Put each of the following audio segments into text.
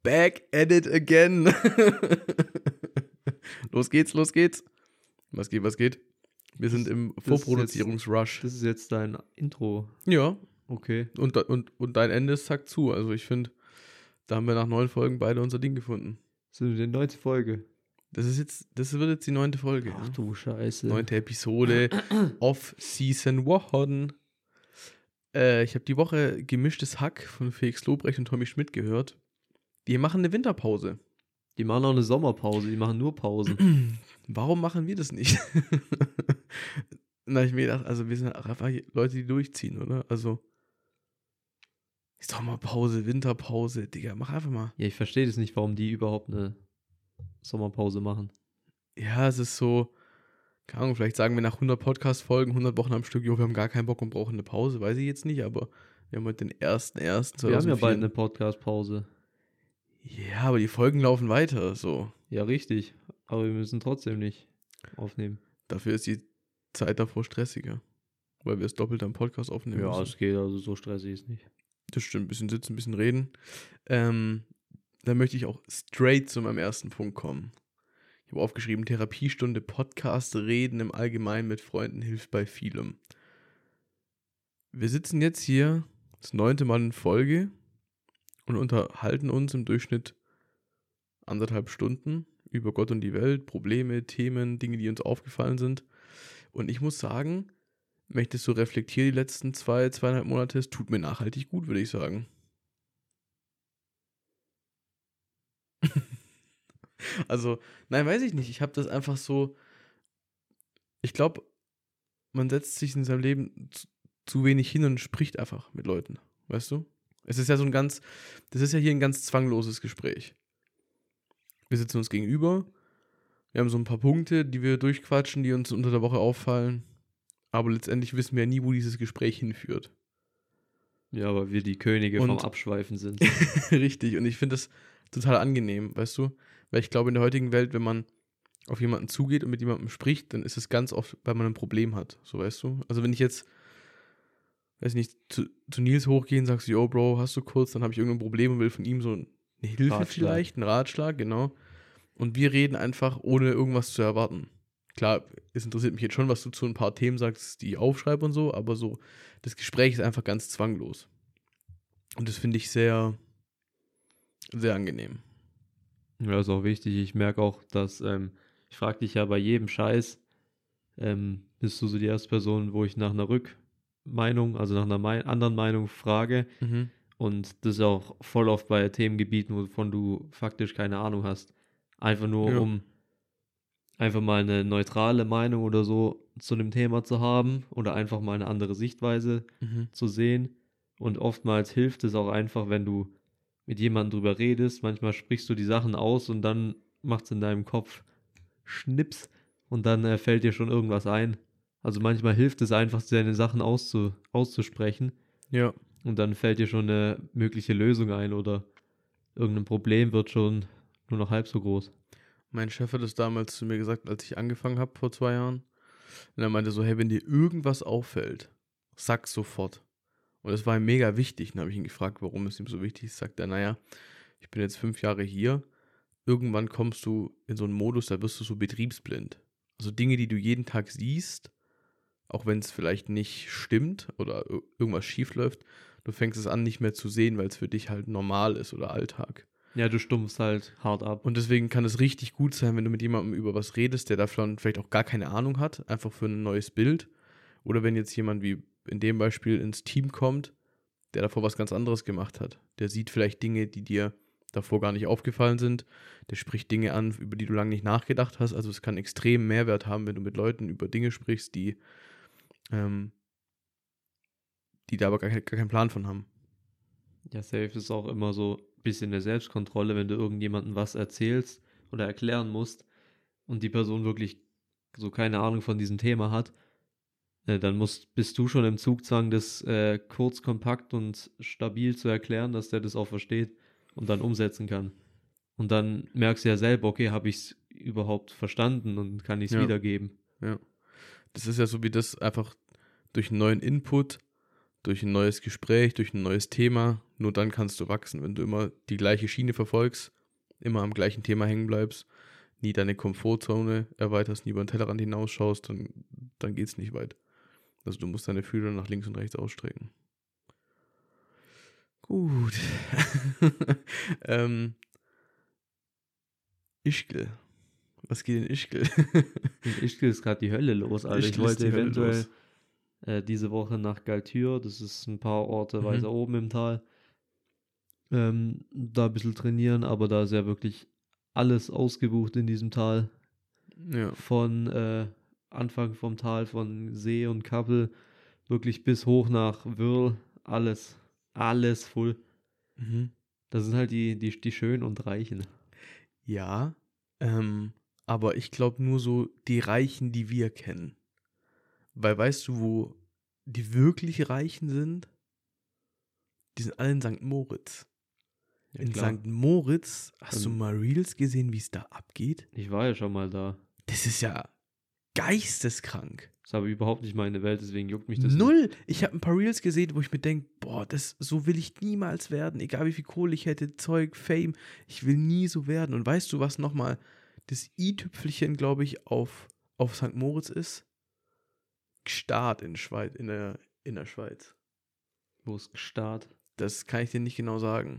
back at it again. Los geht's. Was geht? Wir sind im Vorproduzierungsrush. Das ist jetzt dein Intro. Ja. Okay. Und dein Ende ist zack zu. Also ich finde, da haben wir nach 9 Folgen beide unser Ding gefunden. Das ist die 9. Folge. Das wird jetzt die 9. Folge. Ach du Scheiße. 9. Episode of Season 1. Ich habe die Woche Gemischtes Hack von Felix Lobrecht und Tommy Schmidt gehört. Die machen eine Winterpause. Die machen auch eine Sommerpause, die machen nur Pausen. Warum machen wir das nicht? Na, ich mir gedacht, also wir sind einfach Leute, die durchziehen, oder? Also Sommerpause, Winterpause, Digga, mach einfach mal. Ja, ich verstehe das nicht, warum die überhaupt eine Sommerpause machen. Ja, es ist so, keine Ahnung, vielleicht sagen wir nach 100 Podcast-Folgen, 100 Wochen am Stück, jo, wir haben gar keinen Bock und brauchen eine Pause, weiß ich jetzt nicht, aber wir haben heute den 1.1.2004. Wir haben ja bald eine Podcast-Pause. Ja, aber die Folgen laufen weiter, so. Ja, richtig, aber wir müssen trotzdem nicht aufnehmen. Dafür ist die Zeit davor stressiger, weil wir es doppelt am Podcast aufnehmen Ja, müssen. es geht, also so stressig ist nicht. Das stimmt, ein bisschen sitzen, ein bisschen reden. Dann möchte ich auch straight zu meinem ersten Punkt kommen. Ich habe aufgeschrieben, Therapiestunde, Podcast, Reden im Allgemeinen mit Freunden hilft bei vielem. Wir sitzen jetzt hier, das 9. Mal in Folge und unterhalten uns im Durchschnitt 1,5 Stunden über Gott und die Welt, Probleme, Themen, Dinge, die uns aufgefallen sind. Und ich muss sagen, wenn ich das so reflektiere, die letzten 2,5 Monate, es tut mir nachhaltig gut, würde ich sagen. Also, nein, weiß ich nicht. Ich habe das einfach so, ich glaube, man setzt sich in seinem Leben zu wenig hin und spricht einfach mit Leuten, weißt du? Es ist ja das ist ja hier ein ganz zwangloses Gespräch. Wir sitzen uns gegenüber, wir haben so ein paar Punkte, die wir durchquatschen, die uns unter der Woche auffallen, aber letztendlich wissen wir ja nie, wo dieses Gespräch hinführt. Ja, weil wir die Könige vom Abschweifen sind. Richtig, und ich finde das total angenehm, weißt du? Weil ich glaube, in der heutigen Welt, wenn man auf jemanden zugeht und mit jemandem spricht, dann ist es ganz oft, weil man ein Problem hat, so, weißt du? Also wenn ich jetzt, weiß nicht, zu Nils hochgehe und sagst, yo, Bro, hast du kurz, dann habe ich irgendein Problem und will von ihm so eine Hilfe vielleicht, einen Ratschlag, genau. Und wir reden einfach, ohne irgendwas zu erwarten. Klar, es interessiert mich jetzt schon, was du zu ein paar Themen sagst, die ich aufschreibe und so, aber so, das Gespräch ist einfach ganz zwanglos. Und das finde ich sehr, sehr angenehm. Ja, ist auch wichtig. Ich merke auch, dass, ich frage dich ja bei jedem Scheiß, bist du so die erste Person, wo ich nach einer Rückmeinung, also nach einer anderen Meinung frage. Mhm. Und das ist auch voll oft bei Themengebieten, wovon du faktisch keine Ahnung hast. Einfach nur, um einfach mal eine neutrale Meinung oder so zu dem Thema zu haben oder einfach mal eine andere Sichtweise zu sehen. Und oftmals hilft es auch einfach, wenn du mit jemandem drüber redest. Manchmal sprichst du die Sachen aus und dann macht es in deinem Kopf Schnips und dann fällt dir schon irgendwas ein. Also manchmal hilft es einfach, deine Sachen auszusprechen. Ja. Und dann fällt dir schon eine mögliche Lösung ein oder irgendein Problem wird schon nur noch halb so groß. Mein Chef hat es damals zu mir gesagt, als ich angefangen habe vor 2 Jahren. Und er meinte so, hey, wenn dir irgendwas auffällt, sag sofort. Und es war ihm mega wichtig. Dann habe ich ihn gefragt, warum es ihm so wichtig ist. Sagt er, naja, ich bin jetzt 5 Jahre hier. Irgendwann kommst du in so einen Modus, da wirst du so betriebsblind. Also Dinge, die du jeden Tag siehst, auch wenn es vielleicht nicht stimmt oder irgendwas schief läuft, du fängst es an nicht mehr zu sehen, weil es für dich halt normal ist oder Alltag. Ja, du stumpfst halt hart ab. Und deswegen kann es richtig gut sein, wenn du mit jemandem über was redest, der davon vielleicht auch gar keine Ahnung hat, einfach für ein neues Bild. Oder wenn jetzt jemand wie in dem Beispiel ins Team kommt, der davor was ganz anderes gemacht hat. Der sieht vielleicht Dinge, die dir davor gar nicht aufgefallen sind. Der spricht Dinge an, über die du lange nicht nachgedacht hast. Also es kann extrem Mehrwert haben, wenn du mit Leuten über Dinge sprichst, die da aber gar keinen Plan von haben. Ja, safe ist auch immer so ein bisschen eine Selbstkontrolle, wenn du irgendjemandem was erzählst oder erklären musst und die Person wirklich so keine Ahnung von diesem Thema hat, dann bist du schon im Zugzwang, das kurz, kompakt und stabil zu erklären, dass der das auch versteht und dann umsetzen kann. Und dann merkst du ja selber, okay, habe ich es überhaupt verstanden und kann ich es wiedergeben. Ja. Das ist ja so wie das einfach durch einen neuen Input durch ein neues Gespräch, durch ein neues Thema. Nur dann kannst du wachsen. Wenn du immer die gleiche Schiene verfolgst, immer am gleichen Thema hängen bleibst, nie deine Komfortzone erweiterst, nie über den Tellerrand hinausschaust, dann geht es nicht weit. Also du musst deine Fühler nach links und rechts ausstrecken. Gut. Ischgl. Was geht in Ischgl? In Ischgl ist gerade die Hölle los, Alter. Ich Ischgl ist wollte die Hölle eventuell los. diese Woche nach Galtür, das ist ein paar Orte weiter oben im Tal, da ein bisschen trainieren, aber da ist ja wirklich alles ausgebucht in diesem Tal. Ja. Von Anfang vom Tal, von See und Kappel, wirklich bis hoch nach Wörl, alles voll. Mhm. Das sind halt die Schönen und Reichen. Ja, aber ich glaube nur so die Reichen, die wir kennen. Weil weißt du, wo die wirklich Reichen sind? Die sind alle in St. Moritz. Ja, in klar. St. Moritz, hast du mal Reels gesehen, wie es da abgeht? Ich war ja schon mal da. Das ist ja geisteskrank. Das ist aber überhaupt nicht meine Welt, deswegen juckt mich das nicht. Null. Ich habe ein paar Reels gesehen, wo ich mir denke, boah, so will ich niemals werden. Egal wie viel Kohle ich hätte, Zeug, Fame. Ich will nie so werden. Und weißt du, was nochmal das i-Tüpfelchen, glaube ich, auf St. Moritz ist? Gstaad in der Schweiz. Wo ist Gstaad? Das kann ich dir nicht genau sagen.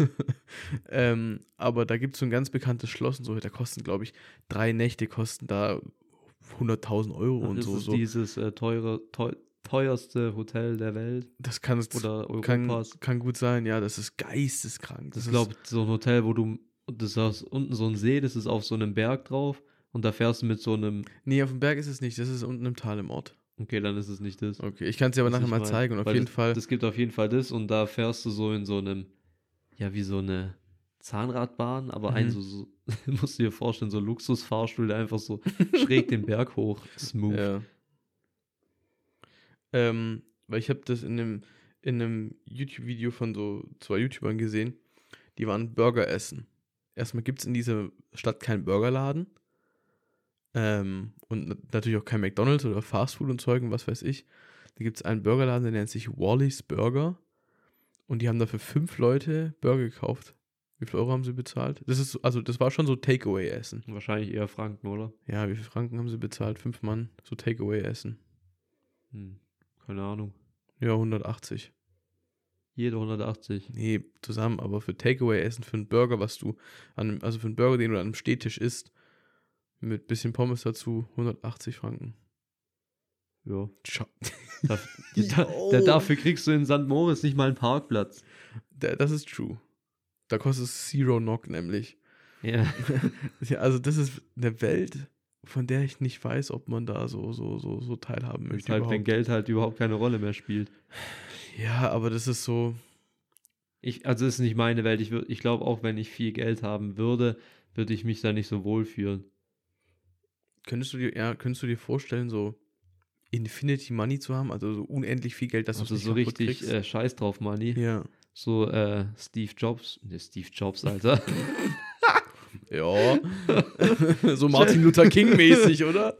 Aber da gibt es so ein ganz bekanntes Schloss und so. Da kosten, glaube ich, 3 Nächte kosten da 100.000 Euro und so. Ist dieses teuerste Hotel der Welt? Das kann Europas? Kann gut sein, ja. Das ist geisteskrank. Ich glaube, so ein Hotel, wo das ist unten so ein See, das ist auf so einem Berg drauf und da fährst du mit so einem... Nee, auf dem Berg ist es nicht. Das ist unten im Tal im Ort. Okay, dann ist es nicht das. Okay, ich kann es dir aber nachher mal zeigen. Und auf jeden Fall... Das gibt auf jeden Fall das und da fährst du so in so einem, ja, wie so eine Zahnradbahn, aber so musst du dir vorstellen, so Luxusfahrstuhl, der einfach so schräg den Berg hoch, smooth. Ja. Weil ich habe das in einem YouTube-Video von so 2 YouTubern gesehen, die waren Burger essen. Erstmal gibt es in dieser Stadt keinen Burgerladen und natürlich auch kein McDonald's oder Fastfood und Zeug und was weiß ich. Da gibt es einen Burgerladen, der nennt sich Wally's Burger und die haben dafür 5 Leute Burger gekauft. Wie viel Euro haben sie bezahlt? Das war schon so Takeaway-Essen. Wahrscheinlich eher Franken, oder? Ja, wie viel Franken haben sie bezahlt? 5 Mann, so Takeaway-Essen. Keine Ahnung. Ja, 180. Jeder 180. Nee, zusammen, aber für Takeaway-Essen, für einen Burger, für einen Burger, den du an einem Stehtisch isst, mit bisschen Pommes dazu, 180 Franken. Ja. Ciao. Dafür kriegst du in St. Moritz nicht mal einen Parkplatz. Das ist true. Da kostet es Zero Knock nämlich. Ja. Ja, also das ist eine Welt, von der ich nicht weiß, ob man da so teilhaben möchte. Halt, wenn Geld halt überhaupt keine Rolle mehr spielt. Ja, aber das ist so... Also das ist nicht meine Welt. Ich glaube, auch wenn ich viel Geld haben würde, würde ich mich da nicht so wohlfühlen. Könntest du dir vorstellen, so Infinity Money zu haben? Also so unendlich viel Geld, dass du es nicht so kaputt richtig kriegst? Scheiß drauf Money. Ja. So Steve Jobs. Ne, Steve Jobs, Alter. Ja. So Martin Luther King mäßig, oder?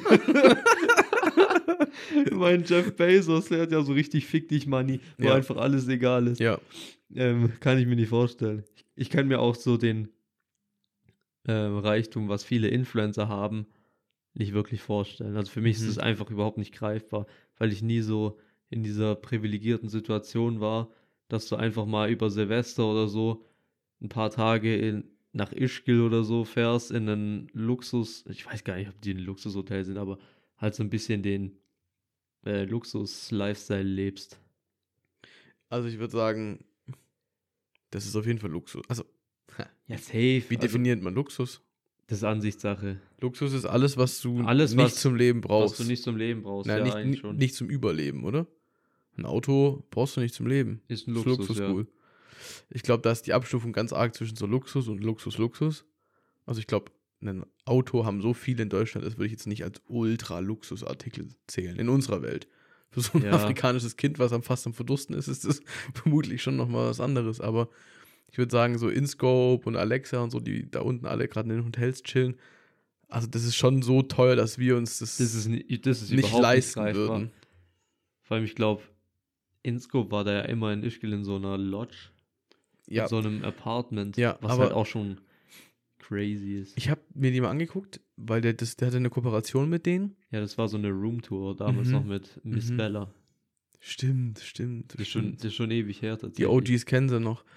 Mein Jeff Bezos, der hat ja so richtig fick dich Money, wo einfach alles egal ist. Ja. Kann ich mir nicht vorstellen. Ich kann mir auch so den Reichtum, was viele Influencer haben, nicht wirklich vorstellen. Also für mich ist es einfach überhaupt nicht greifbar, weil ich nie so in dieser privilegierten Situation war, dass du einfach mal über Silvester oder so ein paar Tage nach Ischgl oder so fährst in einen ich weiß gar nicht, ob die ein Luxushotel sind, aber halt so ein bisschen den Luxus-Lifestyle lebst. Also ich würde sagen, das ist auf jeden Fall Luxus. Also, ja, safe. Wie definiert man Luxus? Das ist Ansichtssache. Luxus ist alles, was du nicht zum Leben brauchst. Was du nicht zum Leben brauchst, Nein, ja, eigentlich schon. Nicht zum Überleben, oder? Ein Auto brauchst du nicht zum Leben. Ist ein Luxus, ja. Cool. Ich glaube, da ist die Abstufung ganz arg zwischen so Luxus und Luxus. Also ich glaube, ein Auto haben so viele in Deutschland, das würde ich jetzt nicht als Ultra-Luxusartikel zählen, in unserer Welt. Für so ein afrikanisches Kind, was fast am Verdursten ist das vermutlich schon nochmal was anderes. Aber ich würde sagen, so InScope und Alexa und so, die da unten alle gerade in den Hotels chillen, also das ist schon so teuer, dass wir uns das ist nicht leisten würden. Vor allem, ich glaube, InScope war da ja immer in Ischgl in so einer Lodge, Ja, in so einem Apartment, Ja, was aber- halt auch schon crazy ist. ich habe mir die mal angeguckt, weil der hatte eine Kooperation mit denen. Ja, das war so eine Roomtour, damals Mhm. noch mit Miss Mhm. Bella. Stimmt. Das ist schon ewig her tatsächlich. Die OGs kennen sie noch.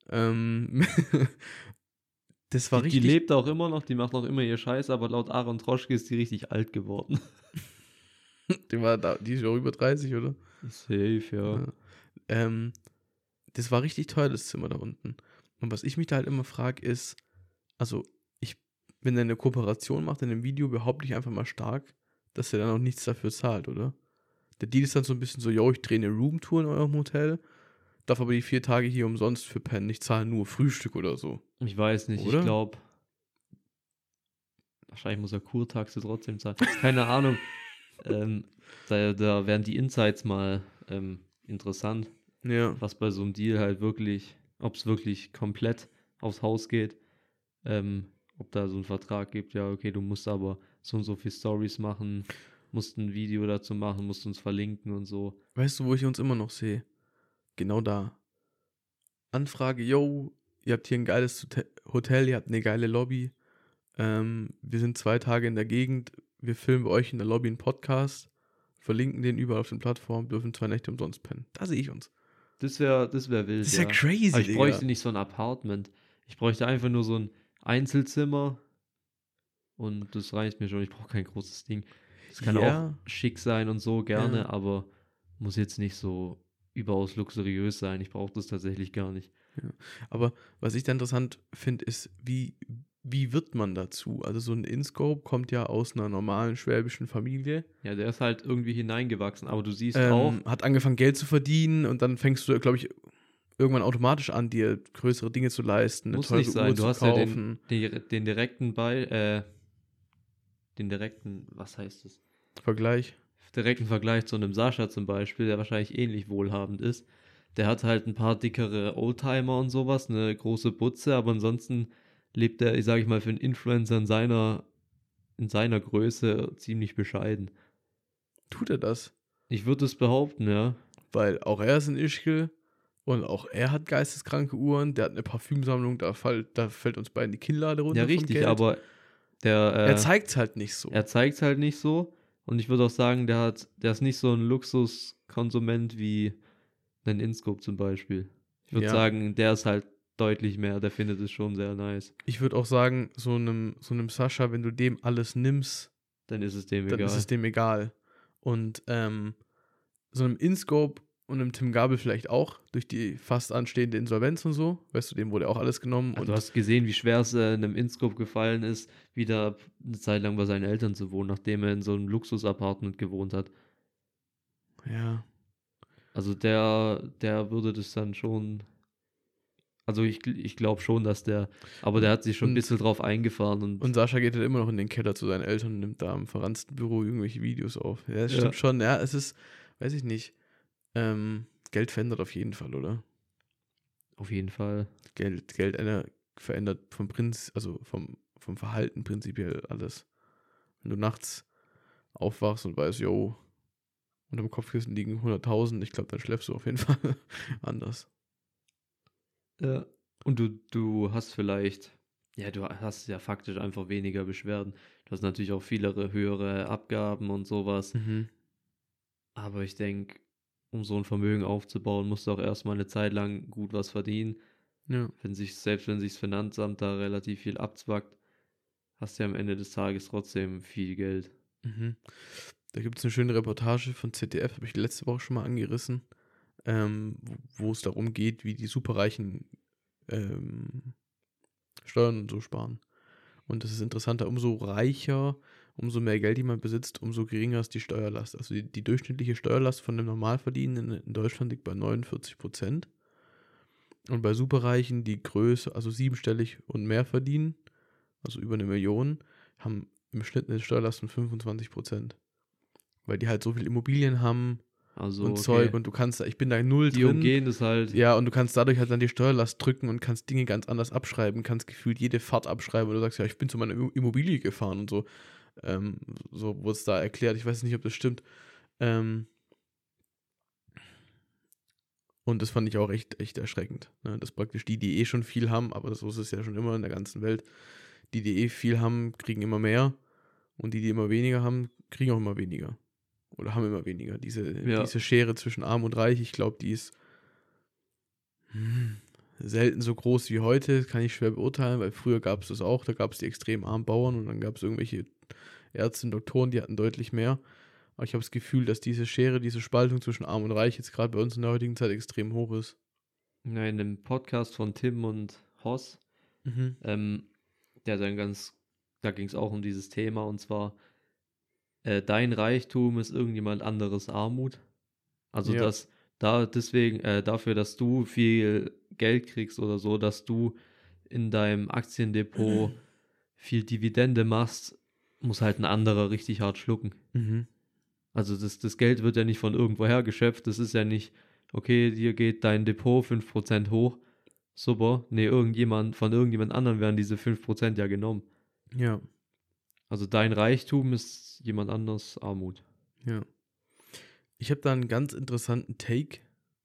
Das war Die richtig. lebt auch immer noch, die macht auch immer ihr Scheiß, aber laut Aaron Troschke ist die richtig alt geworden. Die ist auch über 30, oder? Safe, ja. Ja. Das war richtig teuer, das Zimmer da unten. Und was ich mich da halt immer frage, ist, also wenn er eine Kooperation macht in einem Video, behaupte ich einfach mal stark, dass er dann auch nichts dafür zahlt, oder? Der Deal ist dann so ein bisschen so, yo, ich drehe eine Roomtour in eurem Hotel, darf aber die 4 Tage hier umsonst für pennen, ich zahle nur Frühstück oder so. Ich weiß nicht, Oder? ich glaube, wahrscheinlich muss er Kurtaxe trotzdem zahlen. Keine Ahnung. Da wären die Insights mal interessant, Ja. was bei so einem Deal halt wirklich, ob es wirklich komplett aufs Haus geht, ob da so ein Vertrag gibt, ja, okay, du musst aber so und so viel Stories machen, musst ein Video dazu machen, musst uns verlinken und so. Weißt du, wo ich uns immer noch sehe? Genau da. Anfrage, yo, ihr habt hier ein geiles Hotel, ihr habt eine geile Lobby. Wir sind 2 Tage in der Gegend, wir filmen bei euch in der Lobby einen Podcast, verlinken den überall auf den Plattformen, dürfen 2 Nächte umsonst pennen. Da sehe ich uns. Das wär wild, Das ist ja crazy, Aber ich Digga. bräuchte nicht so ein Apartment. Ich bräuchte einfach nur so ein Einzelzimmer und das reicht mir schon. Ich brauche kein großes Ding. Das kann Ja. auch schick sein und so, gerne, Ja. aber muss jetzt nicht so überaus luxuriös sein. Ich brauche das tatsächlich gar nicht. Aber was ich da interessant finde, ist, wie wird man dazu? Also so ein InScope kommt ja aus einer normalen schwäbischen Familie. Ja, der ist halt irgendwie hineingewachsen, aber du siehst auch, Hat angefangen, Geld zu verdienen und dann fängst du, glaube ich, irgendwann automatisch an, dir größere Dinge zu leisten, eine muss teure nicht sein. Uhr Du zu hast kaufen. ja den direkten was heißt das? Vergleich. Direkten Vergleich zu einem Sascha zum Beispiel, der wahrscheinlich ähnlich wohlhabend ist. Der hat halt ein paar dickere Oldtimer und sowas, eine große Butze, aber ansonsten lebt er, sage ich mal, für einen Influencer in seiner Größe ziemlich bescheiden. Tut er das? Ich würde es behaupten, ja. Weil auch er ist in Ischgl und auch er hat geisteskranke Uhren. Der hat eine Parfümsammlung, da fällt uns beiden die Kinnlade runter Ja, vom richtig, Geld. aber Er zeigt es halt nicht so. er zeigt es halt nicht so. Und ich würde auch sagen, der ist nicht so ein Luxuskonsument wie ein InScope zum Beispiel. Ich würde Ja. sagen, der ist halt deutlich mehr, der findet es schon sehr nice. Ich würde auch sagen, so einem Sascha, wenn du dem alles nimmst, Dann ist es dem dann egal. ist es dem egal. Und so einem InScope und einem Tim Gabel vielleicht auch, durch die fast anstehende Insolvenz und so, weißt du, dem wurde auch alles genommen. Also Und du hast gesehen, wie schwer es einem InScope gefallen ist, wieder eine Zeit lang bei seinen Eltern zu wohnen, nachdem er in so einem Luxus-Apartment gewohnt hat. ja, Also der würde das dann schon. Also ich glaube schon, dass aber der hat sich schon ein Und- bisschen drauf eingefahren und Sascha geht halt immer noch in den Keller zu seinen Eltern und nimmt da im verranzten Büro irgendwelche Videos auf. Ja, das Ja. stimmt schon. Ja, es ist, weiß ich nicht, Geld verändert auf jeden Fall, oder? auf jeden Fall. Geld verändert vom Verhalten prinzipiell alles. Wenn du nachts aufwachst und weißt, yo, unterm Kopfkissen liegen 100.000, ich glaube, dann schläfst du auf jeden Fall anders. Ja. Und du hast vielleicht, ja, du hast ja faktisch einfach weniger Beschwerden. Du hast natürlich auch viele höhere Abgaben und sowas. Aber ich denke, um so ein Vermögen aufzubauen, musst du auch erstmal eine Zeit lang gut was verdienen. Ja. Selbst wenn sich das Finanzamt da relativ viel abzwackt, hast du ja am Ende des Tages trotzdem viel Geld. Da gibt es eine schöne Reportage von ZDF, habe ich letzte Woche schon mal angerissen, wo es darum geht, wie die Superreichen Steuern und so sparen. Und das ist interessanter, umso reicher, umso mehr Geld jemand besitzt, umso geringer ist die Steuerlast. Also die durchschnittliche Steuerlast von einem Normalverdienenden in Deutschland liegt bei 49%. Und bei Superreichen, die Größe, also 7-stellig und mehr verdienen, also über 1 Million, haben im Schnitt eine Steuerlast von 25%. Weil die halt so viel Immobilien haben Also und okay. Zeug und du kannst da, ich bin da null Die drin. umgehen das halt. Ja, und du kannst dadurch halt dann die Steuerlast drücken und kannst Dinge ganz anders abschreiben, kannst gefühlt jede Fahrt abschreiben, und du sagst, ja, ich bin zu meiner Immobilie gefahren und so. So wurde es da erklärt, ich weiß nicht, ob das stimmt. Und das fand ich auch echt erschreckend. Ne? Dass praktisch die eh schon viel haben, aber so ist es ja schon immer in der ganzen Welt, die eh viel haben, kriegen immer mehr. Und die immer weniger haben, kriegen auch immer weniger. Oder haben immer weniger. Diese Schere zwischen Arm und Reich, ich glaube, die ist selten so groß wie heute. Das kann ich schwer beurteilen, weil früher gab es das auch. Da gab es die extrem armen Bauern und dann gab es irgendwelche Ärzte und Doktoren, die hatten deutlich mehr. Aber ich habe das Gefühl, dass diese Schere, diese Spaltung zwischen Arm und Reich jetzt gerade bei uns in der heutigen Zeit extrem hoch ist. Ja, in dem Podcast von Tim und Hoss, der dann da ging es auch um dieses Thema, und zwar dein Reichtum ist irgendjemand anderes Armut. Also Ja. dafür, dass du viel Geld kriegst oder so, dass du in deinem Aktiendepot viel Dividende machst, muss halt ein anderer richtig hart schlucken. Mhm. Also das Geld wird ja nicht von irgendwoher geschöpft. Das ist ja nicht, okay, hier geht dein Depot 5% hoch. Super. Nee, von irgendjemand anderem werden diese 5% ja genommen. Ja. Also dein Reichtum ist jemand anders Armut. Ja. Ich habe da einen ganz interessanten Take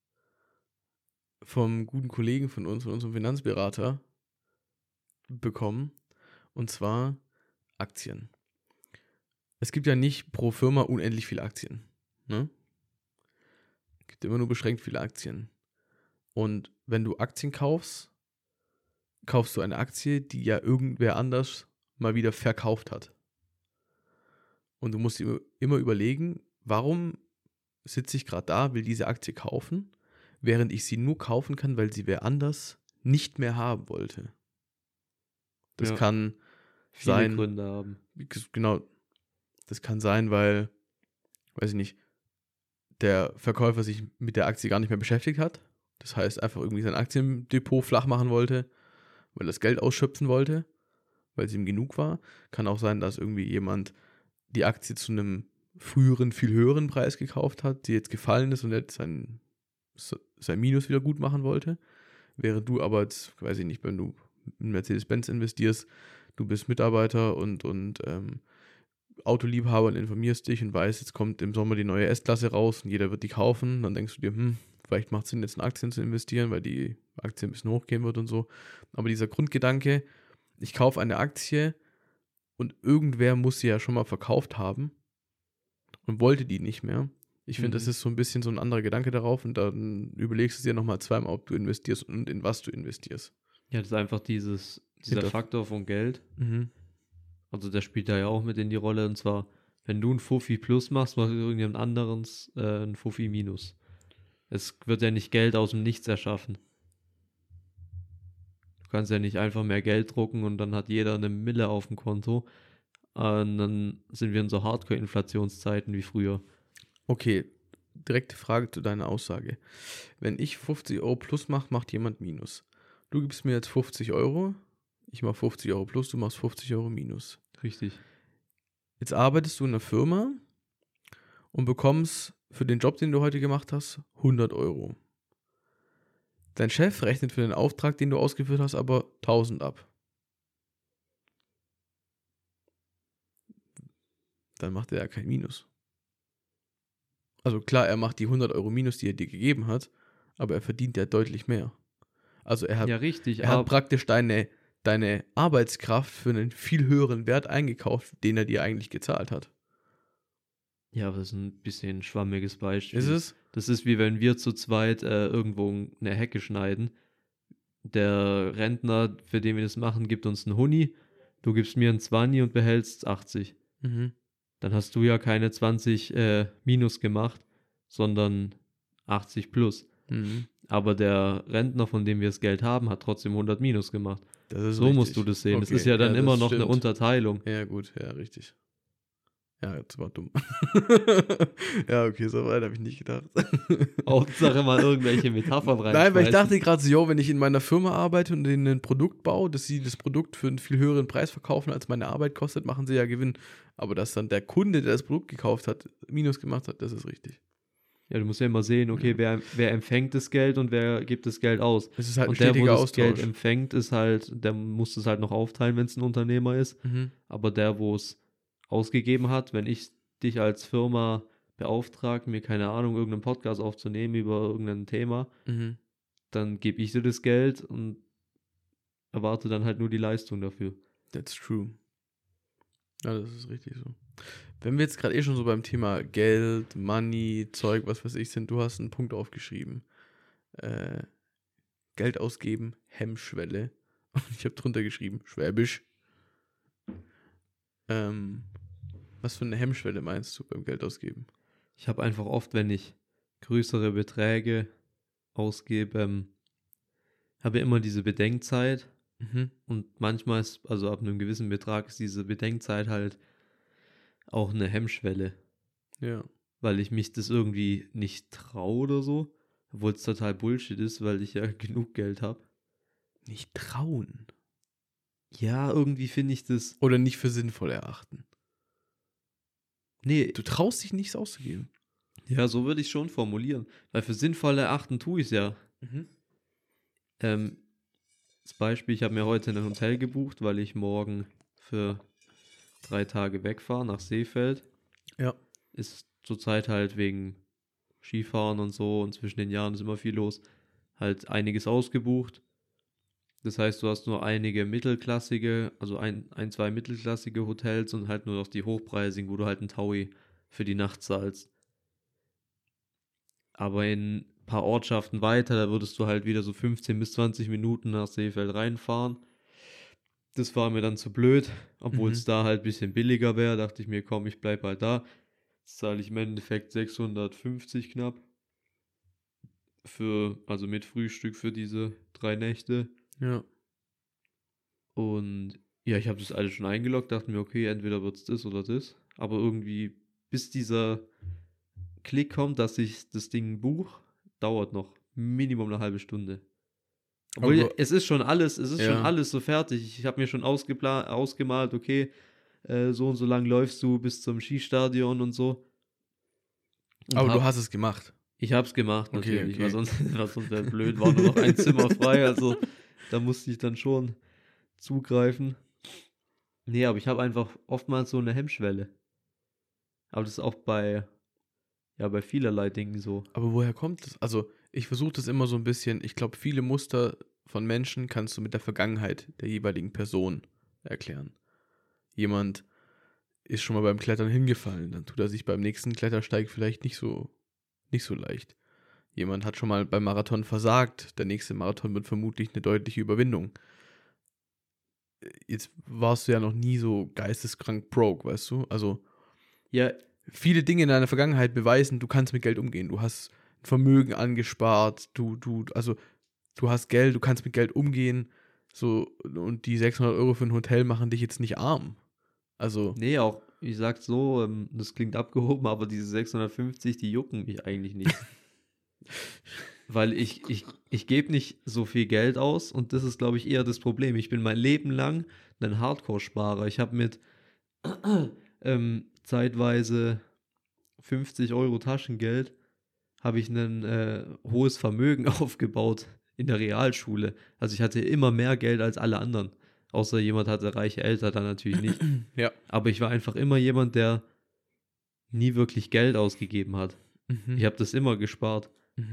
vom guten Kollegen von uns, von unserem Finanzberater bekommen. Und zwar Aktien. Es gibt ja nicht pro Firma unendlich viele Aktien. Ne? Es gibt immer nur beschränkt viele Aktien. Und wenn du Aktien kaufst, kaufst du eine Aktie, die ja irgendwer anders mal wieder verkauft hat. Und du musst dir immer überlegen, warum sitze ich gerade da, will diese Aktie kaufen, während ich sie nur kaufen kann, weil sie wer anders nicht mehr haben wollte. Das kann viele sein, Gründe haben. Genau, das kann sein, weil, weiß ich nicht, der Verkäufer sich mit der Aktie gar nicht mehr beschäftigt hat. Das heißt, einfach irgendwie sein Aktiendepot flach machen wollte, weil er das Geld ausschöpfen wollte, weil es ihm genug war. Kann auch sein, dass irgendwie jemand die Aktie zu einem früheren, viel höheren Preis gekauft hat, die jetzt gefallen ist und jetzt sein Minus wieder gut machen wollte. Während du aber jetzt, weiß ich nicht, wenn du in Mercedes-Benz investierst, du bist Mitarbeiter und Autoliebhaber und informierst dich und weißt, jetzt kommt im Sommer die neue S-Klasse raus und jeder wird die kaufen. Dann denkst du dir, vielleicht macht es Sinn, jetzt in Aktien zu investieren, weil die Aktie ein bisschen hochgehen wird und so. Aber dieser Grundgedanke, ich kaufe eine Aktie und irgendwer muss sie ja schon mal verkauft haben und wollte die nicht mehr. Ich finde, das ist so ein bisschen so ein anderer Gedanke darauf und dann überlegst du dir nochmal zweimal, ob du investierst und in was du investierst. Ja, das ist einfach dieser Faktor von Geld. Mhm. Also der spielt da ja auch mit in die Rolle, und zwar, wenn du ein Fuffi plus machst, macht irgendjemand anderes ein Fuffi minus. Es wird ja nicht Geld aus dem Nichts erschaffen. Du kannst ja nicht einfach mehr Geld drucken und dann hat jeder eine Mille auf dem Konto. Und dann sind wir in so Hardcore-Inflationszeiten wie früher. Okay, direkte Frage zu deiner Aussage. Wenn ich 50 Euro plus mache, macht jemand minus. Du gibst mir jetzt 50 Euro, ich mache 50 Euro plus, du machst 50 Euro minus. Richtig. Jetzt arbeitest du in einer Firma und bekommst für den Job, den du heute gemacht hast, 100 Euro. Dein Chef rechnet für den Auftrag, den du ausgeführt hast, aber 1000 ab. Dann macht er ja kein Minus. Also klar, er macht die 100 Euro Minus, die er dir gegeben hat, aber er verdient ja deutlich mehr. Also er hat praktisch deine Arbeitskraft für einen viel höheren Wert eingekauft, den er dir eigentlich gezahlt hat. Ja, aber das ist ein bisschen ein schwammiges Beispiel. Ist es? Das ist wie wenn wir zu zweit irgendwo eine Hecke schneiden. Der Rentner, für den wir das machen, gibt uns einen Huni. Du gibst mir einen 20 und behältst 80. Mhm. Dann hast du ja keine 20 minus gemacht, sondern 80 plus. Mhm. Aber der Rentner, von dem wir das Geld haben, hat trotzdem 100 minus gemacht. Das ist so richtig. musst du das sehen. Okay. Das ist ja dann immer noch stimmt. eine Unterteilung. Ja, gut, ja, richtig. Ja, das war dumm. Ja, okay, so weit habe ich nicht gedacht. Hauptsache mal irgendwelche Metaphern rein. Nein, weil ich dachte gerade so, wenn ich in meiner Firma arbeite und denen ein Produkt baue, dass sie das Produkt für einen viel höheren Preis verkaufen, als meine Arbeit kostet, machen sie ja Gewinn. Aber dass dann der Kunde, der das Produkt gekauft hat, Minus gemacht hat, das ist richtig. Ja, du musst ja immer sehen, okay, wer empfängt das Geld und wer gibt das Geld aus. Es ist halt ein und der, wo stetiger das Austausch. Geld empfängt, ist halt, der muss es halt noch aufteilen, wenn es ein Unternehmer ist. Mhm. Aber der, wo es ausgegeben hat, wenn ich dich als Firma beauftragt, mir, keine Ahnung, irgendeinen Podcast aufzunehmen über irgendein Thema, dann gebe ich dir das Geld und erwarte dann halt nur die Leistung dafür. That's true. Ja, das ist richtig so. Wenn wir jetzt gerade schon so beim Thema Geld, Money, Zeug, was weiß ich sind, du hast einen Punkt aufgeschrieben. Geld ausgeben, Hemmschwelle. Und ich habe drunter geschrieben, Schwäbisch. Was für eine Hemmschwelle meinst du beim Geld ausgeben? Ich habe einfach oft, wenn ich größere Beträge ausgebe, habe immer diese Bedenkzeit. Und manchmal ist, also ab einem gewissen Betrag ist diese Bedenkzeit halt auch eine Hemmschwelle. Ja. Weil ich mich das irgendwie nicht traue oder so. Obwohl es total Bullshit ist, weil ich ja genug Geld habe. Nicht trauen. Ja, irgendwie finde ich das. Oder nicht für sinnvoll erachten. Nee. Du traust dich nichts auszugeben. Ja, so würde ich schon formulieren. Weil für sinnvoll erachten tue ich es ja. Als Beispiel, ich habe mir heute ein Hotel gebucht, weil ich morgen für 3 Tage wegfahre nach Seefeld. Ja. Ist zurzeit halt wegen Skifahren und so und zwischen den Jahren ist immer viel los, halt einiges ausgebucht. Das heißt, du hast nur einige mittelklassige, also zwei mittelklassige Hotels und halt nur noch die hochpreisigen, wo du halt einen Taui für die Nacht zahlst. Aber in ein paar Ortschaften weiter, da würdest du halt wieder so 15 bis 20 Minuten nach Seefeld reinfahren. Das war mir dann zu blöd, obwohl es da halt ein bisschen billiger wäre. Dachte ich mir, komm, ich bleib halt da. Jetzt zahle ich im Endeffekt 650 knapp. Also mit Frühstück für diese 3 Nächte. Ja. Und ja, ich habe das alles schon eingeloggt, dachte mir, okay, entweder wird es das oder das. Aber irgendwie, bis dieser Klick kommt, dass ich das Ding buche, dauert noch Minimum eine halbe Stunde. Obwohl, Aber es ist schon alles Ja. so fertig. Ich habe mir schon ausgemalt, okay, so und so lang läufst du bis zum Skistadion und so. Und Aber du hast es gemacht. Ich habe es gemacht, Okay, natürlich, okay. weil sonst wäre blöd, war nur noch ein Zimmer frei, also da musste ich dann schon zugreifen. Nee, aber ich habe einfach oftmals so eine Hemmschwelle. Aber das ist auch bei vielerlei Dingen so. Aber woher kommt das? Also, ich versuche das immer so ein bisschen, ich glaube, viele Muster von Menschen kannst du mit der Vergangenheit der jeweiligen Person erklären. Jemand ist schon mal beim Klettern hingefallen, dann tut er sich beim nächsten Klettersteig vielleicht nicht so leicht. Jemand hat schon mal beim Marathon versagt, der nächste Marathon wird vermutlich eine deutliche Überwindung. Jetzt warst du ja noch nie so geisteskrank broke, weißt du? Also, Ja, viele Dinge in deiner Vergangenheit beweisen, du kannst mit Geld umgehen. Du hast ein Vermögen angespart, also du hast Geld, du kannst mit Geld umgehen. So, und die 600 Euro für ein Hotel machen dich jetzt nicht arm. Also, nee, auch, ich sag's so, das klingt abgehoben, aber diese 650, die jucken mich eigentlich nicht. Weil ich gebe nicht so viel Geld aus und das ist, glaube ich, eher das Problem. Ich bin mein Leben lang ein Hardcore-Sparer. Ich habe mit zeitweise 50 Euro Taschengeld habe ich ein hohes Vermögen aufgebaut in der Realschule. Also ich hatte immer mehr Geld als alle anderen. Außer jemand hatte reiche Eltern, dann natürlich nicht. ja. Aber ich war einfach immer jemand, der nie wirklich Geld ausgegeben hat. Ich habe das immer gespart.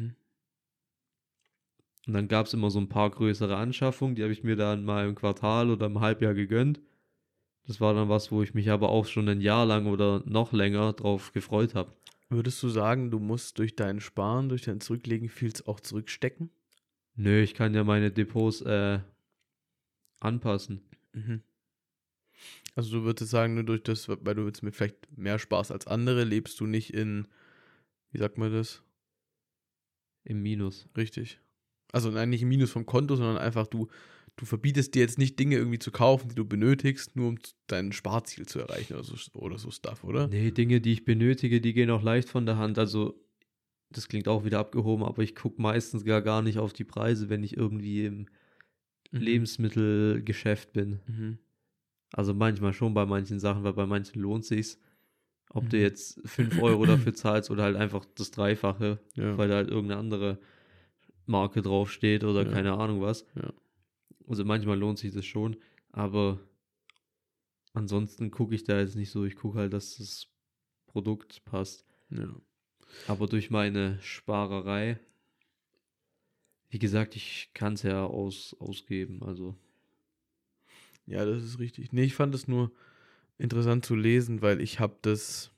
Und dann gab es immer so ein paar größere Anschaffungen, die habe ich mir dann mal im Quartal oder im Halbjahr gegönnt. Das war dann was, wo ich mich aber auch schon ein Jahr lang oder noch länger drauf gefreut habe. Würdest du sagen, du musst durch dein Sparen, durch dein Zurücklegen viel auch zurückstecken? Nö, ich kann ja meine Depots anpassen. Also du würdest sagen, nur durch das, weil du jetzt mit vielleicht mehr Spaß als andere, lebst du nicht in, wie sagt man das? Im Minus. Richtig. Also nein, nicht im Minus vom Konto, sondern einfach du verbietest dir jetzt nicht Dinge irgendwie zu kaufen, die du benötigst, nur um dein Sparziel zu erreichen oder so Stuff, oder? Nee, Dinge, die ich benötige, die gehen auch leicht von der Hand. Also, das klingt auch wieder abgehoben, aber ich gucke meistens gar nicht auf die Preise, wenn ich irgendwie im Lebensmittelgeschäft bin. Also manchmal schon bei manchen Sachen, weil bei manchen lohnt sich's. Ob du jetzt 5 Euro dafür zahlst oder halt einfach das Dreifache, weil da halt irgendeine andere Marke draufsteht oder keine Ahnung was. Ja. Also manchmal lohnt sich das schon, aber ansonsten gucke ich da jetzt nicht so. Ich gucke halt, dass das Produkt passt. Ja. Aber durch meine Sparerei, wie gesagt, ich kann es ja ausgeben. Also, Ja, das ist richtig. Nee, ich fand es nur interessant zu lesen, weil ich habe das,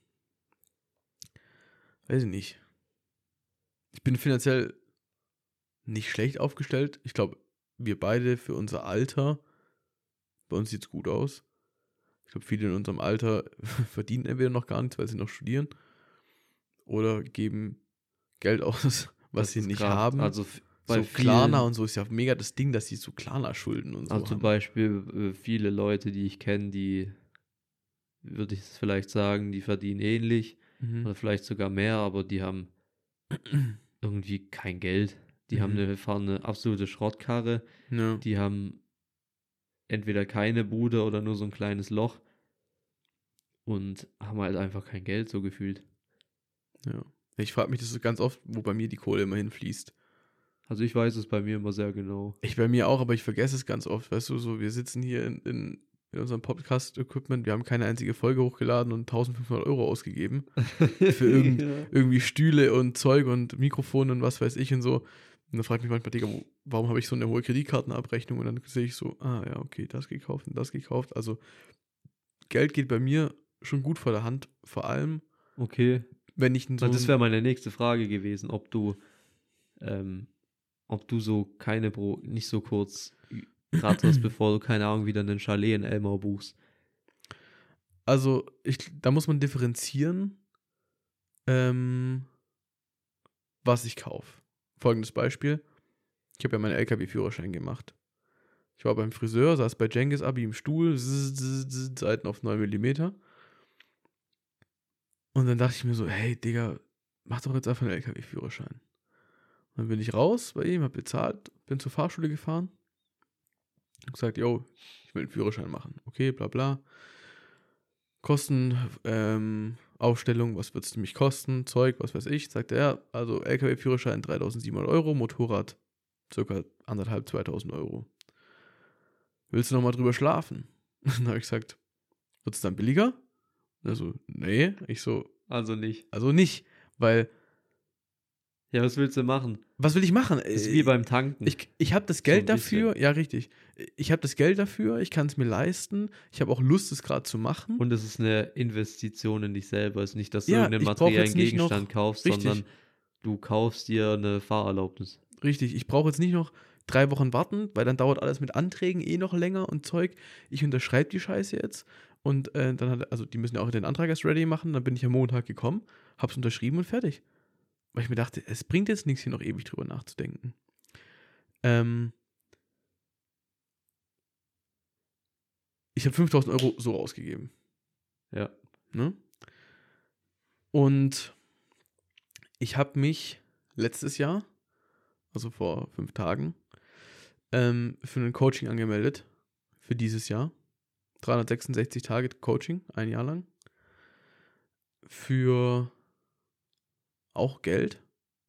weiß ich nicht. Ich bin finanziell nicht schlecht aufgestellt. Ich glaube, wir beide für unser Alter, bei uns sieht es gut aus. Ich glaube, viele in unserem Alter verdienen entweder noch gar nichts, weil sie noch studieren, oder geben Geld aus, was das sie ist nicht krass. haben. Also bei So Klarna vielen, und so ist ja mega das Ding, dass sie so Klarna-Schulden und also so zum haben. Beispiel viele Leute, die ich kenne, die, würde ich es vielleicht sagen, die verdienen ähnlich Mhm. oder vielleicht sogar mehr, aber die haben irgendwie kein Geld. Die haben Mhm. fahren eine absolute Schrottkarre. Ja, Die haben entweder keine Bude oder nur so ein kleines Loch und haben halt einfach kein Geld, so gefühlt. ja. Ich frage mich das so ganz oft, wo bei mir die Kohle immer hinfließt. Also ich weiß es bei mir immer sehr genau. Ich bei mir auch, aber ich vergesse es ganz oft. Weißt du, so wir sitzen hier in unserem Podcast-Equipment, wir haben keine einzige Folge hochgeladen und 1500 Euro ausgegeben für Ja. irgendwie Stühle und Zeug und Mikrofone und was weiß ich und so. Und dann fragt mich manchmal, Digga, warum habe ich so eine hohe Kreditkartenabrechnung? Und dann sehe ich so, ja, okay, das gekauft und das gekauft. Also Geld geht bei mir schon gut vor der Hand, vor allem, Okay. wenn ich in so Weil das ein, wäre meine nächste Frage gewesen, ähm, ob du so nicht so kurz gerade hast, bevor du, keine Ahnung, wieder einen Chalet in Elmau buchst. also da muss man differenzieren, ähm, was ich kaufe. Folgendes Beispiel. Ich habe ja meinen LKW-Führerschein gemacht. Ich war beim Friseur, saß bei Cengiz Abi im Stuhl, Seiten auf 9 Millimeter. Und dann dachte ich mir so, hey Digga, mach doch jetzt einfach einen LKW-Führerschein. Dann bin ich raus bei ihm, hab bezahlt, bin zur Fahrschule gefahren. Hab gesagt, yo, ich will einen Führerschein machen. Okay, bla bla. Kosten, Aufstellung, was wird es mich kosten? Zeug, was weiß ich. Sagte er, also LKW-Führerschein 3.700 Euro, Motorrad circa 1.500, 2.000 Euro. Willst du nochmal drüber schlafen? Dann habe ich gesagt, wird es dann billiger? Also, nee. Ich so, Also nicht. also nicht, weil, Ja, was willst du machen? was will ich machen? Das ist wie beim Tanken. Ich habe das So Geld ein dafür, bisschen. ja, richtig. Ich habe das Geld dafür, ich kann es mir leisten, ich habe auch Lust, es gerade zu machen. Und es ist eine Investition in dich selber. Es ist nicht, dass du Ja, irgendeinen ich brauche materiellen jetzt nicht noch, Gegenstand kaufst, richtig, sondern du kaufst dir eine Fahrerlaubnis. richtig, ich brauche jetzt nicht noch 3 Wochen warten, weil dann dauert alles mit Anträgen eh noch länger und Zeug. Ich unterschreibe die Scheiße jetzt und dann also die müssen ja auch den Antrag erst ready machen, dann bin ich am Montag gekommen, hab's unterschrieben und fertig. Weil ich mir dachte, es bringt jetzt nichts, hier noch ewig drüber nachzudenken. Ich habe 5.000 Euro so ausgegeben. Ja. Ne? Und ich habe mich letztes Jahr, also vor 5 Tagen, für ein Coaching angemeldet. Für dieses Jahr. 366 Tage Coaching, ein Jahr lang. Für auch Geld.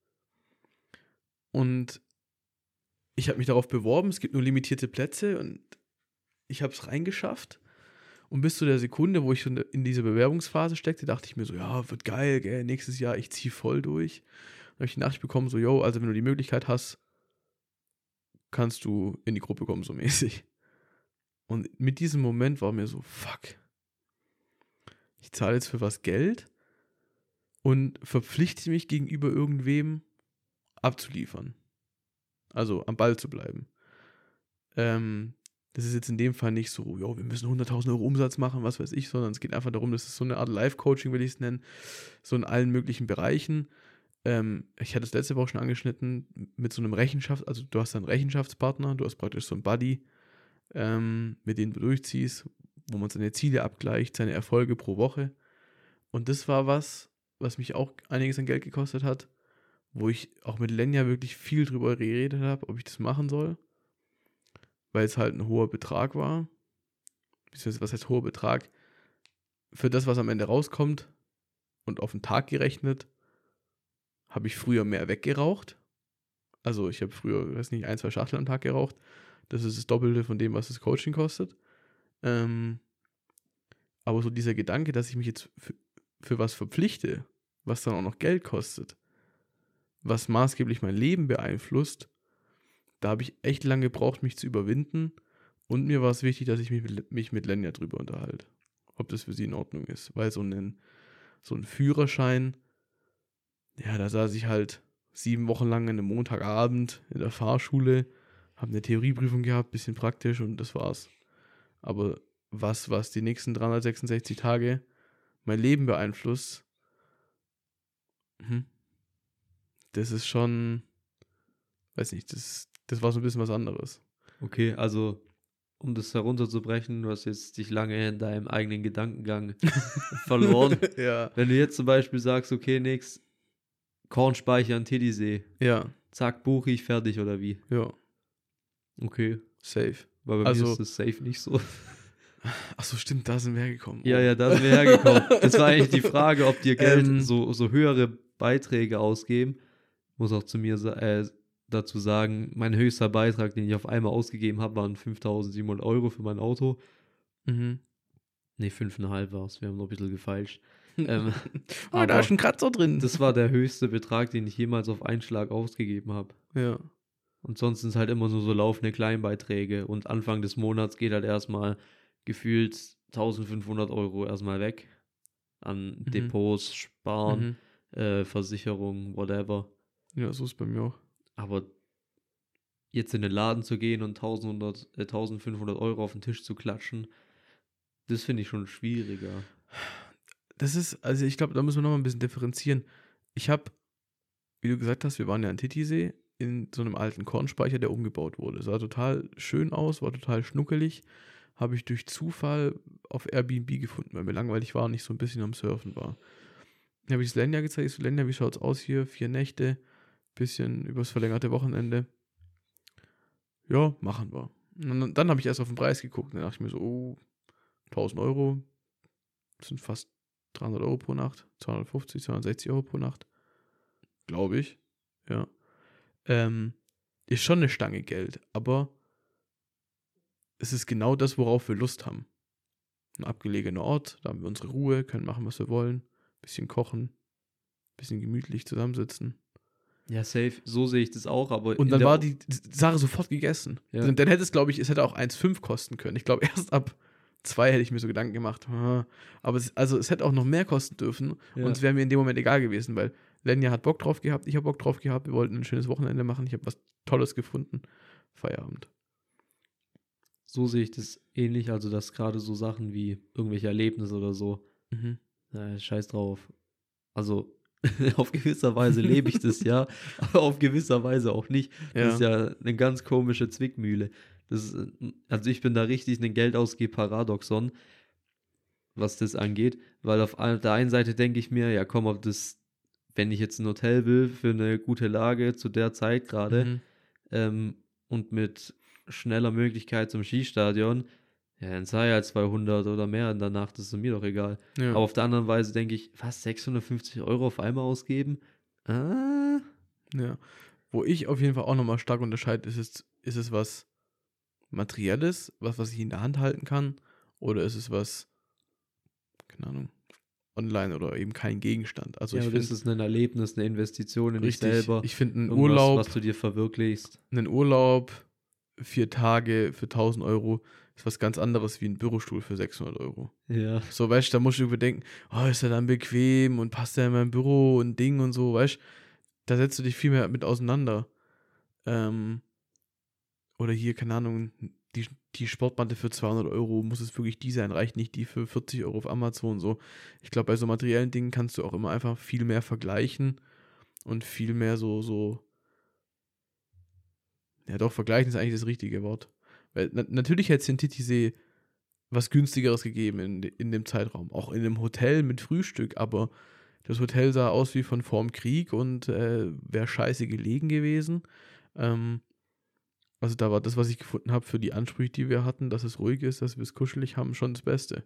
Und ich habe mich darauf beworben. Es gibt nur limitierte Plätze und ich habe es reingeschafft. Und bis zu der Sekunde, wo ich schon in dieser Bewerbungsphase steckte, dachte ich mir so, ja, wird geil, gell, nächstes Jahr, ich ziehe voll durch. Dann habe ich die Nachricht bekommen, so, yo, also wenn du die Möglichkeit hast, kannst du in die Gruppe kommen, so mäßig. Und mit diesem Moment war mir so, fuck, ich zahle jetzt für was Geld und verpflichte mich gegenüber irgendwem abzuliefern. Also am Ball zu bleiben. Das ist jetzt in dem Fall nicht so, jo, wir müssen 100.000 Euro Umsatz machen, was weiß ich, sondern es geht einfach darum, das ist so eine Art Live-Coaching, will ich es nennen, so in allen möglichen Bereichen. Ich hatte es letzte Woche schon angeschnitten, mit so einem also du hast einen Rechenschaftspartner, du hast praktisch so einen Buddy, mit dem du durchziehst, wo man seine Ziele abgleicht, seine Erfolge pro Woche. Und das war was mich auch einiges an Geld gekostet hat, wo ich auch mit Lenja wirklich viel drüber geredet habe, ob ich das machen soll, weil es halt ein hoher Betrag war. Beziehungsweise, was heißt hoher Betrag? Für das, was am Ende rauskommt und auf den Tag gerechnet, habe ich früher mehr weggeraucht. Also ich habe früher, weiß nicht, 1, 2 Schachteln am Tag geraucht. Das ist das Doppelte von dem, was das Coaching kostet. Aber so dieser Gedanke, dass ich mich jetzt für was verpflichte, was dann auch noch Geld kostet, was maßgeblich mein Leben beeinflusst, da habe ich echt lange gebraucht, mich zu überwinden. Und mir war es wichtig, dass ich mich mit Lenja drüber unterhalte, ob das für sie in Ordnung ist. Weil so ein Führerschein, ja, da saß ich halt 7 Wochen lang an einem Montagabend in der Fahrschule, habe eine Theorieprüfung gehabt, bisschen praktisch und das war's. Aber was die nächsten 366 Tage mein Leben beeinflusst, das ist schon, weiß nicht, das war so ein bisschen was anderes. Okay, also um das herunterzubrechen, du hast jetzt dich lange in deinem eigenen Gedankengang verloren. Ja. Wenn du jetzt zum Beispiel sagst, okay, nix, Kornspeicher an Titisee, Ja, zack, buche ich, fertig oder wie? ja, Okay, safe. weil bei Also- mir ist das safe nicht so. Achso, stimmt, da sind wir hergekommen. Ja, ja, da sind wir hergekommen. Das war eigentlich die Frage, ob dir Geld Ähm. so höhere Beiträge ausgeben. Muss auch zu mir dazu sagen, mein höchster Beitrag, den ich auf einmal ausgegeben habe, waren 5.700 Euro für mein Auto. Mhm. Ne, 5,5 war es. Wir haben noch ein bisschen gefeilscht. Da aber ist ein Kratzer drin. das war der höchste Betrag, den ich jemals auf einen Schlag ausgegeben habe. Ja. Und sonst sind es halt immer nur so laufende Kleinbeiträge. Und Anfang des Monats geht halt erstmal gefühlt 1.500 Euro erstmal weg. An Depots, Sparen, Versicherungen, whatever. Ja, so ist bei mir auch. Aber jetzt in den Laden zu gehen und 1.500 Euro auf den Tisch zu klatschen, das finde ich schon schwieriger. Das ist, also ich glaube, da müssen wir noch mal ein bisschen differenzieren. Ich habe, wie du gesagt hast, wir waren ja an Titisee in so einem alten Kornspeicher, der umgebaut wurde. Sah total schön aus, war total schnuckelig. Habe ich durch Zufall auf Airbnb gefunden, weil mir langweilig war und ich so ein bisschen am Surfen war. Dann habe ich es Lenja gezeigt. Ich so, Lenja, wie schaut's aus hier? 4 Nächte, bisschen übers verlängerte Wochenende. Ja, machen wir. Und dann habe ich erst auf den Preis geguckt. Dann dachte ich mir so, oh, 1.000 Euro. Das sind fast 300 Euro pro Nacht. 250, 260 Euro pro Nacht. Glaube ich. Ja. Ist schon eine Stange Geld, aber es ist genau das, worauf wir Lust haben. Ein abgelegener Ort, da haben wir unsere Ruhe, können machen, was wir wollen. Bisschen kochen, bisschen gemütlich zusammensitzen. Ja, safe, so sehe ich das auch, aber Und dann war die Sache sofort gegessen. Ja. Dann hätte es, glaube ich, es hätte auch 1,5 kosten können. Ich glaube, erst ab 2 hätte ich mir so Gedanken gemacht. Aber es hätte auch noch mehr kosten dürfen. Ja. Und es wäre mir in dem Moment egal gewesen, weil Lenja hat Bock drauf gehabt, ich habe Bock drauf gehabt, wir wollten ein schönes Wochenende machen, ich habe was Tolles gefunden. Feierabend. So sehe ich das ähnlich, also dass gerade so Sachen wie irgendwelche Erlebnisse oder so, scheiß drauf. Also auf gewisser Weise lebe ich das ja, aber auf gewisser Weise auch nicht. Das ist ja eine ganz komische Zwickmühle. Also ich bin da richtig ein Geldausgeb-Paradoxon, was das angeht, weil auf der einen Seite denke ich mir, ja komm, wenn ich jetzt ein Hotel will für eine gute Lage zu der Zeit gerade und mit schneller Möglichkeit zum Skistadion, ja, dann sei ja 200 oder mehr in der Nacht, das ist mir doch egal. Ja. Aber auf der anderen Weise denke ich, was, 650 Euro auf einmal ausgeben? Ja. Wo ich auf jeden Fall auch nochmal stark unterscheide, ist es was Materielles, was ich in der Hand halten kann, oder ist es was, keine Ahnung, online oder eben kein Gegenstand. Also ja, ich aber das ist ein Erlebnis, eine Investition in dich richtig, selber. ich finde einen Irgendwas, Urlaub, was du dir verwirklichst. einen Urlaub 4 Tage für 1.000 Euro ist was ganz anderes wie ein Bürostuhl für 600 Euro. Ja. So, weißt du, da musst du überdenken, ist er dann bequem und passt er in mein Büro und Ding und so, weißt du, da setzt du dich viel mehr mit auseinander. Oder hier, keine Ahnung, die Sportmatte für 200 Euro, muss es wirklich die sein, reicht nicht die für 40 Euro auf Amazon, so. Ich glaube, bei so materiellen Dingen kannst du auch immer einfach viel mehr vergleichen und viel mehr so ja doch, vergleichen ist eigentlich das richtige Wort. Weil natürlich hätte es in Titisee was günstigeres gegeben in dem Zeitraum. Auch in einem Hotel mit Frühstück, aber das Hotel sah aus wie von vorm Krieg und wäre scheiße gelegen gewesen. Also da war das, was ich gefunden habe für die Ansprüche, die wir hatten, dass es ruhig ist, dass wir es kuschelig haben, schon das Beste.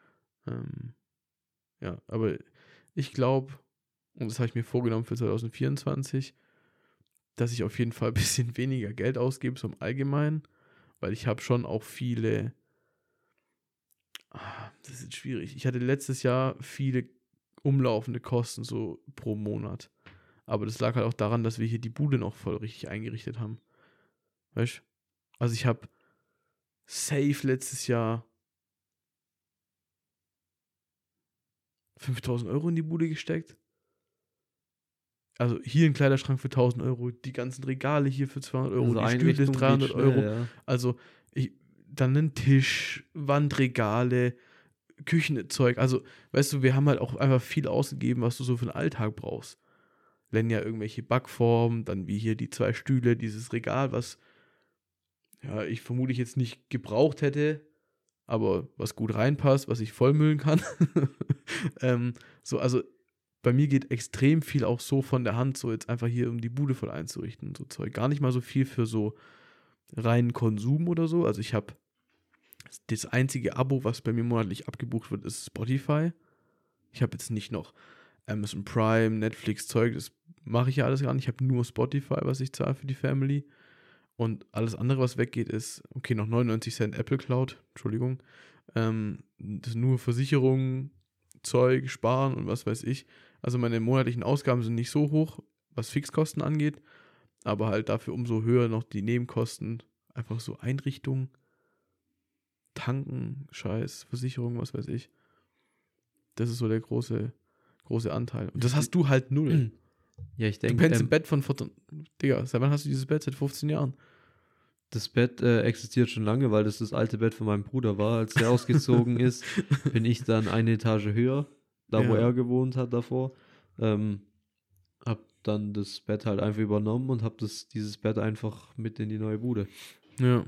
Ja, aber ich glaube, und das habe ich mir vorgenommen für 2024, dass ich auf jeden Fall ein bisschen weniger Geld ausgebe, so im Allgemeinen, weil ich habe schon auch viele, das ist schwierig, ich hatte letztes Jahr viele umlaufende Kosten so pro Monat. Aber das lag halt auch daran, dass wir hier die Bude noch voll richtig eingerichtet haben. Weißt du? Also ich habe safe letztes Jahr 5.000 Euro in die Bude gesteckt. Also hier ein Kleiderschrank für 1.000 Euro, die ganzen Regale hier für 200 Euro, Also die Stühle Einrichtung 300 geht schnell, Euro. ja. Also dann einen Tisch, Wandregale, Küchenzeug. Also weißt du, wir haben halt auch einfach viel ausgegeben, was du so für den Alltag brauchst. Wenn ja irgendwelche Backformen, dann wie hier die 2 Stühle, dieses Regal, was ja ich vermutlich jetzt nicht gebraucht hätte, aber was gut reinpasst, was ich vollmüllen kann. Also bei mir geht extrem viel auch so von der Hand, so jetzt einfach hier um die Bude voll einzurichten und so Zeug. Gar nicht mal so viel für so reinen Konsum oder so. Also ich habe das einzige Abo, was bei mir monatlich abgebucht wird, ist Spotify. Ich habe jetzt nicht noch Amazon Prime, Netflix Zeug, das mache ich ja alles gar nicht. Ich habe nur Spotify, was ich zahle für die Family. Und alles andere, was weggeht, ist, okay, noch 99 Cent Apple Cloud, Entschuldigung. Das ist nur Versicherungen, Zeug, Sparen und was weiß ich. Also meine monatlichen Ausgaben sind nicht so hoch, was Fixkosten angeht, aber halt dafür umso höher noch die Nebenkosten. Einfach so Einrichtungen, Tanken, Scheiß, Versicherung, was weiß ich. Das ist so der große Anteil. Und das hast du halt null. Ja, ich Du denke, pennst im Bett von, Digga, seit wann hast du dieses Bett? Seit 15 Jahren? das Bett existiert schon lange, weil das alte Bett von meinem Bruder war. Als der ausgezogen ist, bin ich dann eine Etage höher, da wo Ja. er gewohnt hat davor. Hab dann das Bett halt einfach übernommen und hab dieses Bett einfach mit in die neue Bude. Ja.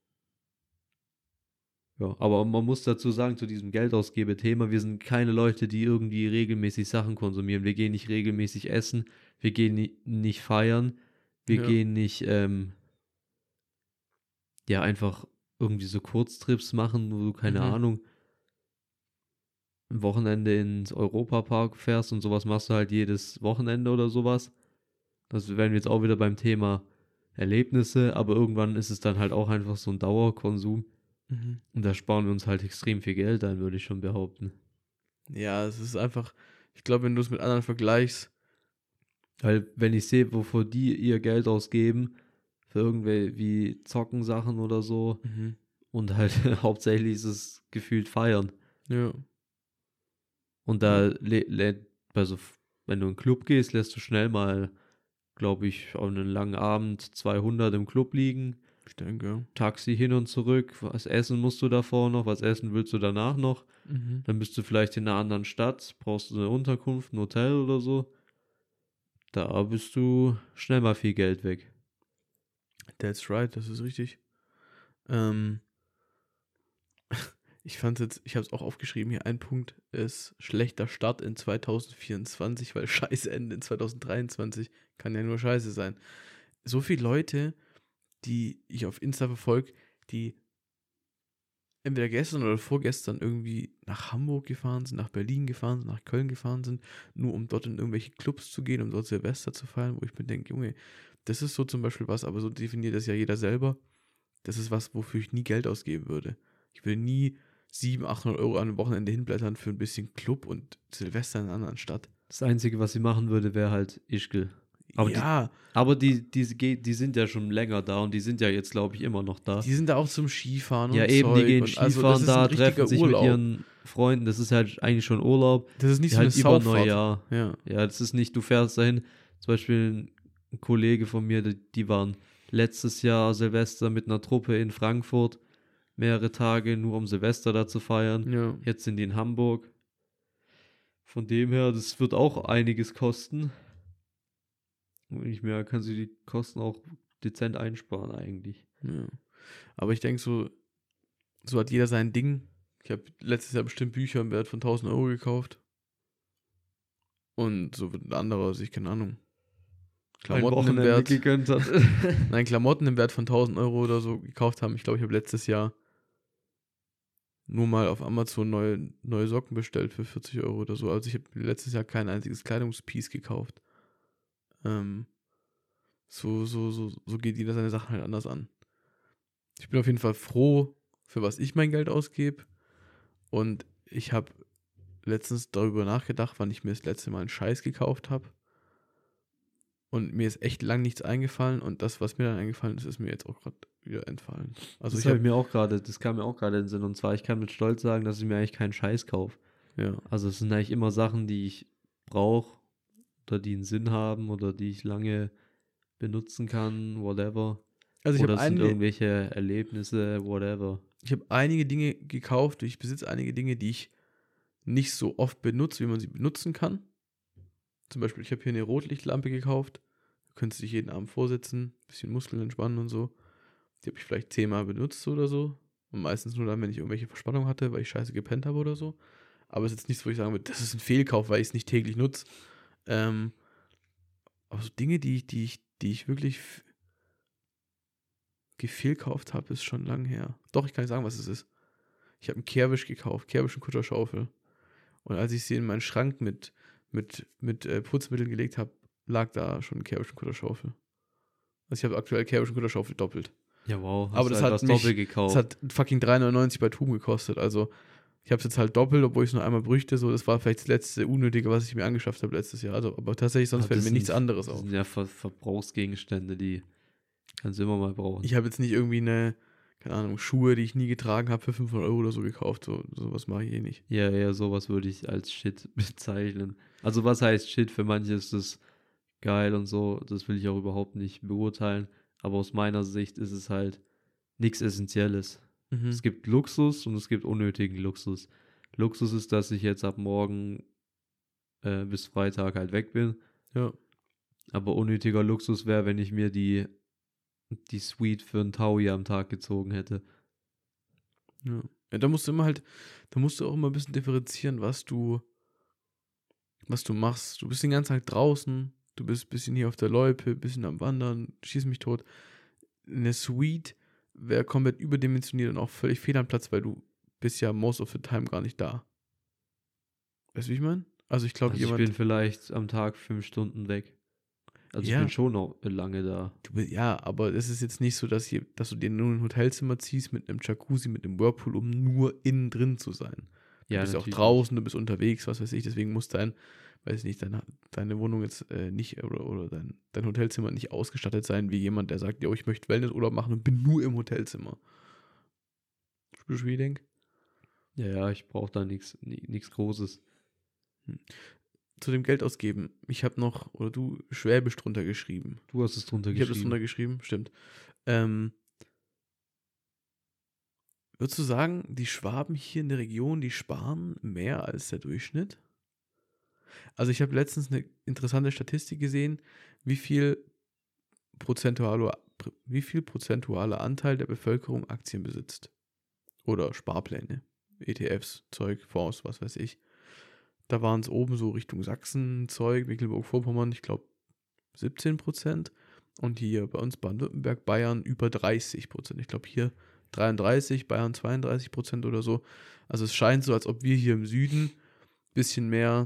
Ja, aber man muss dazu sagen, zu diesem Geldausgebe-Thema, wir sind keine Leute, die irgendwie regelmäßig Sachen konsumieren. Wir gehen nicht regelmäßig essen, wir gehen nicht feiern, wir Ja. gehen nicht, einfach irgendwie so Kurztrips machen, wo du, keine Mhm. Ahnung, ein Wochenende ins Europapark fährst und sowas machst du halt jedes Wochenende oder sowas. Das wären wir jetzt auch wieder beim Thema Erlebnisse, aber irgendwann ist es dann halt auch einfach so ein Dauerkonsum. Mhm. Und da sparen wir uns halt extrem viel Geld ein, würde ich schon behaupten. Ja, es ist einfach, ich glaube, wenn du es mit anderen vergleichst, Weil, wenn ich sehe, wovor die ihr Geld ausgeben, für irgendwelche wie Zockensachen oder so, und halt hauptsächlich ist es gefühlt feiern. ja, Und da, also, wenn du in den Club gehst, lässt du schnell mal, glaube ich, auf einen langen Abend 200 im Club liegen. ich denke, ja. Taxi hin und zurück. Was essen musst du davor noch? Was essen willst du danach noch? Mhm. Dann bist du vielleicht in einer anderen Stadt, brauchst du eine Unterkunft, ein Hotel oder so. Da bist du schnell mal viel Geld weg. That's right, das ist richtig. Ich fand's jetzt, ich habe es auch aufgeschrieben hier, ein Punkt ist schlechter Start in 2024, weil scheiße Ende in 2023 kann ja nur scheiße sein. So viele Leute, die ich auf Insta verfolge, die entweder gestern oder vorgestern irgendwie nach Hamburg gefahren sind, nach Berlin gefahren sind, nach Köln gefahren sind, nur um dort in irgendwelche Clubs zu gehen, um dort Silvester zu feiern, wo ich mir denke, Junge, das ist so zum Beispiel was, aber so definiert das ja jeder selber. Das ist was, wofür ich nie Geld ausgeben würde. Ich würde nie 700, 800 Euro an einem Wochenende hinblättern für ein bisschen Club und Silvester in einer anderen Stadt. Das Einzige, was sie machen würde, wäre halt Ischgl. Aber ja, die sind ja schon länger da und die sind ja jetzt, glaube ich, immer noch da. die sind da auch zum Skifahren Ja, und eben, die Zeug gehen und Skifahren also das ist da, ein richtiger treffen sich Urlaub. mit ihren Freunden. Das ist halt eigentlich schon Urlaub. Das ist nicht Die so eine halt über Sauffahrt. Neujahr. Ja. Ja, das ist nicht, du fährst dahin. Zum Beispiel ein Kollege von mir, die waren letztes Jahr Silvester mit einer Truppe in Frankfurt. Mehrere Tage, nur um Silvester da zu feiern. Ja. Jetzt sind die in Hamburg. Von dem her, das wird auch einiges kosten. Und nicht mehr, kann sie die Kosten auch dezent einsparen eigentlich. Ja. Aber ich denke, so hat jeder sein Ding. Ich habe letztes Jahr bestimmt Bücher im Wert von 1.000 Euro gekauft. Und so wird ein anderer sich, keine Ahnung, Klamotten im Wert. gegönnt hat. Nein, Klamotten im Wert von 1.000 Euro oder so gekauft haben. Ich glaube, ich habe letztes Jahr nur mal auf Amazon neue Socken bestellt für 40 Euro oder so. Also ich habe letztes Jahr kein einziges Kleidungspiece gekauft. So geht jeder seine Sachen halt anders an. Ich bin auf jeden Fall froh, für was ich mein Geld ausgebe. Und ich habe letztens darüber nachgedacht, wann ich mir das letzte Mal einen Scheiß gekauft habe. Und mir ist echt lang nichts eingefallen. Und das, was mir dann eingefallen ist, ist mir jetzt auch gerade wieder entfallen. Also das ich habe das kam mir auch gerade in den Sinn. Und zwar, ich kann mit Stolz sagen, dass ich mir eigentlich keinen Scheiß kaufe. ja. Also es sind eigentlich immer Sachen, die ich brauche oder die einen Sinn haben oder die ich lange benutzen kann, whatever. Also ich Oder habe es sind irgendwelche Erlebnisse, whatever. einige Dinge gekauft. Ich besitze einige Dinge, die ich nicht so oft benutze, wie man sie benutzen kann. Zum Beispiel, ich habe hier eine Rotlichtlampe gekauft. Du könntest dich jeden Abend vorsetzen, bisschen Muskeln entspannen und so. Die habe ich vielleicht 10-mal benutzt oder so. Und meistens nur dann, wenn ich irgendwelche Verspannung hatte, weil ich scheiße gepennt habe oder so. Aber es ist jetzt nichts, wo ich sagen würde, das ist ein Fehlkauf, weil ich es nicht täglich nutze. Aber so Dinge, die ich wirklich gefehlkauft habe, ist schon lang her. Doch, ich kann nicht sagen, was es ist. Ich habe einen Kehrwisch gekauft, Kehrwisch und Kutscherschaufel. Und als ich sie in meinen Schrank mit Putzmitteln gelegt habe, lag da schon ein Kehrwisch und Kutscherschaufel. Also ich habe aktuell Kehrwisch und Kutscherschaufel doppelt. Ja, wow, Aber das hat doppelt gekauft. Das hat fucking 3,99 bei TUM gekostet. Also ich habe es jetzt halt doppelt, obwohl ich es nur einmal bräuchte. So, das war vielleicht das letzte Unnötige, was ich mir angeschafft habe letztes Jahr. Also, aber tatsächlich, sonst fällt mir nichts anderes auf. Das sind ja Verbrauchsgegenstände, die kannst du immer mal brauchen. Ich habe jetzt nicht irgendwie keine Ahnung, Schuhe, die ich nie getragen habe, für 500 Euro oder so gekauft. Sowas mache ich eh nicht. Ja, sowas würde ich als Shit bezeichnen. Also was heißt Shit? Für manche ist das geil und so. Das will ich auch überhaupt nicht beurteilen. Aber aus meiner Sicht ist es halt nichts Essentielles. Mhm. Es gibt Luxus und es gibt unnötigen Luxus. Luxus ist, dass ich jetzt ab morgen bis Freitag halt weg bin. Ja. Aber unnötiger Luxus wäre, wenn ich mir die Suite für einen Taui am Tag gezogen hätte. Ja. Ja, da musst du auch immer ein bisschen differenzieren, was du machst. Du bist den ganzen Tag draußen, du bist ein bisschen hier auf der Loipe, ein bisschen am Wandern, schieß mich tot. Eine Suite wäre komplett überdimensioniert und auch völlig fehl am Platz, weil du bist ja most of the time gar nicht da. Weißt du, wie ich meine? Also ich glaube, Ich bin vielleicht am Tag 5 Stunden weg. Also Ja. ich bin schon noch lange da. Ja, aber es ist jetzt nicht so, dass du dir nur ein Hotelzimmer ziehst mit einem Jacuzzi, mit einem Whirlpool, um nur innen drin zu sein. Du bist ja auch natürlich draußen, du bist unterwegs, was weiß ich, deswegen muss weiß ich nicht, deine Wohnung jetzt nicht oder dein Hotelzimmer nicht ausgestattet sein wie jemand, der sagt, jo, ich möchte Wellnessurlaub machen und bin nur im Hotelzimmer. Spürst du, wie ich denke? Ja, ich brauche da nichts Großes. Zu dem Geld ausgeben. Ich habe noch, oder du, Schwäbisch drunter geschrieben. Du hast es drunter Ich habe das drunter geschrieben, stimmt. Würdest du sagen, die Schwaben hier in der Region, die sparen mehr als der Durchschnitt? Also ich habe letztens eine interessante Statistik gesehen, wie viel prozentualer Anteil der Bevölkerung Aktien besitzt. Oder Sparpläne, ETFs, Zeug, Fonds, was weiß ich. Da waren es oben so Richtung Sachsen, Zeug, Mecklenburg-Vorpommern, ich glaube 17%. Und hier bei uns Baden-Württemberg, Bayern über 30%. Ich glaube hier 33, Bayern 32% oder so. Also es scheint so, als ob wir hier im Süden ein bisschen mehr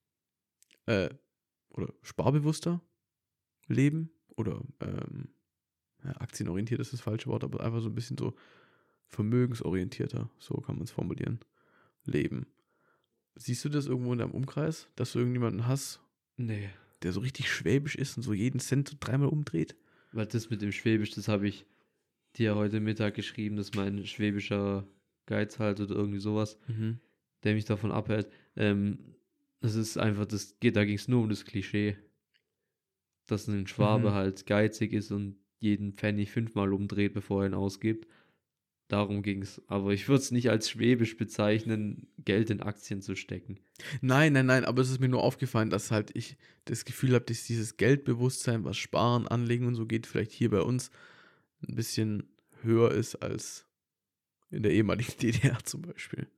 oder sparbewusster leben. Oder aktienorientiert ist das falsche Wort, aber einfach so ein bisschen so vermögensorientierter, so kann man es formulieren, leben. Siehst du das irgendwo in deinem Umkreis, dass du irgendjemanden hast, Nee. der so richtig schwäbisch ist und so jeden Cent so 3-mal umdreht? Weil das mit dem Schwäbisch, das habe ich dir heute Mittag geschrieben, dass mein schwäbischer Geiz halt oder irgendwie sowas, der mich davon abhält. Das ist einfach, da ging es nur um das Klischee, dass ein Schwabe halt geizig ist und jeden Pfennig 5-mal umdreht, bevor er ihn ausgibt. Darum ging es. Aber ich würde es nicht als schwäbisch bezeichnen, Geld in Aktien zu stecken. Nein, aber es ist mir nur aufgefallen, dass halt ich das Gefühl habe, dass dieses Geldbewusstsein, was Sparen, Anlegen und so geht, vielleicht hier bei uns ein bisschen höher ist als in der ehemaligen DDR zum Beispiel.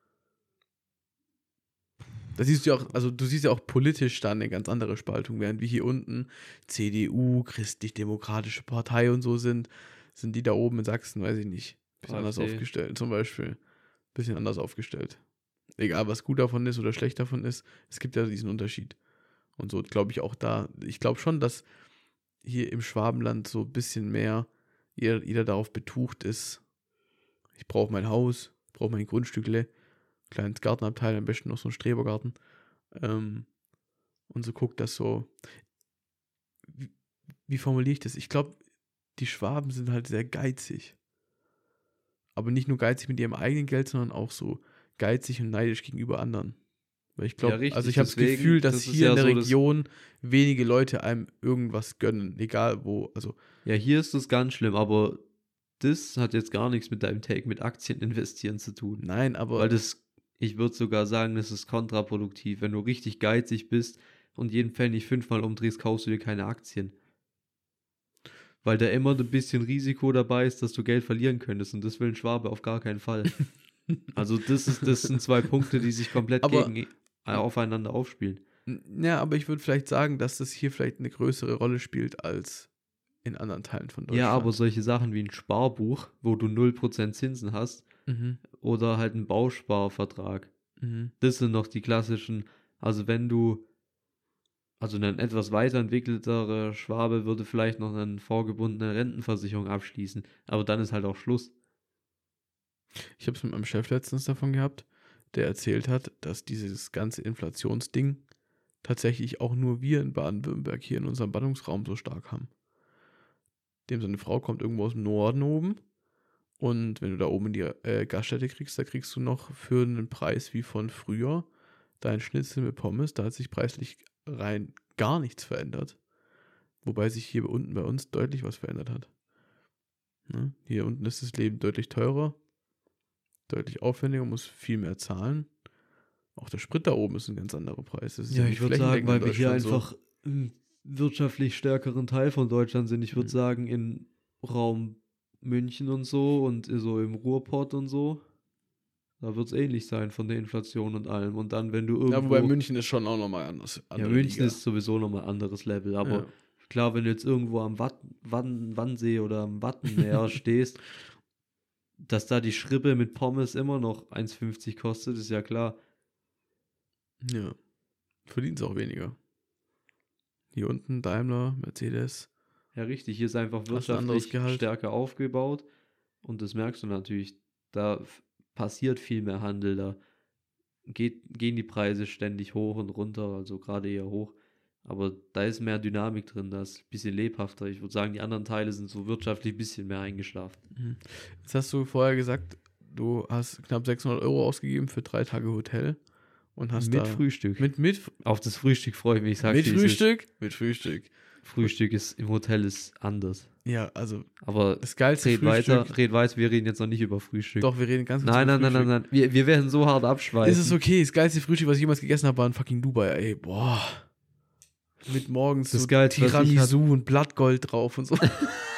Da siehst du ja auch, also du siehst ja auch politisch da eine ganz andere Spaltung, während wir hier unten CDU, Christlich-Demokratische Partei und so sind die da oben in Sachsen, weiß ich nicht, bisschen anders aufgestellt zum Beispiel. Bisschen anders aufgestellt. Egal, was gut davon ist oder schlecht davon ist, es gibt ja diesen Unterschied. Und so glaube ich auch da, ich glaube schon, dass hier im Schwabenland so ein bisschen mehr jeder darauf betucht ist, ich brauche mein Haus, brauche mein Grundstückle, kleines Gartenabteil, am besten noch so ein Strebergarten. Und so guckt das so. Wie formuliere ich das? Ich glaube, die Schwaben sind halt sehr geizig. Aber nicht nur geizig mit ihrem eigenen Geld, sondern auch so geizig und neidisch gegenüber anderen. Weil ich glaube, richtig, also ich habe das deswegen, Gefühl, dass das ist hier ja in der so das- Region wenige Leute einem irgendwas gönnen, egal wo. Also, Ja, hier ist das ganz schlimm, aber das hat jetzt gar nichts mit deinem Take mit Aktien investieren zu tun. nein, aber Weil ich würde sogar sagen, das ist kontraproduktiv. Wenn du richtig geizig bist und jeden Pfennig 5-mal umdrehst, kaufst du dir keine Aktien. Weil da immer ein bisschen Risiko dabei ist, dass du Geld verlieren könntest. Und das will ein Schwabe auf gar keinen Fall. Also das sind 2 Punkte, die sich komplett Aber- aufeinander aufspielen. ja, aber ich würde vielleicht sagen, dass das hier vielleicht eine größere Rolle spielt als in anderen Teilen von Deutschland. Ja, aber solche Sachen wie ein Sparbuch, wo du 0% Zinsen hast, Mhm. oder halt ein Bausparvertrag. Mhm. Das sind noch die klassischen, also ein etwas weiterentwickelterer Schwabe würde vielleicht noch eine vorgebundene Rentenversicherung abschließen, aber dann ist halt auch Schluss. Ich habe es mit meinem Chef letztens davon gehabt, der erzählt hat, dass dieses ganze Inflationsding tatsächlich auch nur wir in Baden-Württemberg hier in unserem Ballungsraum so stark haben. Dem seine Frau kommt irgendwo aus dem Norden oben und wenn du da oben in die Gaststätte kriegst, da kriegst du noch für einen Preis wie von früher dein Schnitzel mit Pommes, da hat sich preislich rein gar nichts verändert. Wobei sich hier unten bei uns deutlich was verändert hat. Ne? Hier unten ist das Leben deutlich teurer, deutlich aufwendiger, muss viel mehr zahlen. Auch der Sprit da oben ist ein ganz anderer Preis. Das ist Ja, nicht ich würde sagen, flächendeckend weil in wir hier Deutschland so. einfach im wirtschaftlich stärkeren Teil von Deutschland sind. Ich würde Mhm. sagen, im Raum München und so und so im Ruhrpott und so, da wird es ähnlich sein von der Inflation und allem. Und dann, wenn du irgendwo... Ja, wobei München ist schon auch nochmal anders. Ja, andere München Liga. ist sowieso nochmal ein anderes Level, aber Ja. klar, wenn du jetzt irgendwo am Wannsee oder am Wattenmeer stehst, dass da die Schrippe mit Pommes immer noch 1,50 kostet, ist ja klar. Ja. Verdient es auch weniger. Hier unten Daimler, Mercedes. Ja, richtig, hier ist einfach Hast ein anderes wirtschaftlich Gehalt. stärker aufgebaut und das merkst du natürlich, da passiert viel mehr Handel, da gehen die Preise ständig hoch und runter, also gerade eher hoch. Aber da ist mehr Dynamik drin, da ist ein bisschen lebhafter. Ich würde sagen, die anderen Teile sind so wirtschaftlich ein bisschen mehr eingeschlafen. Mhm. Jetzt hast du vorher gesagt, du hast knapp 600 € ausgegeben für 3 Tage Hotel und hast Mit da Frühstück. mit Auf das Frühstück freue ich mich, ich sag's mit dir, wie es ist. Frühstück, mit Frühstück. Frühstück ist im Hotel ist anders. Ja, also Aber das geilste red Frühstück. weiter, wir reden jetzt noch nicht über Frühstück. Doch, wir reden ganz kurz Nein, über nein, nein, nein, Frühstück. nein. Wir werden so hart abschweifen. Ist es okay? Das geilste Frühstück, was ich jemals gegessen habe, war in fucking Dubai. Ey, boah. Mit morgens Das so Geilste, was ich Tiramisu und Blattgold drauf und so. Das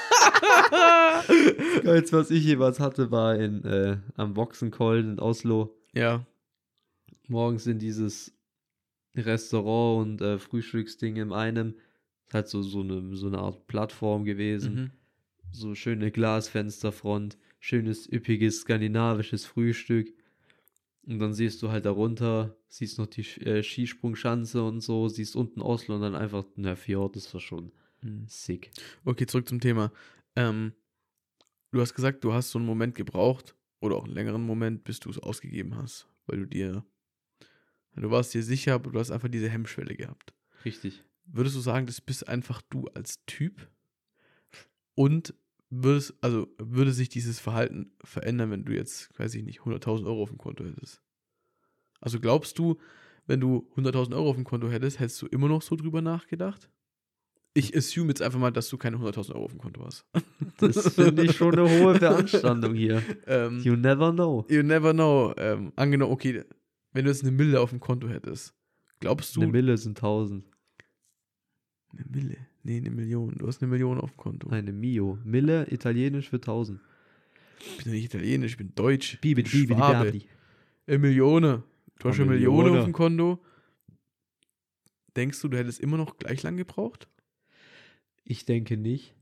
Geilste, was ich jemals hatte, war am Boxenkollen in Oslo. Ja. Morgens in dieses Restaurant und Frühstücksding in einem. Das ist halt so eine Art Plattform gewesen. Mhm. So schöne Glasfensterfront, schönes, üppiges, skandinavisches Frühstück. Und dann siehst du halt darunter, siehst noch die Skisprungschanze und so, siehst unten Oslo und dann einfach, Fjord, das war schon sick. Okay, zurück zum Thema. Du hast gesagt, du hast so einen Moment gebraucht oder auch einen längeren Moment, bis du es ausgegeben hast, weil du warst dir sicher, aber du hast einfach diese Hemmschwelle gehabt. Richtig. Würdest du sagen, das bist einfach du als Typ? Und würde sich dieses Verhalten verändern, wenn du jetzt, weiß ich nicht, 100.000 € auf dem Konto hättest? Also glaubst du, wenn du 100.000 € auf dem Konto hättest, hättest du immer noch so drüber nachgedacht? Ich assume jetzt einfach mal, dass du keine 100.000 € auf dem Konto hast. Das finde ich schon eine hohe Beanstandung hier. You never know. You never know. Angenommen, okay, wenn du jetzt 1 Mille auf dem Konto hättest, glaubst du... 1 Mille sind 1.000. 1 Mille? Nee, 1 Million. Du hast 1 Million auf dem Konto. Eine Mio. Mille, italienisch für 1.000. Ich bin ja nicht italienisch, ich bin deutsch. Bibi, Ich bin Schwabe. 1 Million. Du hast 1 Million Millione. auf dem Konto. Denkst du, du hättest immer noch gleich lang gebraucht? Ich denke nicht.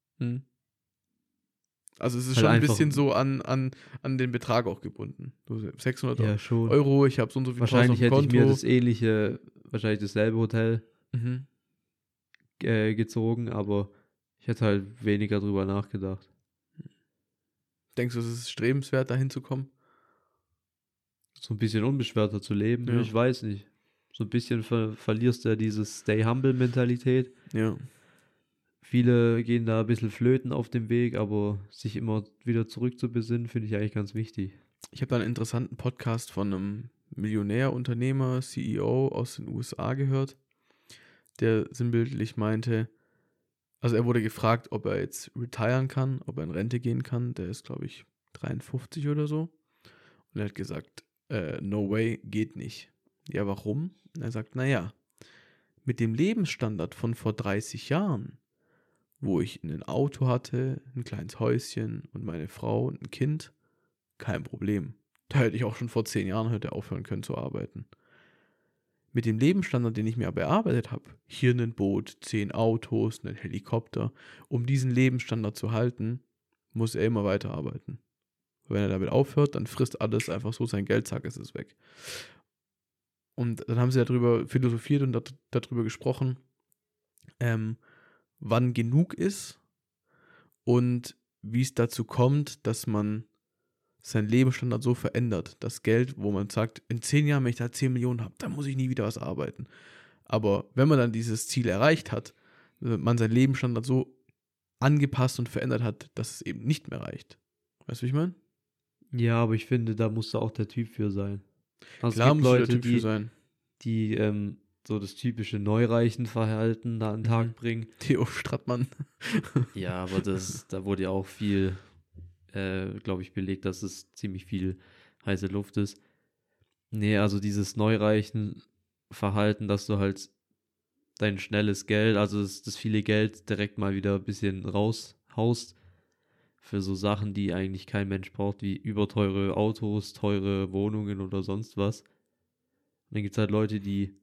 Also es ist Halt schon ein einfach- bisschen so an den Betrag auch gebunden. Du, 600 Ja, schon. Euro, ich habe so und so viel Wahrscheinlich Tausend hätte auf ich dem mir Konto. wahrscheinlich dasselbe Hotel Mhm. gezogen, aber ich hätte halt weniger drüber nachgedacht. Denkst du, es ist strebenswert, da hinzukommen? so ein bisschen unbeschwerter zu leben. Ja. Ich weiß nicht. So ein bisschen verlierst du ja dieses Stay-Humble-Mentalität. Ja. Viele gehen da ein bisschen flöten auf dem Weg, aber sich immer wieder zurückzubesinnen, finde ich eigentlich ganz wichtig. Ich habe da einen interessanten Podcast von einem Millionär, Unternehmer, CEO aus den USA gehört, der sinnbildlich meinte, also er wurde gefragt, ob er jetzt retiren kann, ob er in Rente gehen kann. Der ist, glaube ich, 53 oder so. Und er hat gesagt, no way, geht nicht. Ja, warum? Und er sagt, naja, mit dem Lebensstandard von vor 30 Jahren, wo ich ein Auto hatte, ein kleines Häuschen und meine Frau und ein Kind, kein Problem. Da hätte ich auch schon vor 10 Jahren aufhören können zu arbeiten. Mit dem Lebensstandard, den ich mir aber erarbeitet habe, hier ein Boot, 10 Autos, einen Helikopter, um diesen Lebensstandard zu halten, muss er immer weiterarbeiten. Wenn er damit aufhört, dann frisst alles einfach so sein Geld, zack, ist es weg. Und dann haben sie darüber philosophiert und darüber gesprochen, wann genug ist und wie es dazu kommt, dass man seinen Lebensstandard so verändert. Das Geld, wo man sagt, in 10 Jahren, wenn ich da 10 Millionen habe, dann muss ich nie wieder was arbeiten. Aber wenn man dann dieses Ziel erreicht hat, man seinen Lebensstandard so angepasst und verändert hat, dass es eben nicht mehr reicht. Weißt du, wie ich meine? Ja, aber ich finde, da muss da auch der Typ für sein. Also Klar es gibt muss der Leute, Typ für sein. die so das typische Neureichenverhalten da an den Tag bringen. Theo Strattmann. Ja, aber da wurde ja auch viel, glaube ich, belegt, dass es ziemlich viel heiße Luft ist. Nee, also dieses Neureichenverhalten, dass du halt dein schnelles Geld, also das viele Geld direkt mal wieder ein bisschen raushaust für so Sachen, die eigentlich kein Mensch braucht, wie überteure Autos, teure Wohnungen oder sonst was. Und dann gibt es halt Leute, die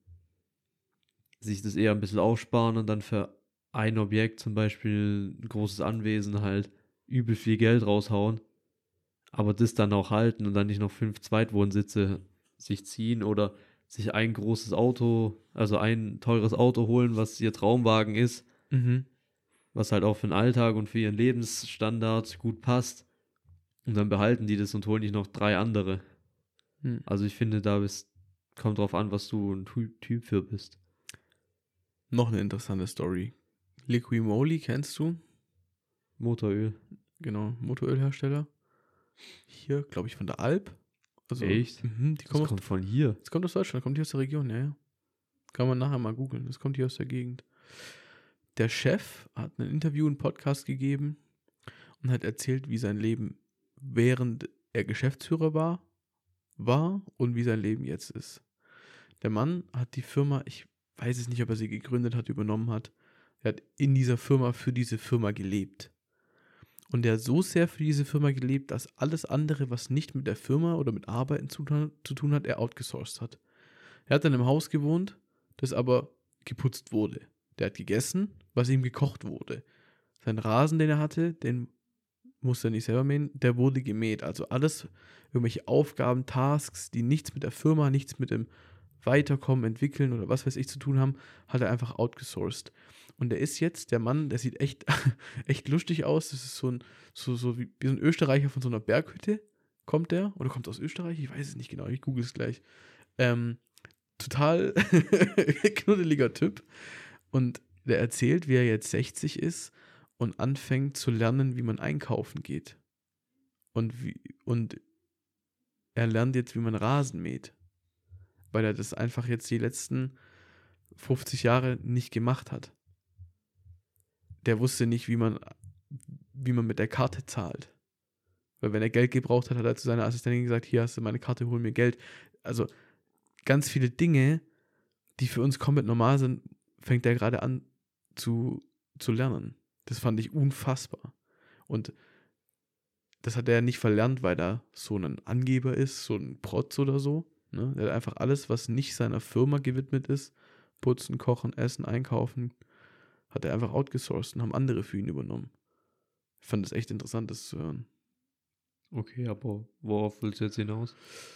sich das eher ein bisschen aufsparen und dann für ein Objekt, zum Beispiel ein großes Anwesen, halt übel viel Geld raushauen, aber das dann auch halten und dann nicht noch 5 Zweitwohnsitze sich ziehen oder sich ein großes Auto, also ein teures Auto holen, was ihr Traumwagen ist, was halt auch für den Alltag und für ihren Lebensstandard gut passt. Und dann behalten die das und holen nicht noch 3 andere. Also ich finde, kommt drauf an, was du ein Typ für bist. Noch eine interessante Story. Liqui-Moly kennst du? Motoröl. Genau, Motorölhersteller. Hier, glaube ich, von der Alp. Also, Echt? Die Das kommt von hier. Das kommt aus Deutschland, kommt hier aus der Region, ja. Kann man nachher mal googeln. Das kommt hier aus der Gegend. Der Chef hat ein Interview, einen Podcast gegeben und hat erzählt, wie sein Leben während er Geschäftsführer war und wie sein Leben jetzt ist. Der Mann hat die Firma, ich weiß es nicht, ob er sie gegründet hat, übernommen hat. Er hat in dieser Firma für diese Firma gelebt. Und er hat so sehr für diese Firma gelebt, dass alles andere, was nicht mit der Firma oder mit Arbeiten zu tun hat, er outgesourced hat. Er hat in einem Haus gewohnt, das aber geputzt wurde. Der hat gegessen, was ihm gekocht wurde. Sein Rasen, den er hatte, den musste er nicht selber mähen, der wurde gemäht. Also alles, irgendwelche Aufgaben, Tasks, die nichts mit der Firma, nichts mit dem Weiterkommen, Entwickeln oder was weiß ich zu tun haben, hat er einfach outgesourced. Und der ist jetzt, der Mann, der sieht echt, echt lustig aus. Das ist so wie so ein Österreicher von so einer Berghütte. Kommt der? Oder kommt aus Österreich? Ich weiß es nicht genau, ich google es gleich. Total knuddeliger Typ. Und der erzählt, wie er jetzt 60 ist und anfängt zu lernen, wie man einkaufen geht. Und er lernt jetzt, wie man Rasen mäht. Weil er das einfach jetzt die letzten 50 Jahre nicht gemacht hat. Der wusste nicht, wie man mit der Karte zahlt. Weil wenn er Geld gebraucht hat, hat er zu seiner Assistentin gesagt, hier hast du meine Karte, hol mir Geld. Also ganz viele Dinge, die für uns komplett normal sind, fängt er gerade an zu lernen. Das fand ich unfassbar. Und das hat er nicht verlernt, weil er so ein Angeber ist, so ein Protz oder so. Ne? Er hat einfach alles, was nicht seiner Firma gewidmet ist, putzen, kochen, essen, einkaufen, hat er einfach outgesourced und haben andere für ihn übernommen. Ich fand es echt interessant, das zu hören. Okay, aber worauf willst du jetzt hinaus?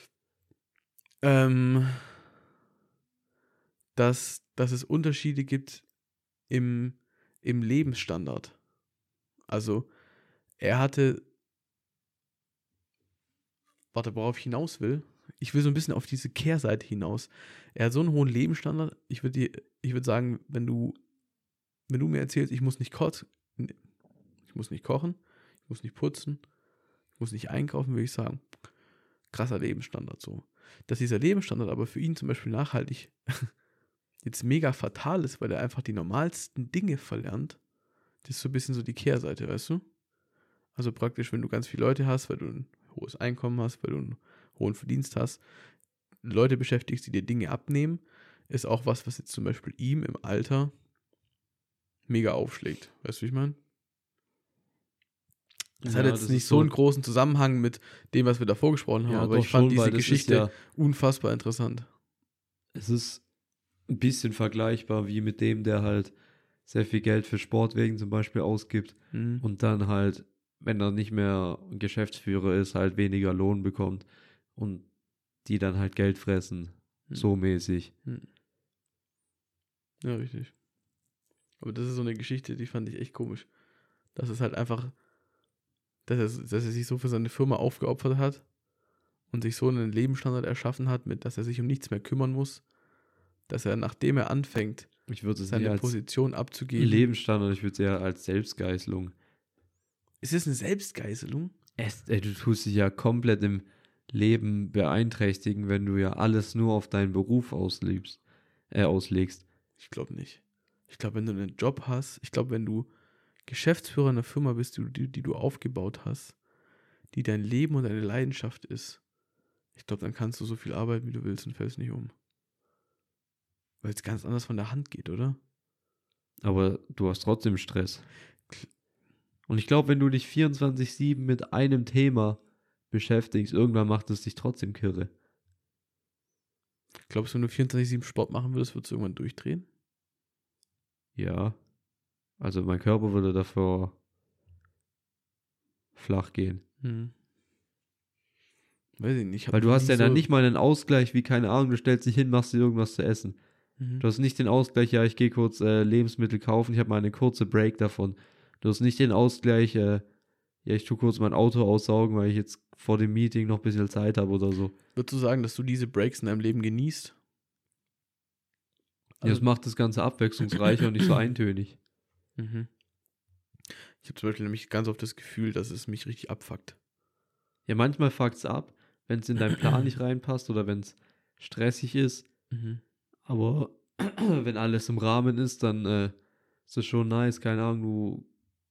Dass es Unterschiede gibt im Lebensstandard. Also, er hatte, worauf ich hinaus will, ich will so ein bisschen auf diese Kehrseite hinaus. Er hat so einen hohen Lebensstandard. Ich würde sagen, wenn du mir erzählst, ich muss nicht kochen, ich muss nicht putzen, ich muss nicht einkaufen, würde ich sagen, krasser Lebensstandard so. Dass dieser Lebensstandard aber für ihn zum Beispiel nachhaltig jetzt mega fatal ist, weil er einfach die normalsten Dinge verlernt, das ist so ein bisschen so die Kehrseite, weißt du? Also praktisch, wenn du ganz viele Leute hast, weil du ein hohes Einkommen hast, weil du einen hohen Verdienst hast, Leute beschäftigst, die dir Dinge abnehmen, ist auch was jetzt zum Beispiel ihm im Alter mega aufschlägt. Weißt du, wie ich meine? Das hat jetzt nicht so einen großen Zusammenhang mit dem, was wir davor gesprochen haben, aber ich fand diese Geschichte unfassbar interessant. Es ist ein bisschen vergleichbar wie mit dem, der halt sehr viel Geld für Sportwegen zum Beispiel ausgibt und dann halt, wenn er nicht mehr Geschäftsführer ist, halt weniger Lohn bekommt und die dann halt Geld fressen, so mäßig. Ja, richtig. Aber das ist so eine Geschichte, die fand ich echt komisch. Das ist halt einfach, dass er sich so für seine Firma aufgeopfert hat und sich so einen Lebensstandard erschaffen hat, mit dass er sich um nichts mehr kümmern muss, dass er, nachdem er anfängt, seine Position abzugeben. Lebensstandard, ich würde es eher als Selbstgeißelung. Ist das eine Selbstgeißelung? Du tust dich ja komplett im Leben beeinträchtigen, wenn du ja alles nur auf deinen Beruf auslegst. Ich glaube nicht. Ich glaube, wenn du einen Job hast, wenn du Geschäftsführer einer Firma bist, die du aufgebaut hast, die dein Leben und deine Leidenschaft ist, ich glaube, dann kannst du so viel arbeiten, wie du willst und fällst nicht um. Weil es ganz anders von der Hand geht, oder? Aber du hast trotzdem Stress. Und ich glaube, wenn du dich 24/7 mit einem Thema beschäftigst, irgendwann macht es dich trotzdem kirre. Glaubst du, wenn du 24/7 Sport machen würdest, würdest du irgendwann durchdrehen? Ja. Also mein Körper würde davor flach gehen. Weiß ich nicht. Weil du hast ja dann nicht mal einen Ausgleich, wie, keine Ahnung, du stellst dich hin, machst dir irgendwas zu essen. Du hast nicht den Ausgleich, ja, ich gehe kurz Lebensmittel kaufen, ich habe mal eine kurze Break davon. Du hast nicht den Ausgleich, ja, ich tue kurz mein Auto aussaugen, weil ich jetzt vor dem Meeting noch ein bisschen Zeit habe oder so. Würdest du sagen, dass du diese Breaks in deinem Leben genießt? Also, ja, das macht das Ganze abwechslungsreicher und nicht so eintönig. Ich habe zum Beispiel nämlich ganz oft das Gefühl, dass es mich richtig abfuckt. Ja, manchmal fuckt es ab, wenn es in deinen Plan nicht reinpasst oder wenn es stressig ist. Aber wenn alles im Rahmen ist, dann ist das schon nice. Keine Ahnung,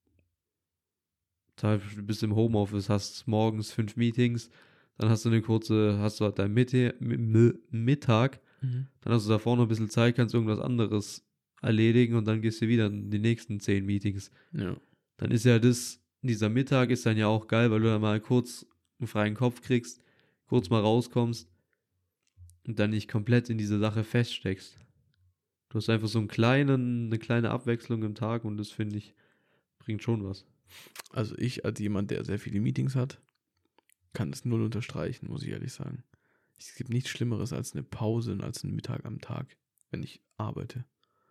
du bist im Homeoffice, hast morgens 5 Meetings, dann hast du halt deinen Mittag, dann hast du davor noch ein bisschen Zeit, kannst irgendwas anderes erledigen und dann gehst du wieder in die nächsten 10 Meetings. Ja. Dann ist ja dieser Mittag ist dann ja auch geil, weil du dann mal kurz einen freien Kopf kriegst, kurz mal rauskommst und dann nicht komplett in diese Sache feststeckst. Du hast einfach so eine kleine Abwechslung im Tag und das, finde ich, bringt schon was. Also ich als jemand, der sehr viele Meetings hat, kann das null unterstreichen, muss ich ehrlich sagen. Es gibt nichts Schlimmeres als eine Pause und als einen Mittag am Tag, wenn ich arbeite.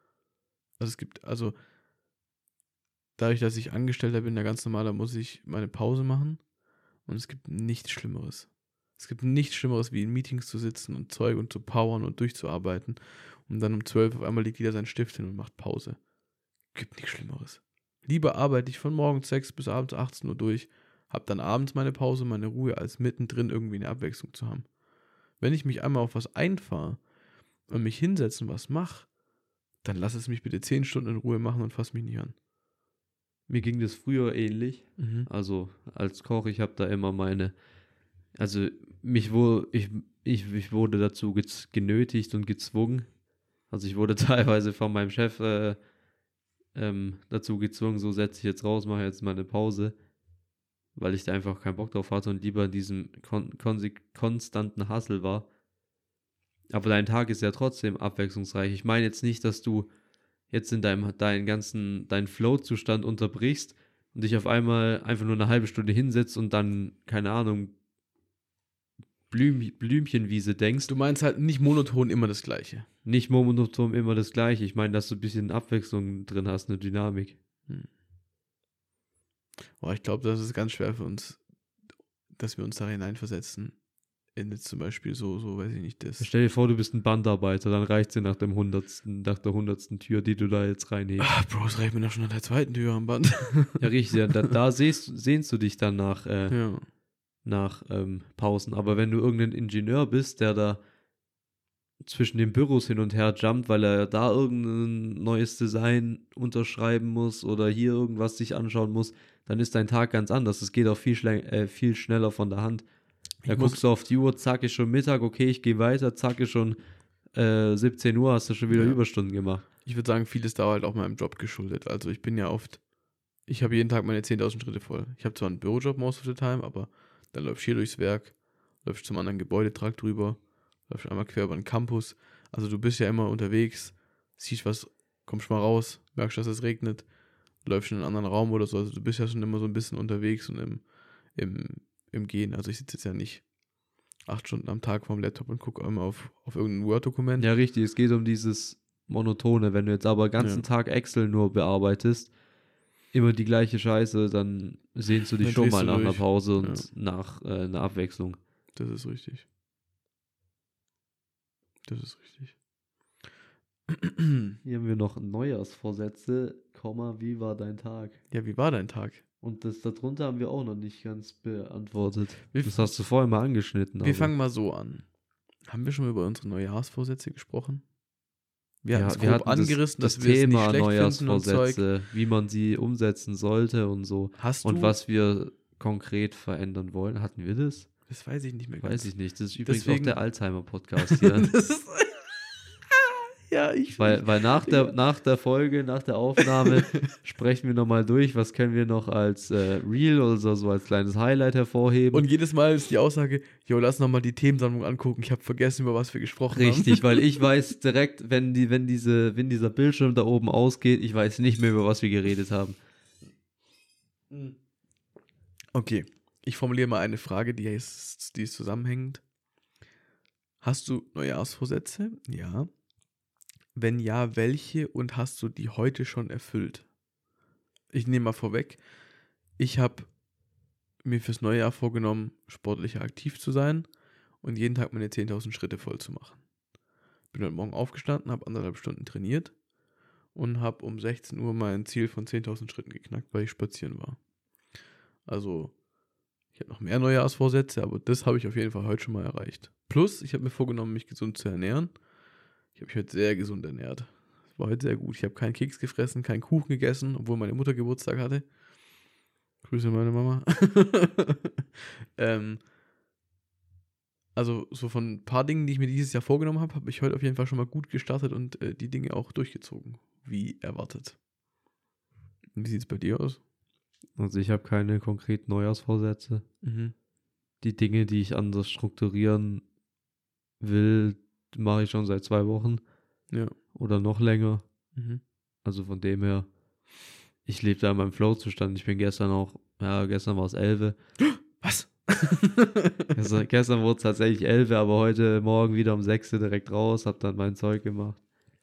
Dadurch, dass ich Angestellter bin, der ganz normal, da muss ich meine Pause machen und es gibt nichts Schlimmeres. Es gibt nichts Schlimmeres, wie in Meetings zu sitzen und Zeug und zu powern und durchzuarbeiten und dann um 12 auf einmal legt jeder seinen Stift hin und macht Pause. Gibt nichts Schlimmeres. Lieber arbeite ich von morgens 6 bis abends 18 Uhr durch, hab dann abends meine Pause, meine Ruhe, als mittendrin irgendwie eine Abwechslung zu haben. Wenn ich mich einmal auf was einfahre und mich hinsetze und was mache, dann lass es mich bitte 10 Stunden in Ruhe machen und fass mich nicht an. Mir ging das früher ähnlich. Also als Koch, ich habe da immer ich wurde dazu genötigt und gezwungen. Also ich wurde teilweise von meinem Chef dazu gezwungen, so setze ich jetzt raus, mache jetzt mal eine Pause, weil ich da einfach keinen Bock drauf hatte und lieber in diesem konstanten Hustle war. Aber dein Tag ist ja trotzdem abwechslungsreich. Ich meine jetzt nicht, dass du jetzt in deinen Flow-Zustand unterbrichst und dich auf einmal einfach nur eine halbe Stunde hinsetzt und dann, keine Ahnung, Blümchenwiese denkst. Du meinst halt nicht monoton immer das Gleiche. Nicht monoton immer das Gleiche. Ich meine, dass du ein bisschen Abwechslung drin hast, eine Dynamik. Ich glaube, das ist ganz schwer für uns, dass wir uns da hineinversetzen. endet zum Beispiel so, weiß ich nicht, das. Stell dir vor, du bist ein Bandarbeiter, dann reicht dir nach der 100. Tür, die du da jetzt reinhebst. Ach, Bro, es reicht mir doch schon an der zweiten Tür am Band. Ja, richtig, ja, da sehnst du dich dann nach Ja. Pausen. Aber wenn du irgendein Ingenieur bist, der da zwischen den Büros hin und her jumpt, weil er da irgendein neues Design unterschreiben muss oder hier irgendwas sich anschauen muss, dann ist dein Tag ganz anders. Es geht auch viel schneller von der Hand. Da guckst du auf die Uhr, zack, ist schon Mittag, okay, ich gehe weiter, zack, ist schon 17 Uhr, hast du schon wieder Überstunden gemacht. Ich würde sagen, vieles da halt auch meinem Job geschuldet. Also ich bin ja oft, ich habe jeden Tag meine 10.000 Schritte voll. Ich habe zwar einen Bürojob most of the time, aber dann läufst du hier durchs Werk, läufst zum anderen Gebäudetrakt drüber, läufst einmal quer über den Campus. Also du bist ja immer unterwegs, siehst was, kommst mal raus, merkst, dass es regnet, läufst in einen anderen Raum oder so. Also du bist ja schon immer so ein bisschen unterwegs und im Gehen. Also ich sitze jetzt ja nicht 8 Stunden am Tag vorm Laptop und gucke immer auf irgendein Word-Dokument. Ja, richtig, es geht um dieses Monotone. Wenn du jetzt aber den ganzen Tag Excel nur bearbeitest, immer die gleiche Scheiße, dann sehnst du dich Dann schon drehst mal du nach einer durch. Pause und nach einer Abwechslung. Das ist richtig. Das ist richtig. Hier haben wir noch Neujahrsvorsätze, wie war dein Tag? Ja, wie war dein Tag? Und das darunter haben wir auch noch nicht ganz beantwortet. Wir- Das hast du vorher mal angeschnitten. Wir fangen mal so an. Haben wir schon über unsere Neujahrsvorsätze gesprochen? Wir hatten es wir grob hatten angerissen, das dass wir es nicht Thema schlecht finden und Zeug. Neujahrsvorsätze, wie man sie umsetzen sollte und so. Hast Und du? was wir konkret verändern wollen. Hatten wir das? Das weiß ich nicht mehr Weiß ich nicht. Das ist übrigens Deswegen- auch der Alzheimer-Podcast hier. Das ist ja, Weil nach der Folge, nach der Aufnahme sprechen wir nochmal durch, was können wir noch als Reel oder so als kleines Highlight hervorheben. Und jedes Mal ist die Aussage, jo, lass nochmal die Themensammlung angucken. Ich habe vergessen, über was wir gesprochen haben. Richtig, weil ich weiß direkt, wenn dieser Bildschirm da oben ausgeht, ich weiß nicht mehr, über was wir geredet haben. Okay, ich formuliere mal eine Frage, die ist zusammenhängend. Hast du Neujahrsvorsätze? Ja. Wenn ja, welche und hast du die heute schon erfüllt? Ich nehme mal vorweg, ich habe mir fürs neue Jahr vorgenommen, sportlicher aktiv zu sein und jeden Tag meine 10.000 Schritte voll zu machen. Bin heute Morgen aufgestanden, habe 1,5 Stunden trainiert und habe um 16 Uhr mein Ziel von 10.000 Schritten geknackt, weil ich spazieren war. Also, ich habe noch mehr Neujahrsvorsätze, aber das habe ich auf jeden Fall heute schon mal erreicht. Plus, ich habe mir vorgenommen, mich gesund zu ernähren. Ich habe mich heute sehr gesund ernährt. Das war heute sehr gut. Ich habe keinen Keks gefressen, keinen Kuchen gegessen, obwohl meine Mutter Geburtstag hatte. Grüße meine Mama. Also so von ein paar Dingen, die ich mir dieses Jahr vorgenommen habe, habe ich heute auf jeden Fall schon mal gut gestartet und die Dinge auch durchgezogen, wie erwartet. Und wie sieht es bei dir aus? Also ich habe keine konkreten Neujahrsvorsätze. Die Dinge, die ich anders strukturieren will, mache ich schon seit 2 Wochen. Ja. Oder noch länger. Mhm. Also von dem her, ich lebe da in meinem Flow-Zustand. Ich bin gestern war es 11. Was? Gestern wurde es tatsächlich 11, aber heute Morgen wieder um 6 direkt raus, habe dann mein Zeug gemacht.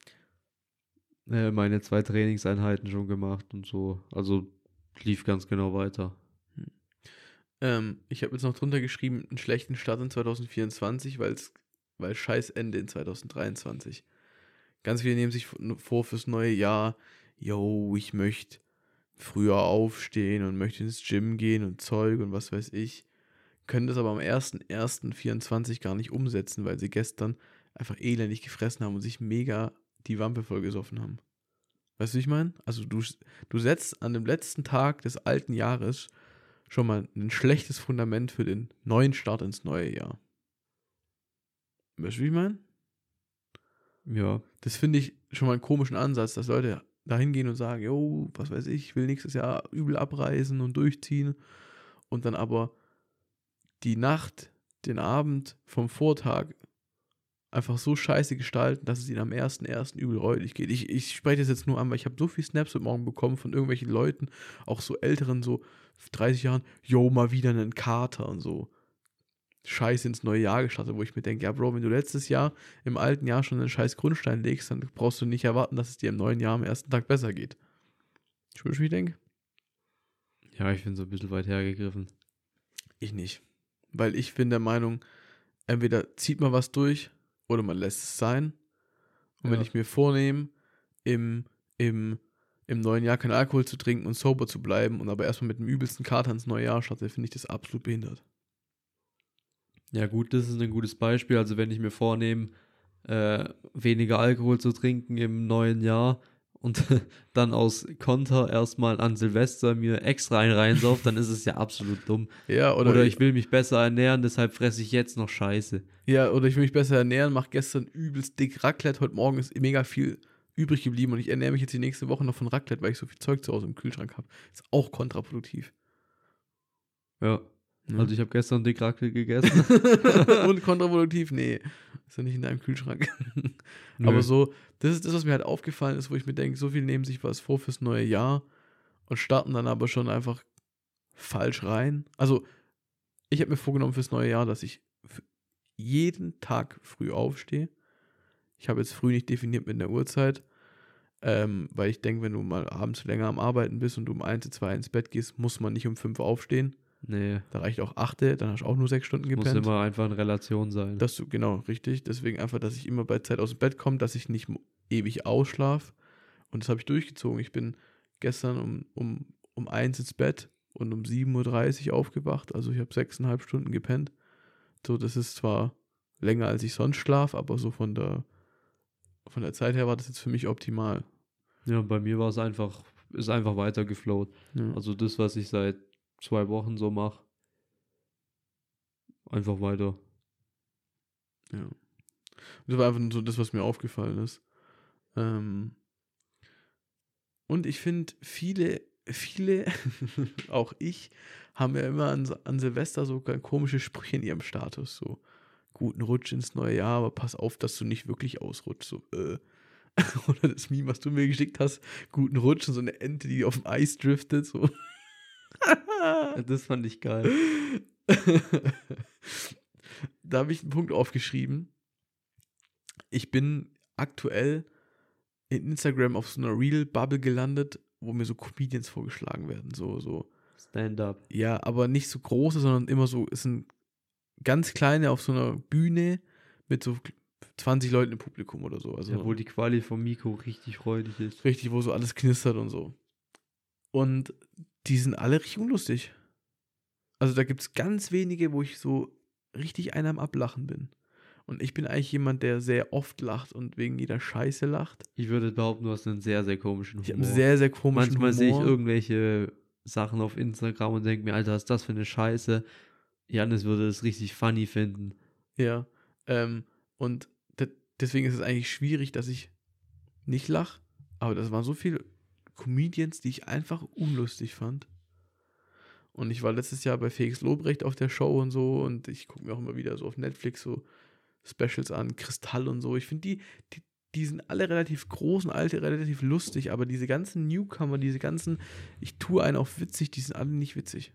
Meine 2 Trainingseinheiten schon gemacht und so. Also lief ganz genau weiter. Ich habe jetzt noch drunter geschrieben, einen schlechten Start in 2024, weil scheiß Ende in 2023. Ganz viele nehmen sich vor fürs neue Jahr, yo, ich möchte früher aufstehen und möchte ins Gym gehen und Zeug und was weiß ich. Können das aber am 1.1.24 gar nicht umsetzen, weil sie gestern einfach elendig gefressen haben und sich mega die Wampe voll gesoffen haben. Weißt du, wie ich meine? Also du setzt an dem letzten Tag des alten Jahres schon mal ein schlechtes Fundament für den neuen Start ins neue Jahr. Weißt du, wie ich meine? Ja. Das finde ich schon mal einen komischen Ansatz, dass Leute da hingehen und sagen, jo, was weiß ich will nächstes Jahr übel abreisen und durchziehen und dann aber die Nacht, den Abend vom Vortag einfach so scheiße gestalten, dass es ihnen am 1.1. übel räudig geht. Ich spreche das jetzt nur an, weil ich habe so viele Snaps heute Morgen bekommen von irgendwelchen Leuten, auch so älteren, so 30 Jahren, jo, mal wieder einen Kater und so. Scheiße ins neue Jahr gestartet, wo ich mir denke, ja Bro, wenn du letztes Jahr im alten Jahr schon einen scheiß Grundstein legst, dann brauchst du nicht erwarten, dass es dir im neuen Jahr am ersten Tag besser geht. Spürst du, wie ich denke? Ja, ich finde es ein bisschen weit hergegriffen. Ich nicht. Weil ich bin der Meinung, entweder zieht man was durch oder man lässt es sein. Und wenn Ja. ich mir vornehme, im neuen Jahr keinen Alkohol zu trinken und sober zu bleiben und aber erstmal mit dem übelsten Kater ins neue Jahr starte, finde ich das absolut behindert. Ja gut, das ist ein gutes Beispiel. Also wenn ich mir vornehme, weniger Alkohol zu trinken im neuen Jahr und dann aus Konter erstmal an Silvester mir extra einen reinsauf, dann ist es ja absolut dumm. Ja, Oder ich will mich besser ernähren, deshalb fresse ich jetzt noch Scheiße. Ja, oder ich will mich besser ernähren, mache gestern übelst dick Raclette, heute Morgen ist mega viel übrig geblieben und ich ernähre mich jetzt die nächste Woche noch von Raclette, weil ich so viel Zeug zu Hause im Kühlschrank habe. Ist auch kontraproduktiv. Ja. Ne? Also ich habe gestern dick Raclette gegessen. Und kontraproduktiv? Nee, ist ja nicht in deinem Kühlschrank. Nö. Aber so, das ist das, was mir halt aufgefallen ist, wo ich mir denke, so viel nehmen sich was vor fürs neue Jahr und starten dann aber schon einfach falsch rein. Also, ich habe mir vorgenommen fürs neue Jahr, dass ich jeden Tag früh aufstehe. Ich habe jetzt früh nicht definiert mit einer Uhrzeit, weil ich denke, wenn du mal abends länger am Arbeiten bist und du um 1, 2 ins Bett gehst, muss man nicht um 5 aufstehen. Nee. Da reicht auch 8, dann hast du auch nur 6 Stunden Muss gepennt. immer einfach in Relation sein. Dass du, genau, richtig. Deswegen einfach, dass ich immer bei Zeit aus dem Bett komme, dass ich nicht ewig ausschlafe. Und das habe ich durchgezogen. Ich bin gestern um 1 ins Bett und um 7:30 Uhr aufgewacht. Also ich habe 6,5 Stunden gepennt. So, das ist zwar länger, als ich sonst schlafe, aber so von der Zeit her war das jetzt für mich optimal. Ja, bei mir war es einfach, ist einfach weiter geflowt. Ja. Also das, was ich seit 2 Wochen so mache, einfach weiter. Ja. Und das war einfach nur so das, was mir aufgefallen ist. Und ich finde, viele, auch ich, haben ja immer an Silvester so komische Sprüche in ihrem Status. So, guten Rutsch ins neue Jahr, aber pass auf, dass du nicht wirklich ausrutschst. So, Oder das Meme, was du mir geschickt hast, guten Rutsch und so eine Ente, die auf dem Eis driftet. So. Das fand ich geil. Da habe ich einen Punkt aufgeschrieben. Ich bin aktuell in Instagram auf so einer Real-Bubble gelandet, wo mir so Comedians vorgeschlagen werden. So. Stand-up. Ja, aber nicht so große, sondern immer so, es sind ganz kleine auf so einer Bühne mit so 20 Leuten im Publikum oder so. Also Ja, wo die Quali vom Mikro richtig räudig ist. richtig, wo so alles knistert und so. Und die sind alle richtig unlustig. Also da gibt es ganz wenige, wo ich so richtig einer am Ablachen bin. Und ich bin eigentlich jemand, der sehr oft lacht und wegen jeder Scheiße lacht. Ich würde behaupten, du hast einen sehr, sehr komischen Humor. Ich habe einen sehr, sehr komischen Manchmal sehe ich Humor. irgendwelche Sachen auf Instagram und denke mir, Alter, was ist das für eine Scheiße? Janis würde es richtig funny finden. Ja. Und deswegen ist es eigentlich schwierig, dass ich nicht lache. Aber das waren so viele Comedians, die ich einfach unlustig fand. Und ich war letztes Jahr bei Felix Lobrecht auf der Show und so. Und ich gucke mir auch immer wieder so auf Netflix so Specials an, Kristall und so. Ich finde, die sind alle relativ groß und alte, relativ lustig. Aber diese ganzen Newcomer, ich tue einen auf witzig, die sind alle nicht witzig.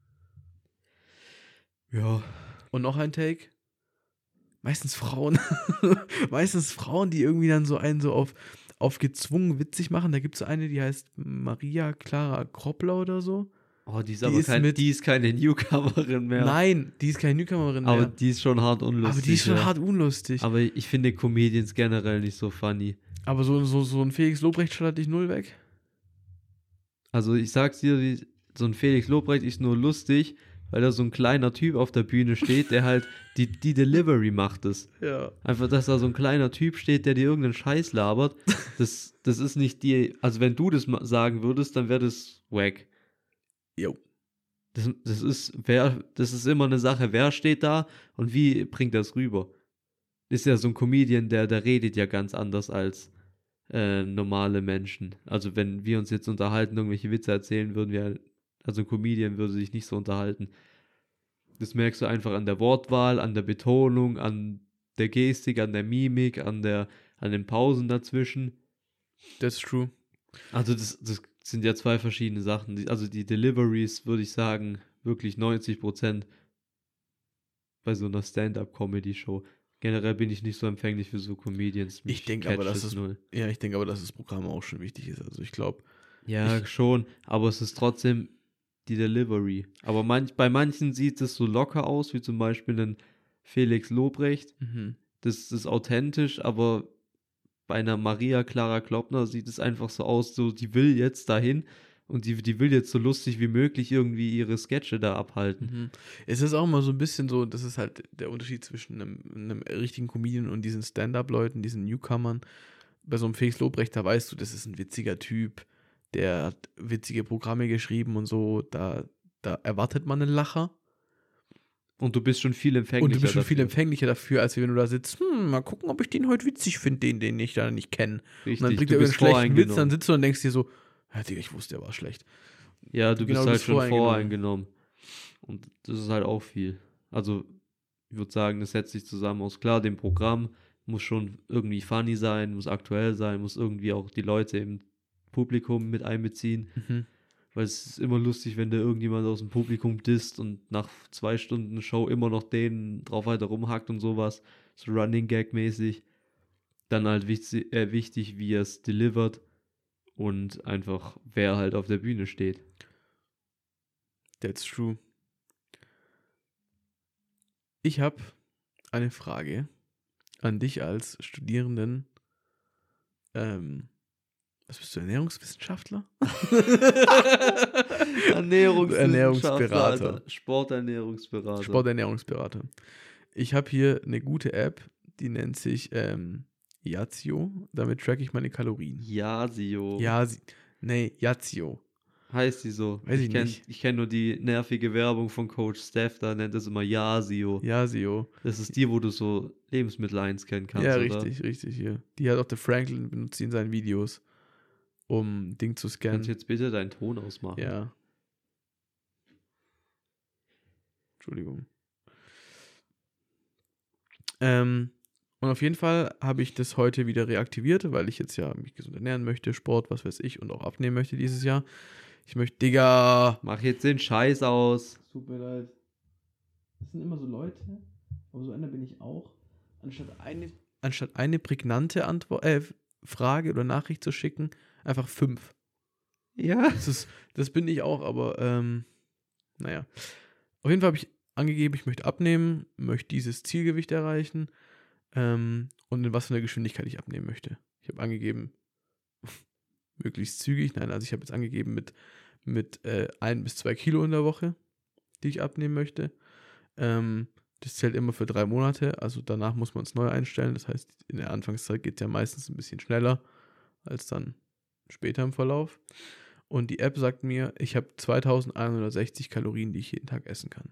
Ja. Und noch ein Take. Meistens Frauen. Meistens Frauen, die irgendwie dann so einen so auf gezwungen witzig machen. Da gibt es so eine, die heißt Maria Clara Kroppler oder so. Oh, die ist Die aber ist die ist keine Newcomerin mehr. Nein, die ist keine Newcomerin aber mehr. die ist schon hart unlustig. Aber die ist schon ja. hart unlustig. Aber ich finde Comedians generell nicht so funny. Aber so ein Felix Lobrecht schaltet dich null weg. Also ich sag's dir, so ein Felix Lobrecht ist nur lustig, weil da so ein kleiner Typ auf der Bühne steht, der halt die Delivery macht es. Ja. Einfach, dass da so ein kleiner Typ steht, der dir irgendeinen Scheiß labert. Das ist nicht die. Also wenn du das sagen würdest, dann wäre das wack. Jo. Das ist immer eine Sache, wer steht da und wie bringt das rüber? Ist ja so ein Comedian, der redet ja ganz anders als normale Menschen. Also wenn wir uns jetzt unterhalten, irgendwelche Witze erzählen, also ein Comedian würde sich nicht so unterhalten. Das merkst du einfach an der Wortwahl, an der Betonung, an der Gestik, an der Mimik, an den Pausen dazwischen. That's true. Also das sind ja zwei verschiedene Sachen. Also die Deliveries, würde ich sagen, wirklich 90% bei so einer Stand-up-Comedy-Show. Generell bin ich nicht so empfänglich für so Comedians. Ich denke aber, dass das Programm auch schon wichtig ist. Also ich glaube. Ja, schon, aber es ist trotzdem die Delivery. Aber bei manchen sieht es so locker aus, wie zum Beispiel ein Felix Lobrecht. Mhm. Das ist authentisch, aber bei einer Maria Clara Kloppner sieht es einfach so aus, so die will jetzt dahin und die will jetzt so lustig wie möglich irgendwie ihre Sketche da abhalten. Mhm. Es ist auch mal so ein bisschen so, das ist halt der Unterschied zwischen einem richtigen Comedian und diesen Stand-Up-Leuten, diesen Newcomern. Bei so einem Felix Lobrecht, da weißt du, das ist ein witziger Typ, der hat witzige Programme geschrieben und so, da erwartet man einen Lacher. Und du bist schon viel empfänglicher Und du bist schon viel dafür. empfänglicher dafür, als wenn du da sitzt, mal gucken, ob ich den heute witzig finde, den ich da nicht kenne. Und Richtig, dann bringt du er bist irgendeinen schlechten Witz, voreingenommen. dann sitzt du und denkst dir so, ja, Digga, ich wusste, der war schlecht. Ja, du Genau, bist du halt bist schon voreingenommen. Und das ist halt auch viel. Also, ich würde sagen, das setzt sich zusammen aus. Klar, dem Programm muss schon irgendwie funny sein, muss aktuell sein, muss irgendwie auch die Leute im Publikum mit einbeziehen. Mhm. Weil es ist immer lustig, wenn da irgendjemand aus dem Publikum disst und nach 2 Stunden Show immer noch den drauf weiter rumhackt und sowas. So Running Gag-mäßig. Dann halt wichtig, wie er es delivert und einfach, wer halt auf der Bühne steht. That's true. Ich habe eine Frage an dich als Studierenden. Was bist du, Ernährungswissenschaftler? Ernährungsberater. Sporternährungsberater. Sporternährungsberater. Ich habe hier eine gute App, die nennt sich Yazio. Damit tracke ich meine Kalorien. Yazio. Yazio. Heißt sie so? Weiß ich nicht. Ich kenne nur die nervige Werbung von Coach Steph, da nennt es immer Yazio. Yazio. Das ist die, wo du so Lebensmittel einscannen kannst, Ja, oder? richtig hier. Die hat auch der Franklin benutzt in seinen Videos, um Ding zu scannen. Kannst du jetzt bitte deinen Ton ausmachen? Ja. Entschuldigung. Und auf jeden Fall habe ich das heute wieder reaktiviert, weil ich jetzt ja mich gesund ernähren möchte, Sport, was weiß ich, und auch abnehmen möchte dieses Jahr. Ich möchte, Digga. Mach jetzt den Scheiß aus. Tut mir leid. Das sind immer so Leute, aber so einer bin ich auch. Anstatt eine prägnante Frage oder Nachricht zu schicken, einfach 5. Ja. Das bin ich auch, aber naja. Auf jeden Fall habe ich angegeben, ich möchte abnehmen, möchte dieses Zielgewicht erreichen und in was für einer Geschwindigkeit ich abnehmen möchte. Ich habe angegeben, möglichst zügig. Nein, also ich habe jetzt angegeben mit 1 bis 2 Kilo in der Woche, die ich abnehmen möchte. Das zählt immer für 3 Monate, also danach muss man es neu einstellen. Das heißt, in der Anfangszeit geht es ja meistens ein bisschen schneller als dann später im Verlauf. Und die App sagt mir, ich habe 2160 Kalorien, die ich jeden Tag essen kann.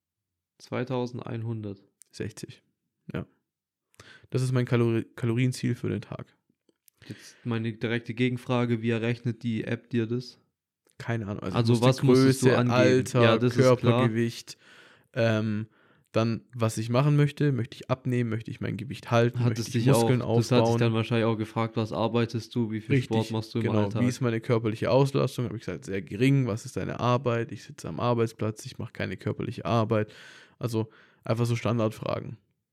2100. 60, ja. Das ist mein Kalorienziel für den Tag. Jetzt meine direkte Gegenfrage, wie errechnet die App dir das? Keine Ahnung. Also was musstest du angeben? Alter, Ja, das Körpergewicht. Dann, was ich machen möchte ich abnehmen, möchte ich mein Gewicht halten, möchte ich Muskeln aufbauen. Das hat sich dann wahrscheinlich auch gefragt, was arbeitest du, wie viel Richtig, Sport machst du im genau. Alltag? Wie ist meine körperliche Auslastung? Habe ich gesagt, sehr gering. Was ist deine Arbeit? Ich sitze am Arbeitsplatz, ich mache keine körperliche Arbeit. Also einfach so Standardfragen.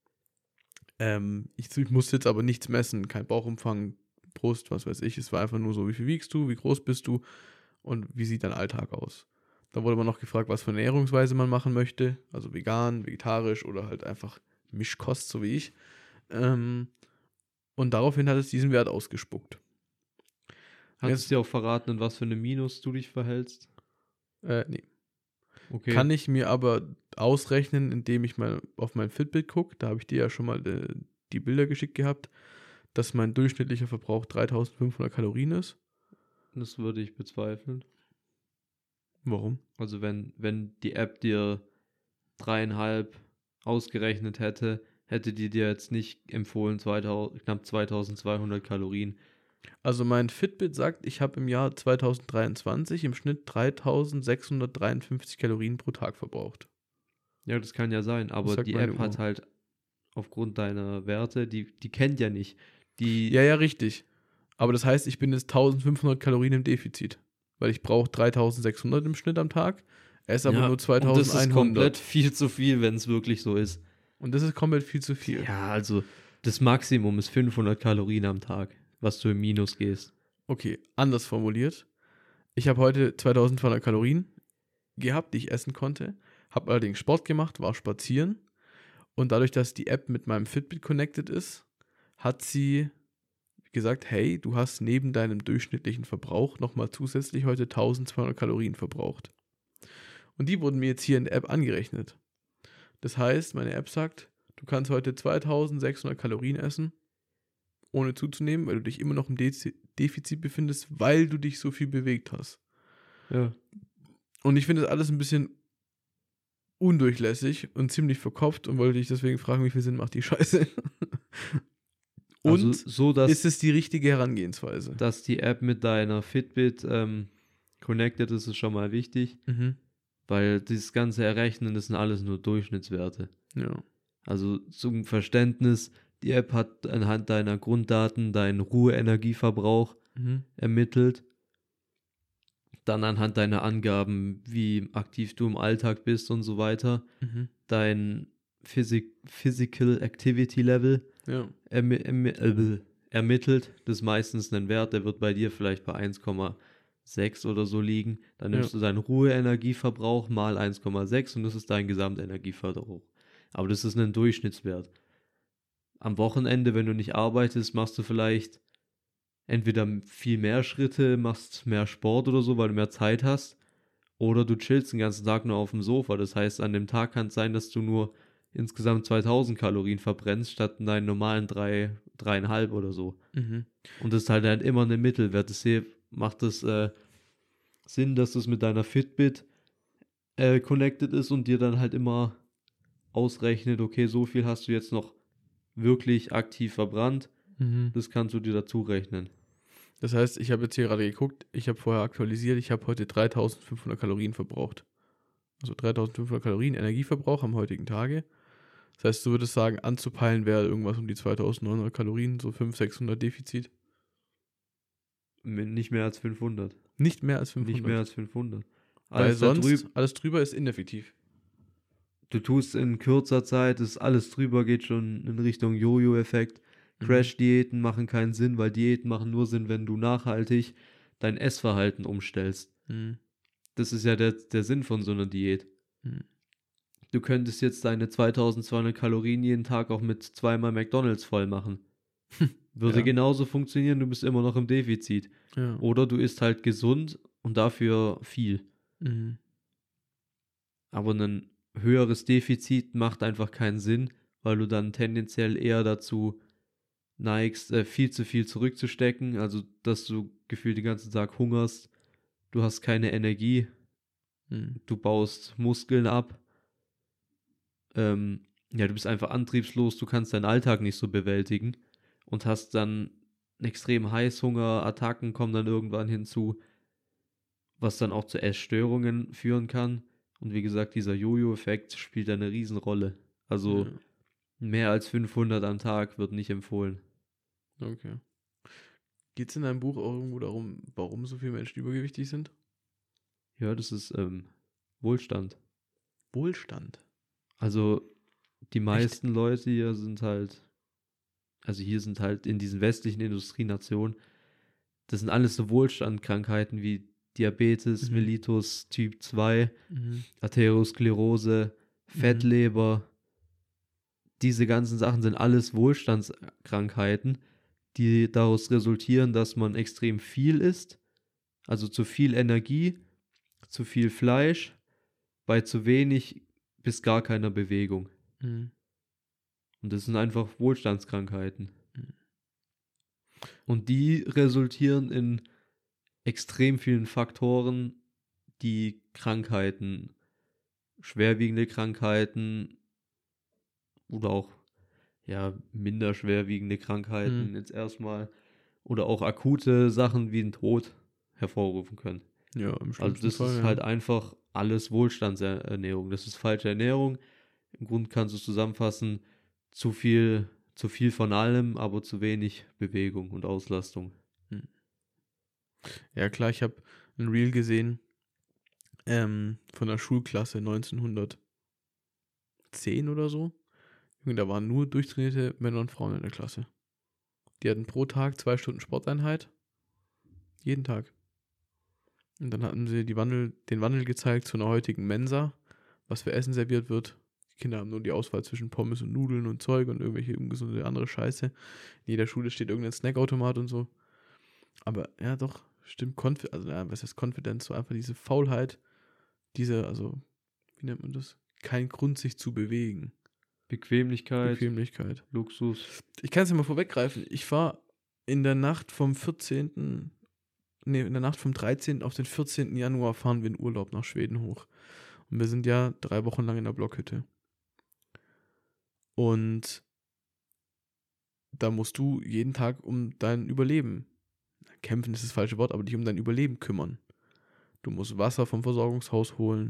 Ich musste jetzt aber nichts messen, kein Bauchumfang, Brust, was weiß ich. Es war einfach nur so, wie viel wiegst du, wie groß bist du und wie sieht dein Alltag aus? Dann wurde man noch gefragt, was für eine Ernährungsweise man machen möchte, also vegan, vegetarisch oder halt einfach Mischkost, so wie ich. Und daraufhin hat es diesen Wert ausgespuckt. Hat es dir auch verraten, in was für eine Minus du dich verhältst? Nee. Okay. Kann ich mir aber ausrechnen, indem ich mal auf mein Fitbit gucke, da habe ich dir ja schon mal die Bilder geschickt gehabt, dass mein durchschnittlicher Verbrauch 3500 Kalorien ist. Das würde ich bezweifeln. Warum? Also wenn die App dir 3,5 ausgerechnet hätte, hätte die dir jetzt nicht empfohlen, knapp 2200 Kalorien. Also mein Fitbit sagt, ich habe im Jahr 2023 im Schnitt 3653 Kalorien pro Tag verbraucht. Ja, das kann ja sein, aber die App hat halt aufgrund deiner Werte, die kennt ja nicht. Ja, richtig. Aber das heißt, ich bin jetzt 1500 Kalorien im Defizit. Weil ich brauche 3600 im Schnitt am Tag, esse aber nur 2100. Und das ist komplett viel zu viel, wenn es wirklich so ist. Und das ist komplett viel zu viel. Ja, also das Maximum ist 500 Kalorien am Tag, was du im Minus gehst. Okay, anders formuliert. Ich habe heute 2200 Kalorien gehabt, die ich essen konnte, habe allerdings Sport gemacht, war spazieren Und dadurch, dass die App mit meinem Fitbit connected ist, hat sie gesagt, hey, du hast neben deinem durchschnittlichen Verbrauch nochmal zusätzlich heute 1200 Kalorien verbraucht. Und die wurden mir jetzt hier in der App angerechnet. Das heißt, meine App sagt, du kannst heute 2600 Kalorien essen, ohne zuzunehmen, weil du dich immer noch im Defizit befindest, weil du dich so viel bewegt hast. Ja. Und ich finde das alles ein bisschen undurchlässig und ziemlich verkopft und wollte dich deswegen fragen, wie viel Sinn macht die Scheiße? Und Also so, dass, ist es die richtige Herangehensweise? dass die App mit deiner Fitbit connected ist, ist schon mal wichtig, weil dieses ganze Errechnen, das sind alles nur Durchschnittswerte. Ja. Also zum Verständnis, die App hat anhand deiner Grunddaten deinen Ruheenergieverbrauch ermittelt. Dann anhand deiner Angaben, wie aktiv du im Alltag bist und so weiter, dein Physical Activity Level Ja. ermittelt. Das ist meistens ein Wert, der wird bei dir vielleicht bei 1,6 oder so liegen. Dann nimmst du deinen Ruheenergieverbrauch mal 1,6 und das ist dein Gesamtenergieverbrauch. Aber das ist ein Durchschnittswert. Am Wochenende, wenn du nicht arbeitest, machst du vielleicht entweder viel mehr Schritte, machst mehr Sport oder so, weil du mehr Zeit hast, oder du chillst den ganzen Tag nur auf dem Sofa. Das heißt, an dem Tag kann es sein, dass du nur insgesamt 2000 Kalorien verbrennst, statt in deinen normalen 3,5 oder so. Und das ist halt immer ein Mittelwert. Deswegen macht es Sinn, dass das mit deiner Fitbit connected ist und dir dann halt immer ausrechnet, okay, so viel hast du jetzt noch wirklich aktiv verbrannt. Das kannst du dir dazu rechnen. Das heißt, ich habe jetzt hier gerade geguckt, ich habe vorher aktualisiert, ich habe heute 3500 Kalorien verbraucht. Also 3500 Kalorien Energieverbrauch am heutigen Tage. Das heißt, du würdest sagen, anzupeilen wäre irgendwas um die 2900 Kalorien, so 500, 600 Defizit. Nicht mehr als 500. Nicht mehr als 500. Nicht mehr als 500. Weil sonst, alles drüber ist ineffektiv. Du tust in kürzer Zeit, alles drüber geht schon in Richtung Jojo-Effekt. Crash-Diäten machen keinen Sinn, weil Diäten machen nur Sinn, wenn du nachhaltig dein Essverhalten umstellst. Das ist ja der Sinn von so einer Diät. Du könntest jetzt deine 2200 Kalorien jeden Tag auch mit 2-mal McDonald's voll machen. Würde genauso funktionieren, du bist immer noch im Defizit. Ja. Oder du isst halt gesund und dafür viel. Aber ein höheres Defizit macht einfach keinen Sinn, weil du dann tendenziell eher dazu neigst, viel zu viel zurückzustecken, also dass du gefühlt den ganzen Tag hungerst, du hast keine Energie, du baust Muskeln ab, du bist einfach antriebslos, du kannst deinen Alltag nicht so bewältigen und hast dann extrem Heißhunger, Attacken kommen dann irgendwann hinzu, was dann auch zu Essstörungen führen kann. Und wie gesagt, dieser Jojo-Effekt spielt eine Riesenrolle. Also mehr als 500 am Tag wird nicht empfohlen. Okay. Geht es in deinem Buch auch irgendwo darum, warum so viele Menschen übergewichtig sind? Ja, das ist Wohlstand. Wohlstand? Also die meisten Leute hier sind halt, in diesen westlichen Industrienationen, das sind alles so Wohlstandkrankheiten wie Diabetes, Mellitus Typ 2, Arteriosklerose, Fettleber. Diese ganzen Sachen sind alles Wohlstandskrankheiten, die daraus resultieren, dass man extrem viel isst, also zu viel Energie, zu viel Fleisch, bei zu wenig bis gar keiner Bewegung. Und das sind einfach Wohlstandskrankheiten. Und die resultieren in extrem vielen Faktoren, die Krankheiten, schwerwiegende Krankheiten oder auch minder schwerwiegende Krankheiten jetzt erstmal oder auch akute Sachen wie ein Tod hervorrufen können. Ja, im Also das Fall, ist halt einfach alles Wohlstandsernährung. Das ist falsche Ernährung. Im Grunde kannst du es zusammenfassen, zu viel von allem, aber zu wenig Bewegung und Auslastung. Ja klar, ich habe ein Reel gesehen von der Schulklasse 1910 oder so. Und da waren nur durchtrainierte Männer und Frauen in der Klasse. Die hatten pro Tag 2 Stunden Sporteinheit. Jeden Tag. Und dann hatten sie den Wandel gezeigt zu einer heutigen Mensa, was für Essen serviert wird. Die Kinder haben nur die Auswahl zwischen Pommes und Nudeln und Zeug und irgendwelche ungesunde andere Scheiße. In jeder Schule steht irgendein Snackautomat und so. Aber ja, doch, stimmt, also ja, was heißt Konfidenz? So einfach diese Faulheit, also, wie nennt man das? Kein Grund, sich zu bewegen. Bequemlichkeit. Luxus. Ich kann es ja mal vorweggreifen. Ich war in der Nacht vom 13. auf den 14. Januar fahren wir in Urlaub nach Schweden hoch. Und wir sind ja 3 Wochen lang in der Blockhütte. Und da musst du jeden Tag um dein Überleben, kämpfen ist das falsche Wort, aber dich um dein Überleben kümmern. Du musst Wasser vom Versorgungshaus holen.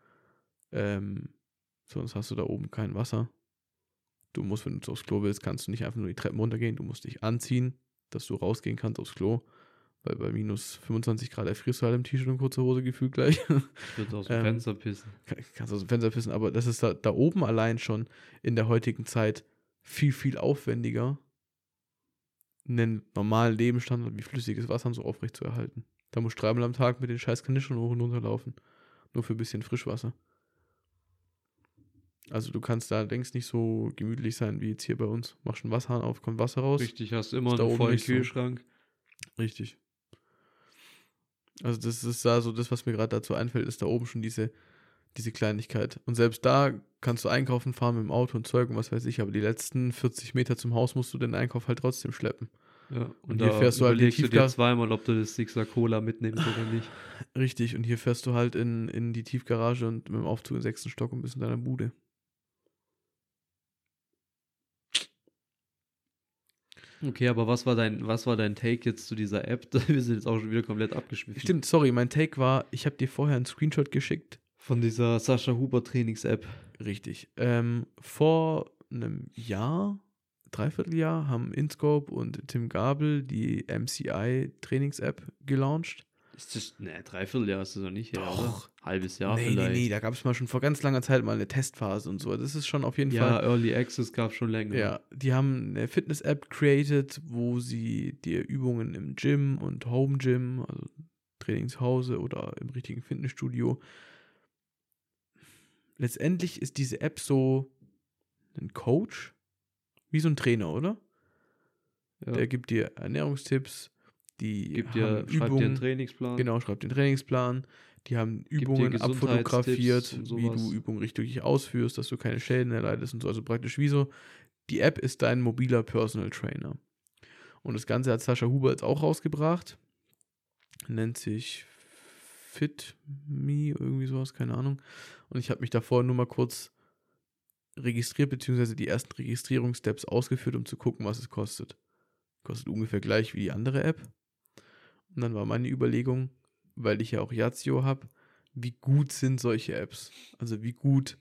Sonst hast du da oben kein Wasser. Du musst, wenn du aufs Klo willst, kannst du nicht einfach nur die Treppen runtergehen. Du musst dich anziehen, dass du rausgehen kannst aufs Klo. Weil bei minus 25 Grad erfrierst du halt im T-Shirt und kurzer Hose gefühlt gleich. Ich würde aus dem Fenster pissen. Kannst aus dem Fenster pissen, aber das ist da oben allein schon in der heutigen Zeit viel, viel aufwendiger, einen normalen Lebensstandard wie flüssiges Wasser so aufrecht zu erhalten. Da musst du 3-mal am Tag mit den scheiß Kanistrn hoch und runter laufen. Nur für ein bisschen Frischwasser. Also du kannst da längst nicht so gemütlich sein wie jetzt hier bei uns. Machst einen Wasserhahn auf, kommt Wasser raus. Richtig, hast immer einen vollen Kühlschrank. So. Richtig. Also das ist da so das, was mir gerade dazu einfällt, ist da oben schon diese Kleinigkeit. Und selbst da kannst du einkaufen fahren mit dem Auto und Zeug und was weiß ich, aber die letzten 40 Meter zum Haus musst du den Einkauf halt trotzdem schleppen. Ja, und hier fährst du halt in die dir zweimal, ob du das Sixer Cola mitnimmst oder nicht. Richtig, und hier fährst du halt in die Tiefgarage und mit dem Aufzug im 6. Stock und bist in deiner Bude. Okay, aber was war dein Take jetzt zu dieser App? Wir sind jetzt auch schon wieder komplett abgeschwiffen. Stimmt, sorry, mein Take war, ich habe dir vorher einen Screenshot geschickt. Von dieser Sascha Huber Trainings-App. Richtig. Vor einem Jahr, Dreivierteljahr, haben InScope und Tim Gabel die MCI Trainings-App gelauncht. Ist das, Dreivierteljahr ist das noch nicht, doch. Oder? Halbes Jahr vielleicht. Nee, da gab es mal schon vor ganz langer Zeit mal eine Testphase und so. Das ist schon auf jeden Fall. Ja, Early Access gab es schon länger. Ja, die haben eine Fitness-App created, wo sie dir Übungen im Gym und Home Gym, also Trainingshause oder im richtigen Fitnessstudio. Letztendlich ist diese App so ein Coach, wie so ein Trainer, oder? Ja. Der gibt dir Ernährungstipps, schreibt dir einen Trainingsplan. Genau, schreibt den Trainingsplan. Die haben Übungen abfotografiert, wie du Übungen richtig ausführst, dass du keine Schäden erleidest und so. Also praktisch wie so, die App ist dein mobiler Personal Trainer. Und das Ganze hat Sascha Huber jetzt auch rausgebracht. Nennt sich FitMe, irgendwie sowas, keine Ahnung. Und ich habe mich davor nur mal kurz registriert, beziehungsweise die ersten Registrierungssteps ausgeführt, um zu gucken, was es kostet. Kostet ungefähr gleich wie die andere App. Und dann war meine Überlegung, weil ich ja auch Yazio habe, wie gut sind solche Apps? Also wie gut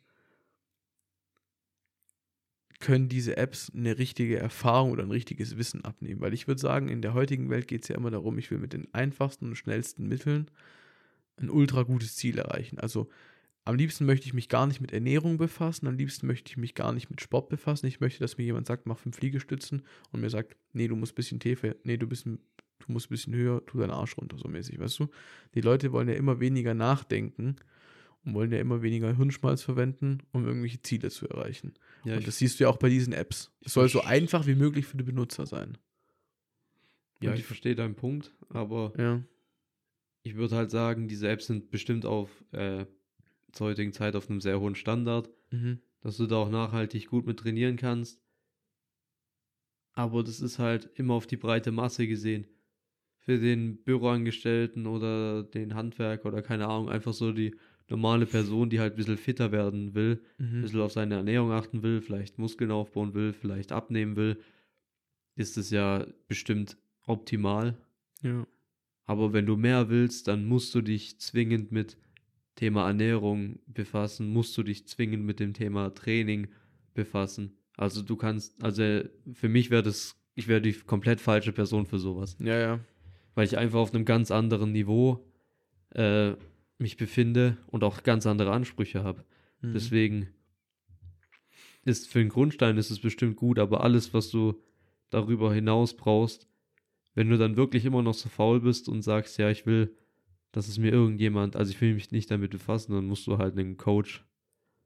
können diese Apps eine richtige Erfahrung oder ein richtiges Wissen abnehmen? Weil ich würde sagen, in der heutigen Welt geht es ja immer darum, ich will mit den einfachsten und schnellsten Mitteln ein ultra gutes Ziel erreichen. Also am liebsten möchte ich mich gar nicht mit Ernährung befassen, am liebsten möchte ich mich gar nicht mit Sport befassen. Ich möchte, dass mir jemand sagt, mach 5 Liegestützen und mir sagt, nee, du musst ein bisschen Tiefe, nee, du musst ein bisschen höher, tu deinen Arsch runter, so mäßig, weißt du? Die Leute wollen ja immer weniger nachdenken und wollen ja immer weniger Hirnschmalz verwenden, um irgendwelche Ziele zu erreichen. Ja, und das siehst du ja auch bei diesen Apps. Es soll so einfach wie möglich für die Benutzer sein. Ja, ich verstehe deinen Punkt, aber ich würde halt sagen, diese Apps sind bestimmt zur heutigen Zeit auf einem sehr hohen Standard, dass du da auch nachhaltig gut mit trainieren kannst. Aber das ist halt immer auf die breite Masse gesehen. Für den Büroangestellten oder den Handwerker oder keine Ahnung, einfach so die normale Person, die halt ein bisschen fitter werden will, ein bisschen auf seine Ernährung achten will, vielleicht Muskeln aufbauen will, vielleicht abnehmen will, ist es ja bestimmt optimal. Ja. Aber wenn du mehr willst, dann musst du dich zwingend mit Thema Ernährung befassen, musst du dich zwingend mit dem Thema Training befassen. Also für mich ich wäre die komplett falsche Person für sowas. Ja. Weil ich einfach auf einem ganz anderen Niveau mich befinde und auch ganz andere Ansprüche habe. Deswegen ist für den Grundstein ist es bestimmt gut, aber alles, was du darüber hinaus brauchst, wenn du dann wirklich immer noch so faul bist und sagst, ja, ich will, dass es mir irgendjemand, also ich will mich nicht damit befassen, dann musst du halt einen Coach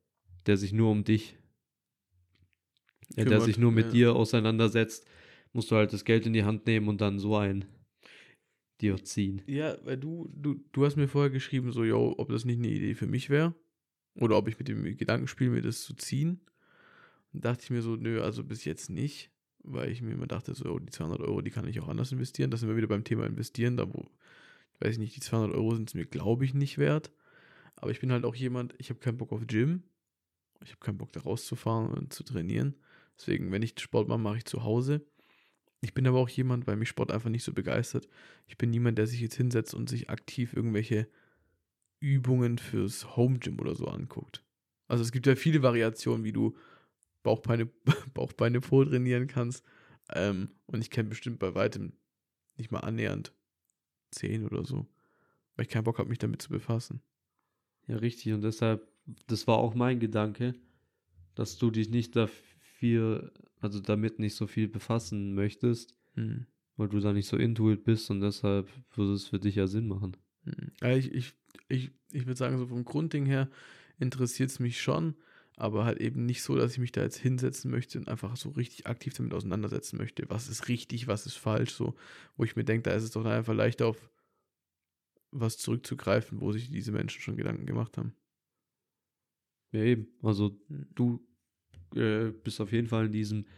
der sich nur um dich, der Kümmert, sich nur mit ja. dir auseinandersetzt, musst du halt das Geld in die Hand nehmen und dann so ein dir ziehen. Ja, weil du hast mir vorher geschrieben, so, yo, ob das nicht eine Idee für mich wäre. Oder ob ich mit dem Gedanken spiele, mir das zu ziehen. Und dachte ich mir so, nö, also bis jetzt nicht. Weil ich mir immer dachte, so, oh, die 200 Euro, die kann ich auch anders investieren. Da sind wir wieder beim Thema investieren. Da wo, weiß ich nicht, die 200 Euro sind es mir, glaube ich, nicht wert. Aber ich bin halt auch jemand, ich habe keinen Bock auf Gym. Ich habe keinen Bock, da rauszufahren und zu trainieren. Deswegen, wenn ich Sport mache, mache ich zu Hause. Ich bin aber auch jemand, weil mich Sport einfach nicht so begeistert. Ich bin niemand, der sich jetzt hinsetzt und sich aktiv irgendwelche Übungen fürs Home Gym oder so anguckt. Also es gibt ja viele Variationen, wie du Bauchbeine, Bauchbeine vortrainieren kannst. Und ich kenne bestimmt bei weitem nicht mal annähernd 10 oder so. Weil ich keinen Bock habe, mich damit zu befassen. Ja, richtig. Und deshalb, das war auch mein Gedanke, dass du dich nicht dafür, also damit nicht so viel befassen möchtest, weil du da nicht so intuit bist und deshalb würde es für dich ja Sinn machen. Ja, ich würde sagen, so vom Grundding her interessiert es mich schon, aber halt eben nicht so, dass ich mich da jetzt hinsetzen möchte und einfach so richtig aktiv damit auseinandersetzen möchte. Was ist richtig, was ist falsch, so, wo ich mir denke, da ist es doch einfach leichter auf was zurückzugreifen, wo sich diese Menschen schon Gedanken gemacht haben. Ja, eben. Also du bist auf jeden Fall in diesem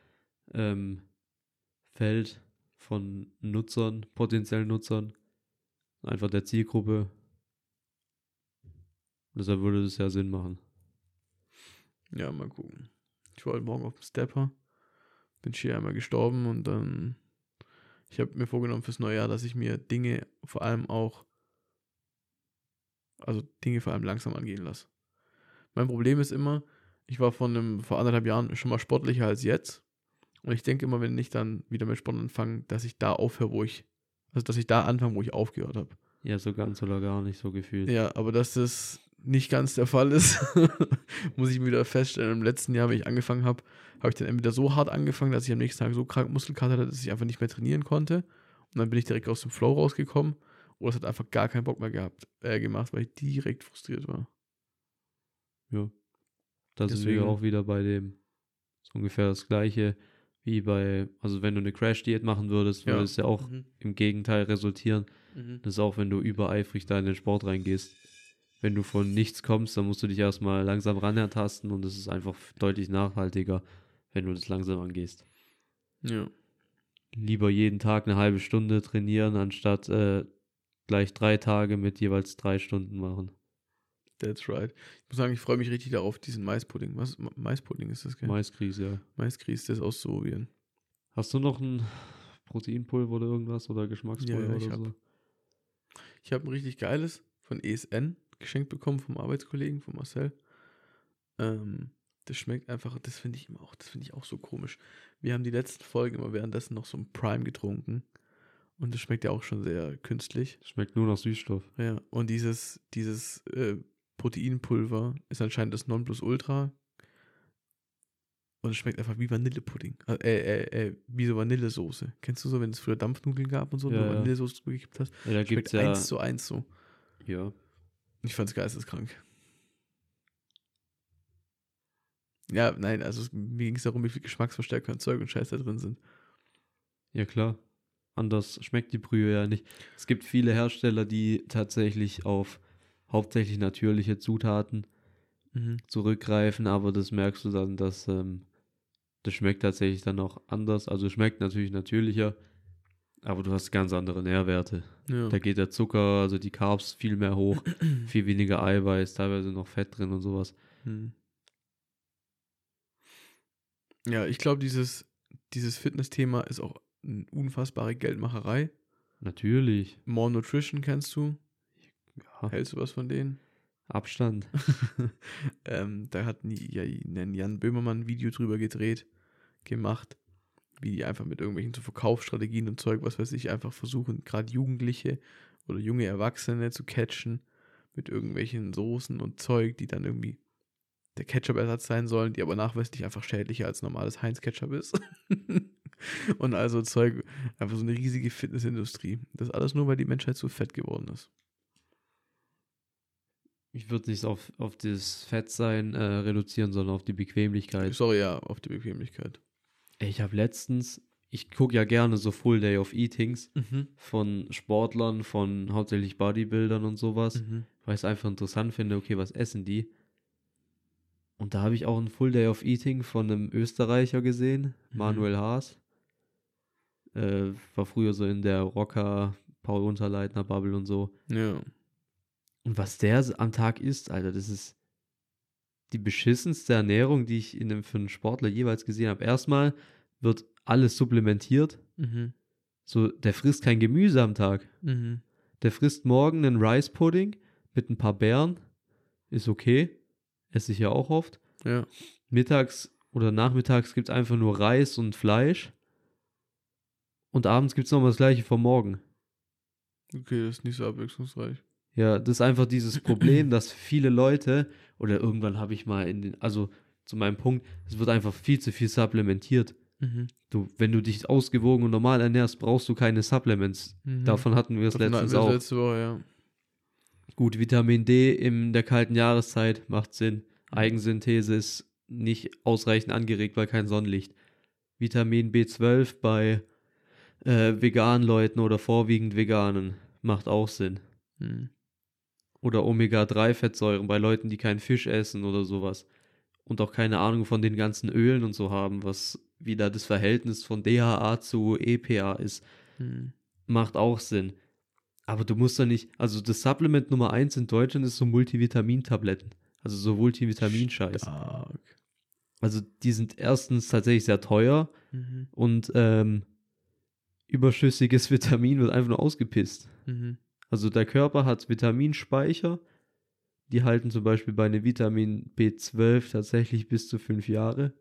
Feld von Nutzern, potenziellen Nutzern, einfach der Zielgruppe. Deshalb würde das ja Sinn machen. Ja, mal gucken. Ich war heute Morgen auf dem Stepper, bin hier einmal gestorben und dann, ich habe mir vorgenommen fürs neue Jahr, dass ich mir Dinge vor allem langsam angehen lasse. Mein Problem ist immer, ich war vor 1,5 Jahren schon mal sportlicher als jetzt. Und ich denke immer, wenn ich dann wieder mit Sport anfange, dass ich da aufhöre, dass ich da anfange, wo ich aufgehört habe. Ja, so ganz oder gar nicht so gefühlt. Ja, aber dass das nicht ganz der Fall ist, muss ich wieder feststellen. Im letzten Jahr, wenn ich angefangen habe, habe ich dann entweder so hart angefangen, dass ich am nächsten Tag so krank Muskelkater hatte, dass ich einfach nicht mehr trainieren konnte. Und dann bin ich direkt aus dem Flow rausgekommen. Oder es hat einfach gar keinen Bock mehr gemacht, weil ich direkt frustriert war. Ja. Da sind wir Deswegen- auch wieder bei dem, so ungefähr das Gleiche wie also wenn du eine Crash-Diät machen würdest, würde es ja auch im Gegenteil resultieren. Das ist auch, wenn du übereifrig da in den Sport reingehst. Wenn du von nichts kommst, dann musst du dich erstmal langsam rantasten und es ist einfach deutlich nachhaltiger, wenn du das langsam angehst. Ja. Lieber jeden Tag eine halbe Stunde trainieren, anstatt gleich 3 Tage mit jeweils 3 Stunden machen. That's right. Ich muss sagen, ich freue mich richtig darauf, diesen Maispudding. Was? Maispudding ist das, gell? Maiskries, ja. Maiskries, das auszuprobieren. Hast du noch ein Proteinpulver oder irgendwas oder Geschmackspulver Ja, ich oder hab. so? Ich habe ein richtig geiles von ESN geschenkt bekommen vom Arbeitskollegen, von Marcel. Das schmeckt einfach, das finde ich auch so komisch. Wir haben die letzten Folgen immer währenddessen noch so ein Prime getrunken. Und das schmeckt ja auch schon sehr künstlich. Schmeckt nur nach Süßstoff. Ja, und dieses Proteinpulver ist anscheinend das Nonplusultra. Und es schmeckt einfach wie Vanillepudding. Wie so Vanillesoße. Kennst du so, wenn es früher Dampfnudeln gab und so, Ja, wo du ja. Vanillesoße drüber gekippt hast? Ja, da Schmeckt gibt's ja. 1:1 so. Ja. Ich fand's geisteskrank. Ja, nein, also mir ging es darum, wie viel Geschmacksverstärker und Zeug und Scheiß da drin sind. Ja, klar. Anders schmeckt die Brühe ja nicht. Es gibt viele Hersteller, die tatsächlich auf hauptsächlich natürliche Zutaten zurückgreifen, aber das merkst du dann, dass das schmeckt tatsächlich dann auch anders. Also schmeckt natürlich natürlicher, aber du hast ganz andere Nährwerte. Ja. Da geht der Zucker, also die Carbs viel mehr hoch, viel weniger Eiweiß, teilweise noch Fett drin und sowas. Ja, ich glaube, dieses Fitness-Thema ist auch eine unfassbare Geldmacherei. Natürlich. More Nutrition kennst du? Ja. Hältst du was von denen? Abstand. Da hat ein Jan Böhmermann ein Video drüber gemacht, wie die einfach mit irgendwelchen so Verkaufsstrategien und Zeug, was weiß ich, einfach versuchen, gerade Jugendliche oder junge Erwachsene zu catchen mit irgendwelchen Soßen und Zeug, die dann irgendwie der Ketchup-Ersatz sein sollen, die aber nachweislich einfach schädlicher als normales Heinz-Ketchup ist. Und also Zeug, einfach so eine riesige Fitnessindustrie. Das alles nur, weil die Menschheit so fett geworden ist. Ich würde nicht auf das Fettsein reduzieren, sondern auf die Bequemlichkeit. Sorry, ja, auf die Bequemlichkeit. Ey, ich gucke ja gerne so Full Day of Eatings von Sportlern, von hauptsächlich Bodybuildern und sowas, weil ich es einfach interessant finde, okay, was essen die? Und da habe ich auch ein Full Day of Eating von einem Österreicher gesehen, Manuel Haas. War früher so in der Rocker, Paul Unterleitner Bubble und so. Ja. Und was der am Tag isst, Alter, das ist die beschissenste Ernährung, die ich für einen Sportler jeweils gesehen habe. Erstmal wird alles supplementiert. So, der frisst kein Gemüse am Tag. Der frisst morgen einen Rice Pudding mit ein paar Beeren. Ist okay. Esse ich ja auch oft. Ja. Mittags oder nachmittags gibt es einfach nur Reis und Fleisch. Und abends gibt es nochmal das gleiche vom Morgen. Okay, das ist nicht so abwechslungsreich. Ja, das ist einfach dieses Problem, dass viele Leute, oder irgendwann habe ich mal also zu meinem Punkt, es wird einfach viel zu viel supplementiert. Wenn du dich ausgewogen und normal ernährst, brauchst du keine Supplements. Davon hatten wir es letztens auch. Letzte Woche, ja. Gut, Vitamin D in der kalten Jahreszeit macht Sinn. Eigensynthese ist nicht ausreichend angeregt, weil kein Sonnenlicht. Vitamin B12 bei veganen Leuten oder vorwiegend Veganen macht auch Sinn. Oder Omega-3-Fettsäuren bei Leuten, die keinen Fisch essen oder sowas. Und auch keine Ahnung von den ganzen Ölen und so haben, wie da das Verhältnis von DHA zu EPA ist. Macht auch Sinn. Aber du musst da nicht, also das Supplement Nummer 1 in Deutschland ist so Multivitamintabletten. Also so Multivitaminscheiß. Stark. Also die sind erstens tatsächlich sehr teuer und überschüssiges Vitamin wird einfach nur ausgepisst. Also der Körper hat Vitaminspeicher, die halten zum Beispiel bei einem Vitamin B12 tatsächlich bis zu 5 Jahre.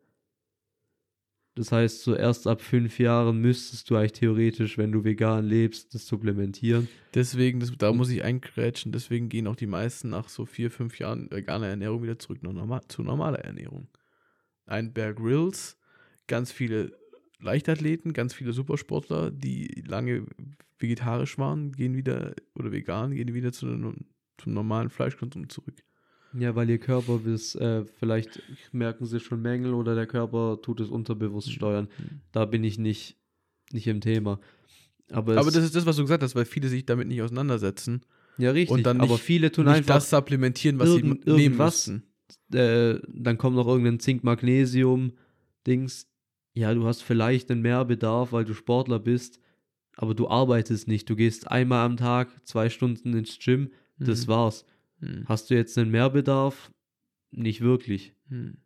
Das heißt, so erst ab 5 Jahren müsstest du eigentlich theoretisch, wenn du vegan lebst, das supplementieren. Deswegen, da muss ich eingrätschen, deswegen gehen auch die meisten nach so 4, 5 Jahren veganer Ernährung wieder zurück zu normaler Ernährung. Ein Bear Grylls, ganz viele Leichtathleten, ganz viele Supersportler, die lange vegetarisch waren, gehen wieder wieder zum normalen Fleischkonsum zurück. Ja, weil ihr Körper vielleicht merken sie schon Mängel oder der Körper tut es unterbewusst steuern. Da bin ich nicht im Thema. Aber das ist das, was du gesagt hast, weil viele sich damit nicht auseinandersetzen. Ja, richtig. Und dann aber viele tun nicht einfach das supplementieren, was sie nehmen müssen. Dann kommt noch irgendein Zink-Magnesium-Dings. Ja, du hast vielleicht einen Mehrbedarf, weil du Sportler bist, aber du arbeitest nicht. Du gehst einmal am Tag 2 Stunden ins Gym, das war's. Hast du jetzt einen Mehrbedarf? Nicht wirklich. Und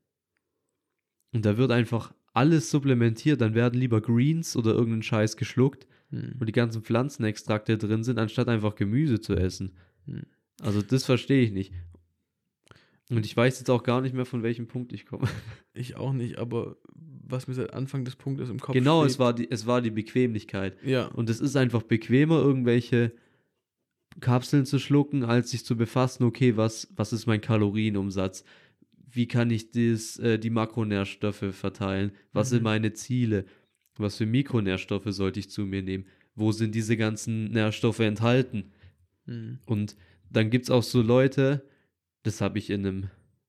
da wird einfach alles supplementiert. Dann werden lieber Greens oder irgendein Scheiß geschluckt, wo die ganzen Pflanzenextrakte drin sind, anstatt einfach Gemüse zu essen. Also das verstehe ich nicht. Und ich weiß jetzt auch gar nicht mehr, von welchem Punkt ich komme. Ich auch nicht, aber was mir seit Anfang des Punktes im Kopf Genau, steht, es war die Bequemlichkeit. Ja. Und es ist einfach bequemer, irgendwelche Kapseln zu schlucken, als sich zu befassen, okay, was ist mein Kalorienumsatz? Wie kann ich die Makronährstoffe verteilen? Was sind meine Ziele? Was für Mikronährstoffe sollte ich zu mir nehmen? Wo sind diese ganzen Nährstoffe enthalten? Und dann gibt es auch so Leute, das habe ich unter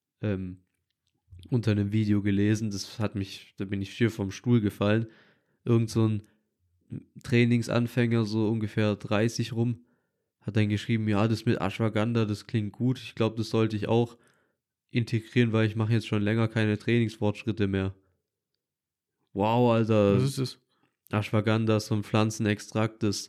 einem Video gelesen, da bin ich schier vom Stuhl gefallen. Irgend so ein Trainingsanfänger, so ungefähr 30 rum, hat dann geschrieben, ja, das mit Ashwagandha, das klingt gut. Ich glaube, das sollte ich auch integrieren, weil ich mache jetzt schon länger keine Trainingsfortschritte mehr. Wow, Alter. Was ist das? Ashwagandha ist so ein Pflanzenextrakt, das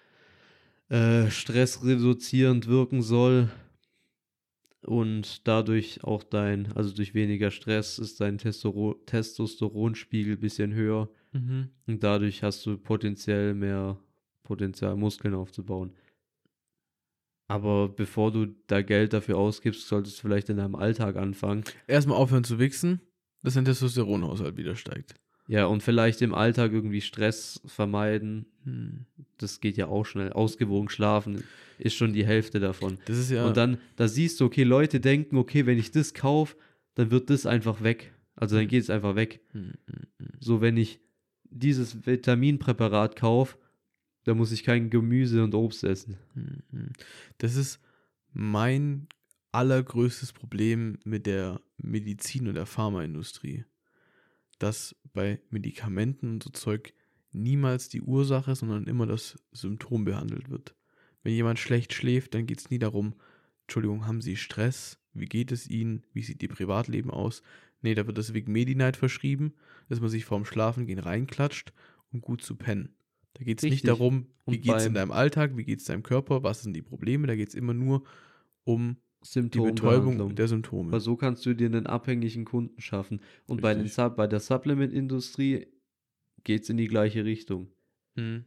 stressreduzierend wirken soll und dadurch auch durch weniger Stress ist dein Testosteronspiegel ein bisschen höher und dadurch hast du potenziell mehr Potenzial, Muskeln aufzubauen. Aber bevor du da Geld dafür ausgibst, solltest du vielleicht in deinem Alltag anfangen. Erstmal aufhören zu wichsen, dass dein Testosteronhaushalt wieder steigt. Ja, und vielleicht im Alltag irgendwie Stress vermeiden. Das geht ja auch schnell. Ausgewogen schlafen ist schon die Hälfte davon. Das ist ja. Und dann, da siehst du, okay, Leute denken, okay, wenn ich das kaufe, dann wird das einfach weg. Also dann geht es einfach weg. So, wenn ich dieses Vitaminpräparat kaufe, da muss ich kein Gemüse und Obst essen. Das ist mein allergrößtes Problem mit der Medizin- und der Pharmaindustrie, dass bei Medikamenten und so Zeug niemals die Ursache, sondern immer das Symptom behandelt wird. Wenn jemand schlecht schläft, dann geht es nie darum, Entschuldigung, haben Sie Stress? Wie geht es Ihnen? Wie sieht Ihr Privatleben aus? Nee, da wird das wegen Medi-Night verschrieben, dass man sich vorm Schlafengehen reinklatscht, um gut zu pennen. Da geht es nicht Richtig. darum, wie Und geht es in beim deinem Alltag, wie geht es deinem Körper, was sind die Probleme, da geht es immer nur um die Betäubung Symptombehandlung. der Weil Symptome. so kannst du dir einen abhängigen Kunden schaffen. Und bei Richtig. bei der Supplement-Industrie geht es in die gleiche Richtung. Mhm.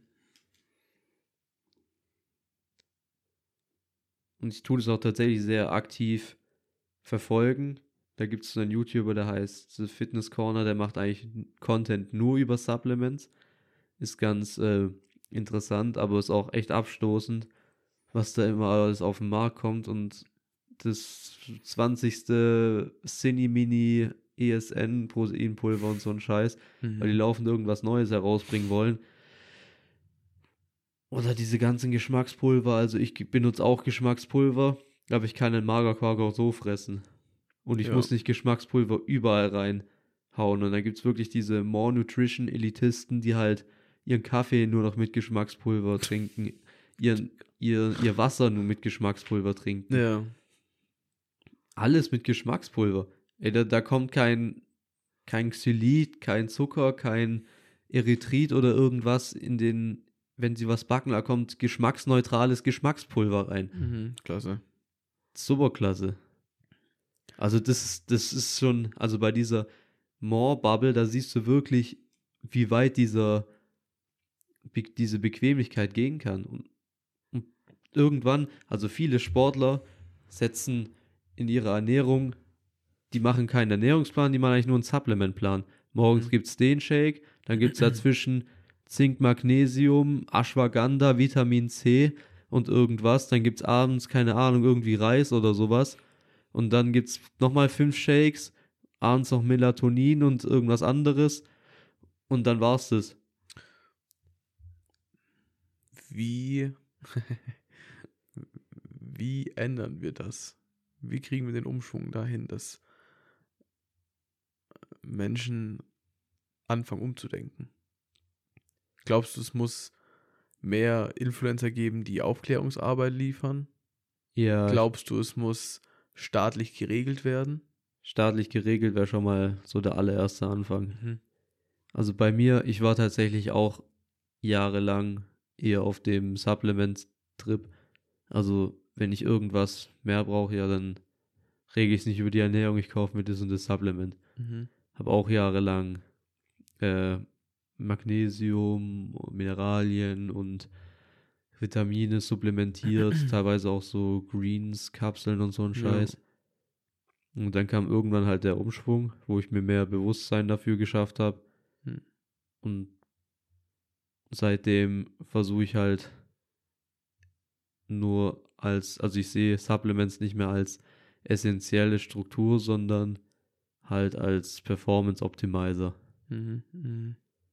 Und ich tue das auch tatsächlich sehr aktiv verfolgen. Da gibt es einen YouTuber, der heißt The Fitness Corner, der macht eigentlich Content nur über Supplements. Ist ganz interessant, aber ist auch echt abstoßend, was da immer alles auf den Markt kommt. Und das 20. Cine-Mini ESN Proteinpulver und so ein Scheiß, weil die Mhm. laufend irgendwas Neues herausbringen wollen. Oder diese ganzen Geschmackspulver, also ich benutze auch Geschmackspulver, aber ich kann den Magerquark auch so fressen. Und ich Ja. muss nicht Geschmackspulver überall reinhauen. Und dann gibt es wirklich diese More Nutrition Elitisten, die halt ihren Kaffee nur noch mit Geschmackspulver trinken, ihr Wasser nur mit Geschmackspulver trinken. Ja. Alles mit Geschmackspulver. Ey, da kommt kein Xylit, kein Zucker, kein Erythrit oder irgendwas wenn sie was backen, da kommt geschmacksneutrales Geschmackspulver rein. Mhm. Klasse. Superklasse. Also das ist schon, also bei dieser More-Bubble, da siehst du wirklich, wie weit diese Bequemlichkeit gehen kann. Und irgendwann, also viele Sportler setzen in ihrer Ernährung, die machen keinen Ernährungsplan, die machen eigentlich nur einen Supplementplan. Morgens Mhm. gibt es den Shake, dann gibt es dazwischen Zink, Magnesium, Ashwagandha, Vitamin C und irgendwas. Dann gibt es abends, keine Ahnung, irgendwie Reis oder sowas. Und dann gibt es nochmal 5 Shakes, abends noch Melatonin und irgendwas anderes. Und dann war's das. Wie, wie ändern wir das? Wie kriegen wir den Umschwung dahin, dass Menschen anfangen umzudenken? Glaubst du, es muss mehr Influencer geben, die Aufklärungsarbeit liefern? Ja, Glaubst du, es muss staatlich geregelt werden? staatlich geregelt wäre schon mal so der allererste Anfang. Mhm. Also bei mir, ich war tatsächlich auch jahrelang eher auf dem Supplement-Trip. Also wenn ich irgendwas mehr brauche, ja, dann rege ich es nicht über die Ernährung, ich kaufe mir das und das Supplement. Mhm. Habe auch jahrelang Magnesium, Mineralien und Vitamine supplementiert, teilweise auch so Greens, Kapseln und so ein Ja. Scheiß. Und dann kam irgendwann halt der Umschwung, wo ich mir mehr Bewusstsein dafür geschafft habe. Hm. Und seitdem versuche ich halt also ich sehe Supplements nicht mehr als essentielle Struktur, sondern halt als Performance Optimizer. Mhm. Mhm.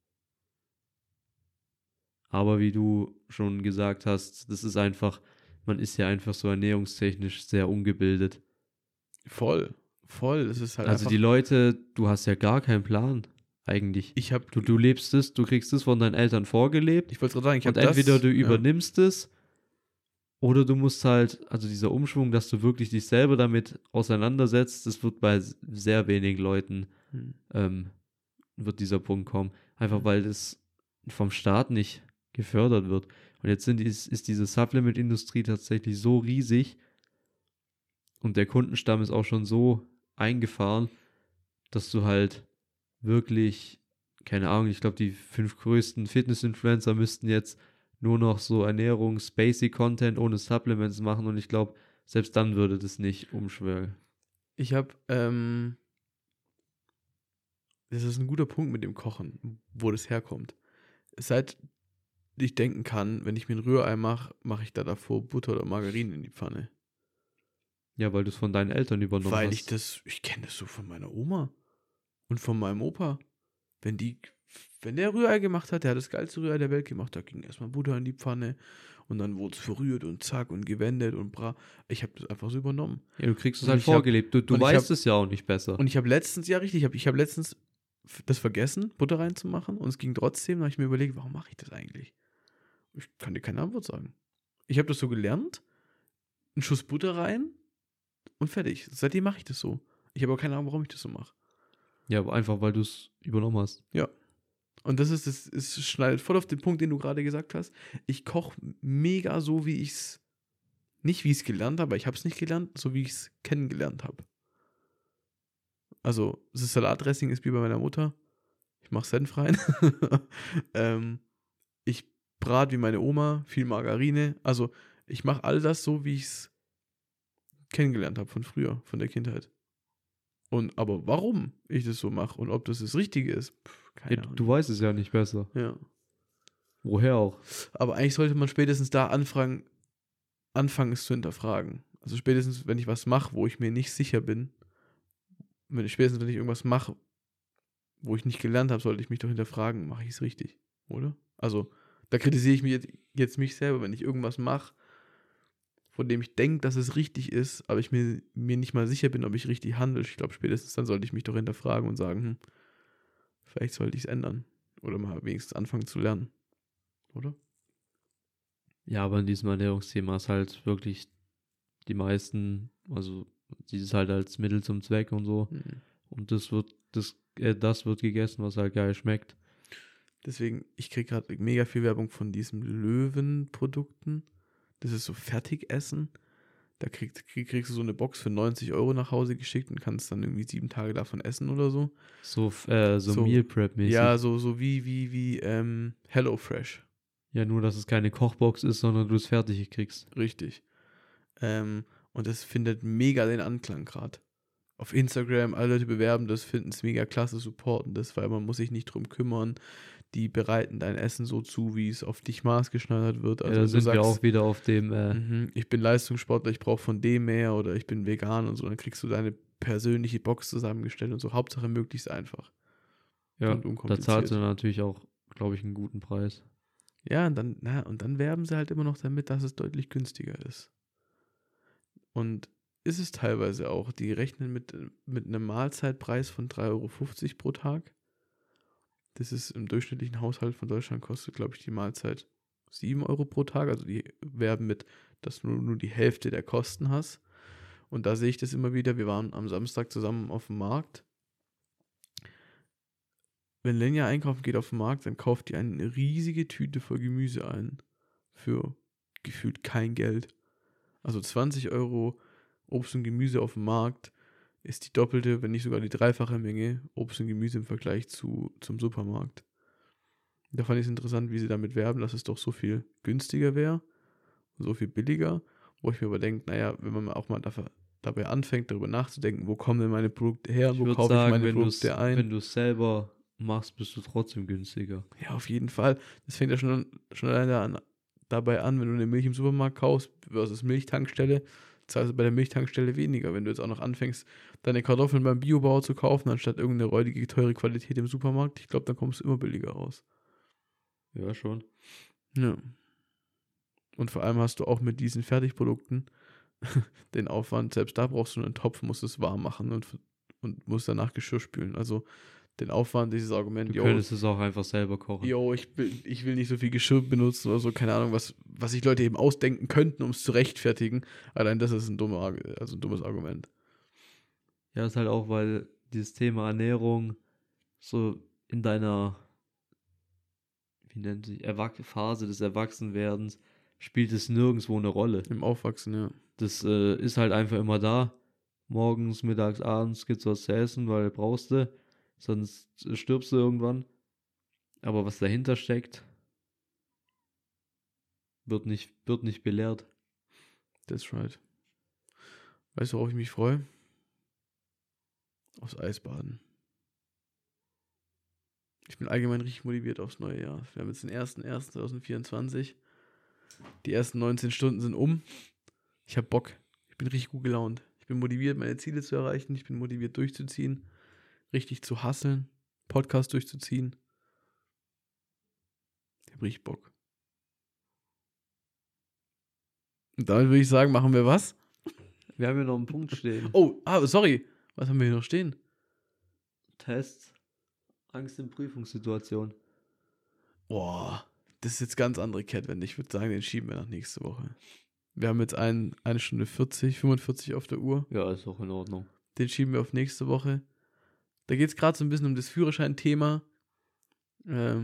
Aber wie du schon gesagt hast, man ist ja einfach so ernährungstechnisch sehr ungebildet. Voll. Voll. Es ist halt Also die einfach. Leute, du hast ja gar keinen Plan, eigentlich. Ich habe. Du lebst es, du kriegst es von deinen Eltern vorgelebt Ich wollte gerade sagen, ich und habe das. entweder du Ja. übernimmst es oder du musst halt, also dieser Umschwung, dass du wirklich dich selber damit auseinandersetzt, das wird bei sehr wenigen Leuten, Hm. wird dieser Punkt kommen. Einfach weil das vom Staat nicht gefördert wird. Und jetzt ist diese Supplement-Industrie tatsächlich so riesig und der Kundenstamm ist auch schon so eingefahren, dass du halt wirklich, keine Ahnung, ich glaube, die 5 größten Fitness-Influencer müssten jetzt nur noch so Ernährungs-Basic-Content ohne Supplements machen und ich glaube, selbst dann würde das nicht umschwirren. Ich habe. Das ist ein guter Punkt mit dem Kochen, wo das herkommt. Seit ich denken kann, wenn ich mir ein Rührei mache, mache ich da davor Butter oder Margarine in die Pfanne. Ja, weil du es von deinen Eltern übernommen Weil hast. ich kenne das so von meiner Oma und von meinem Opa. Wenn die, wenn der Rührei gemacht hat, der hat das geilste Rührei der Welt gemacht, da ging erstmal Butter in die Pfanne und dann wurde es verrührt und zack und gewendet und bra. Ich habe das einfach so übernommen. Ja, du kriegst es Und halt ich hab- vorgelebt. Du und ich weißt hab- es ja auch nicht besser. Und ich habe letztens, ja richtig, ich habe letztens das vergessen, Butter reinzumachen und es ging trotzdem, da habe ich mir überlegt, warum mache ich das eigentlich? Ich kann dir keine Antwort sagen. Ich habe das so gelernt, einen Schuss Butter rein und fertig. Seitdem mache ich das so. Ich habe aber keine Ahnung, warum ich das so mache. Ja, aber einfach, weil du es übernommen hast. Ja. Und es schneidet voll auf den Punkt, den du gerade gesagt hast. Ich koche mega so, nicht wie ich es gelernt habe, aber ich habe es nicht gelernt, so wie ich es kennengelernt habe. Also, das Salatdressing ist wie bei meiner Mutter. Ich mache Senf rein. Ich brate wie meine Oma, viel Margarine. Also, ich mache all das so, wie ich es kennengelernt habe von früher, von der Kindheit. Aber warum ich das so mache und ob das Richtige ist, keine Ja, Ahnung. du weißt es ja nicht besser. Ja. Woher auch? Aber eigentlich sollte man spätestens da anfangen, es zu hinterfragen. Also spätestens, wenn ich was mache, wo ich mir nicht sicher bin, wenn ich irgendwas mache, wo ich nicht gelernt habe, sollte ich mich doch hinterfragen, mache ich es richtig, oder? Also, da kritisiere ich mich jetzt mich selber, wenn ich irgendwas mache, von dem ich denke, dass es richtig ist, aber ich mir nicht mal sicher bin, ob ich richtig handle. Ich glaube, spätestens dann sollte ich mich doch hinterfragen und sagen, vielleicht sollte ich es ändern. Oder mal wenigstens anfangen zu lernen. Oder? Ja, aber in diesem Ernährungsthema ist halt wirklich die meisten, also dieses halt als Mittel zum Zweck und so. Mhm. Und das wird gegessen, was halt geil schmeckt. Deswegen, ich kriege gerade mega viel Werbung von diesen Löwen-Produkten. Das ist so Fertigessen. Da kriegst du so eine Box für 90 € nach Hause geschickt und kannst dann irgendwie 7 Tage davon essen oder so. So So- Meal Prep-mäßig. Ja, so wie HelloFresh. Ja, nur, dass es keine Kochbox ist, sondern du es fertig kriegst. Richtig. Und das findet mega den Anklang gerade. Auf Instagram, alle Leute bewerben das, finden es mega klasse, supporten das, weil man muss sich nicht drum kümmern. Die bereiten dein Essen so zu, wie es auf dich maßgeschneidert wird. Also Ja, da wenn du sind wir sagst, auch wieder auf dem, ich bin Leistungssportler, ich brauche von dem mehr oder ich bin vegan und so, dann kriegst du deine persönliche Box zusammengestellt und so. Hauptsache möglichst einfach. ja, und da unkompliziert. zahlst du natürlich auch, glaube ich, einen guten Preis. Ja, und dann werben sie halt immer noch damit, dass es deutlich günstiger ist. Und ist es teilweise auch. Die rechnen mit einem Mahlzeitpreis von 3,50 € pro Tag. Das ist im durchschnittlichen Haushalt von Deutschland kostet, glaube ich, die Mahlzeit 7 € pro Tag. Also die werben mit, dass du nur die Hälfte der Kosten hast. Und da sehe ich das immer wieder. Wir waren am Samstag zusammen auf dem Markt. Wenn Lenja einkaufen geht auf dem Markt, dann kauft die eine riesige Tüte voll Gemüse ein. Für gefühlt kein Geld. Also 20 € Obst und Gemüse auf dem Markt ist die doppelte, wenn nicht sogar die dreifache Menge Obst und Gemüse im Vergleich zum Supermarkt. Da fand ich es interessant, wie sie damit werben, dass es doch so viel günstiger wäre, so viel billiger, wo ich mir aber denke, naja, wenn man auch mal dabei anfängt, darüber nachzudenken, wo kommen denn meine Produkte her, Ich wo würde kaufe ich sagen, meine Produkte ein. wenn du es selber machst, bist du trotzdem günstiger. Ja, auf jeden Fall. Das fängt ja schon alleine dabei an, wenn du eine Milch im Supermarkt kaufst versus Milchtankstelle, zahlst du bei der Milchtankstelle weniger. Wenn du jetzt auch noch anfängst, deine Kartoffeln beim Biobauer zu kaufen, anstatt irgendeine räudige, teure Qualität im Supermarkt, ich glaube, dann kommst du immer billiger raus. Ja, schon. Ja. Und vor allem hast du auch mit diesen Fertigprodukten den Aufwand, selbst da brauchst du einen Topf, musst es warm machen und musst danach Geschirr spülen. Also den Aufwand, dieses Argument, Du könntest es auch einfach selber kochen. ich will nicht so viel Geschirr benutzen oder so, keine Ahnung, was sich Leute eben ausdenken könnten, um es zu rechtfertigen. Allein das ist ein dummes Argument. Ja, ist halt auch, weil dieses Thema Ernährung so in deiner, wie nennt sich, Phase des Erwachsenwerdens spielt es nirgendwo eine Rolle. Im Aufwachsen, ja. Das ist halt einfach immer da. Morgens, mittags, abends gibt's was zu essen, weil brauchst du, sonst stirbst du irgendwann. Aber was dahinter steckt, wird nicht belehrt. That's right. Weißt du, worauf ich mich freue? Aufs Eisbaden. Ich bin allgemein richtig motiviert aufs neue Jahr. Wir haben jetzt den 01.01.2024. Die ersten 19 Stunden sind um. Ich habe Bock. Ich bin richtig gut gelaunt. Ich bin motiviert, meine Ziele zu erreichen. Ich bin motiviert, durchzuziehen. Richtig zu hustlen. Podcast durchzuziehen. Ich hab richtig Bock. Und damit würde ich sagen, machen wir was? Wir haben hier noch einen Punkt stehen. Oh, sorry. Was haben wir hier noch stehen? Tests. Angst in Prüfungssituationen. Boah, das ist jetzt ganz andere Kehrtwende. Ich würde sagen, den schieben wir nach nächste Woche. Wir haben jetzt eine Stunde 45 auf der Uhr. Ja, ist auch in Ordnung. Den schieben wir auf nächste Woche. Da geht es gerade so ein bisschen um das Führerschein-Thema. Da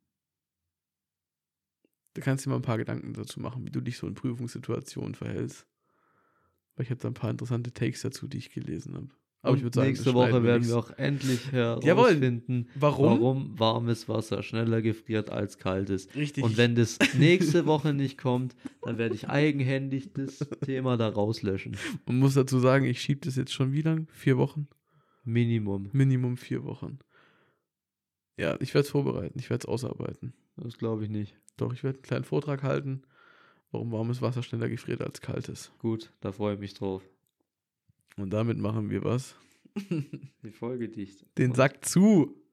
kannst du dir mal ein paar Gedanken dazu machen, wie du dich so in Prüfungssituationen verhältst. Weil ich habe da ein paar interessante Takes dazu, die ich gelesen habe. Aber ich würde sagen, nächste Woche werden wir auch endlich herausfinden, Warum? warum warmes Wasser schneller gefriert als kaltes. Richtig. Und wenn das nächste Woche nicht kommt, dann werde ich eigenhändig das Thema da rauslöschen. Man muss dazu sagen, ich schiebe das jetzt schon wie lang? 4 Wochen? Minimum. Minimum 4 Wochen. Ja, ich werde es vorbereiten, ich werde es ausarbeiten. Das glaube ich nicht. Doch, ich werde einen kleinen Vortrag halten, warum warmes Wasser schneller gefriert als kaltes. Gut, da freue ich mich drauf. Und damit machen wir was? Die Folge dicht. Den Sack zu.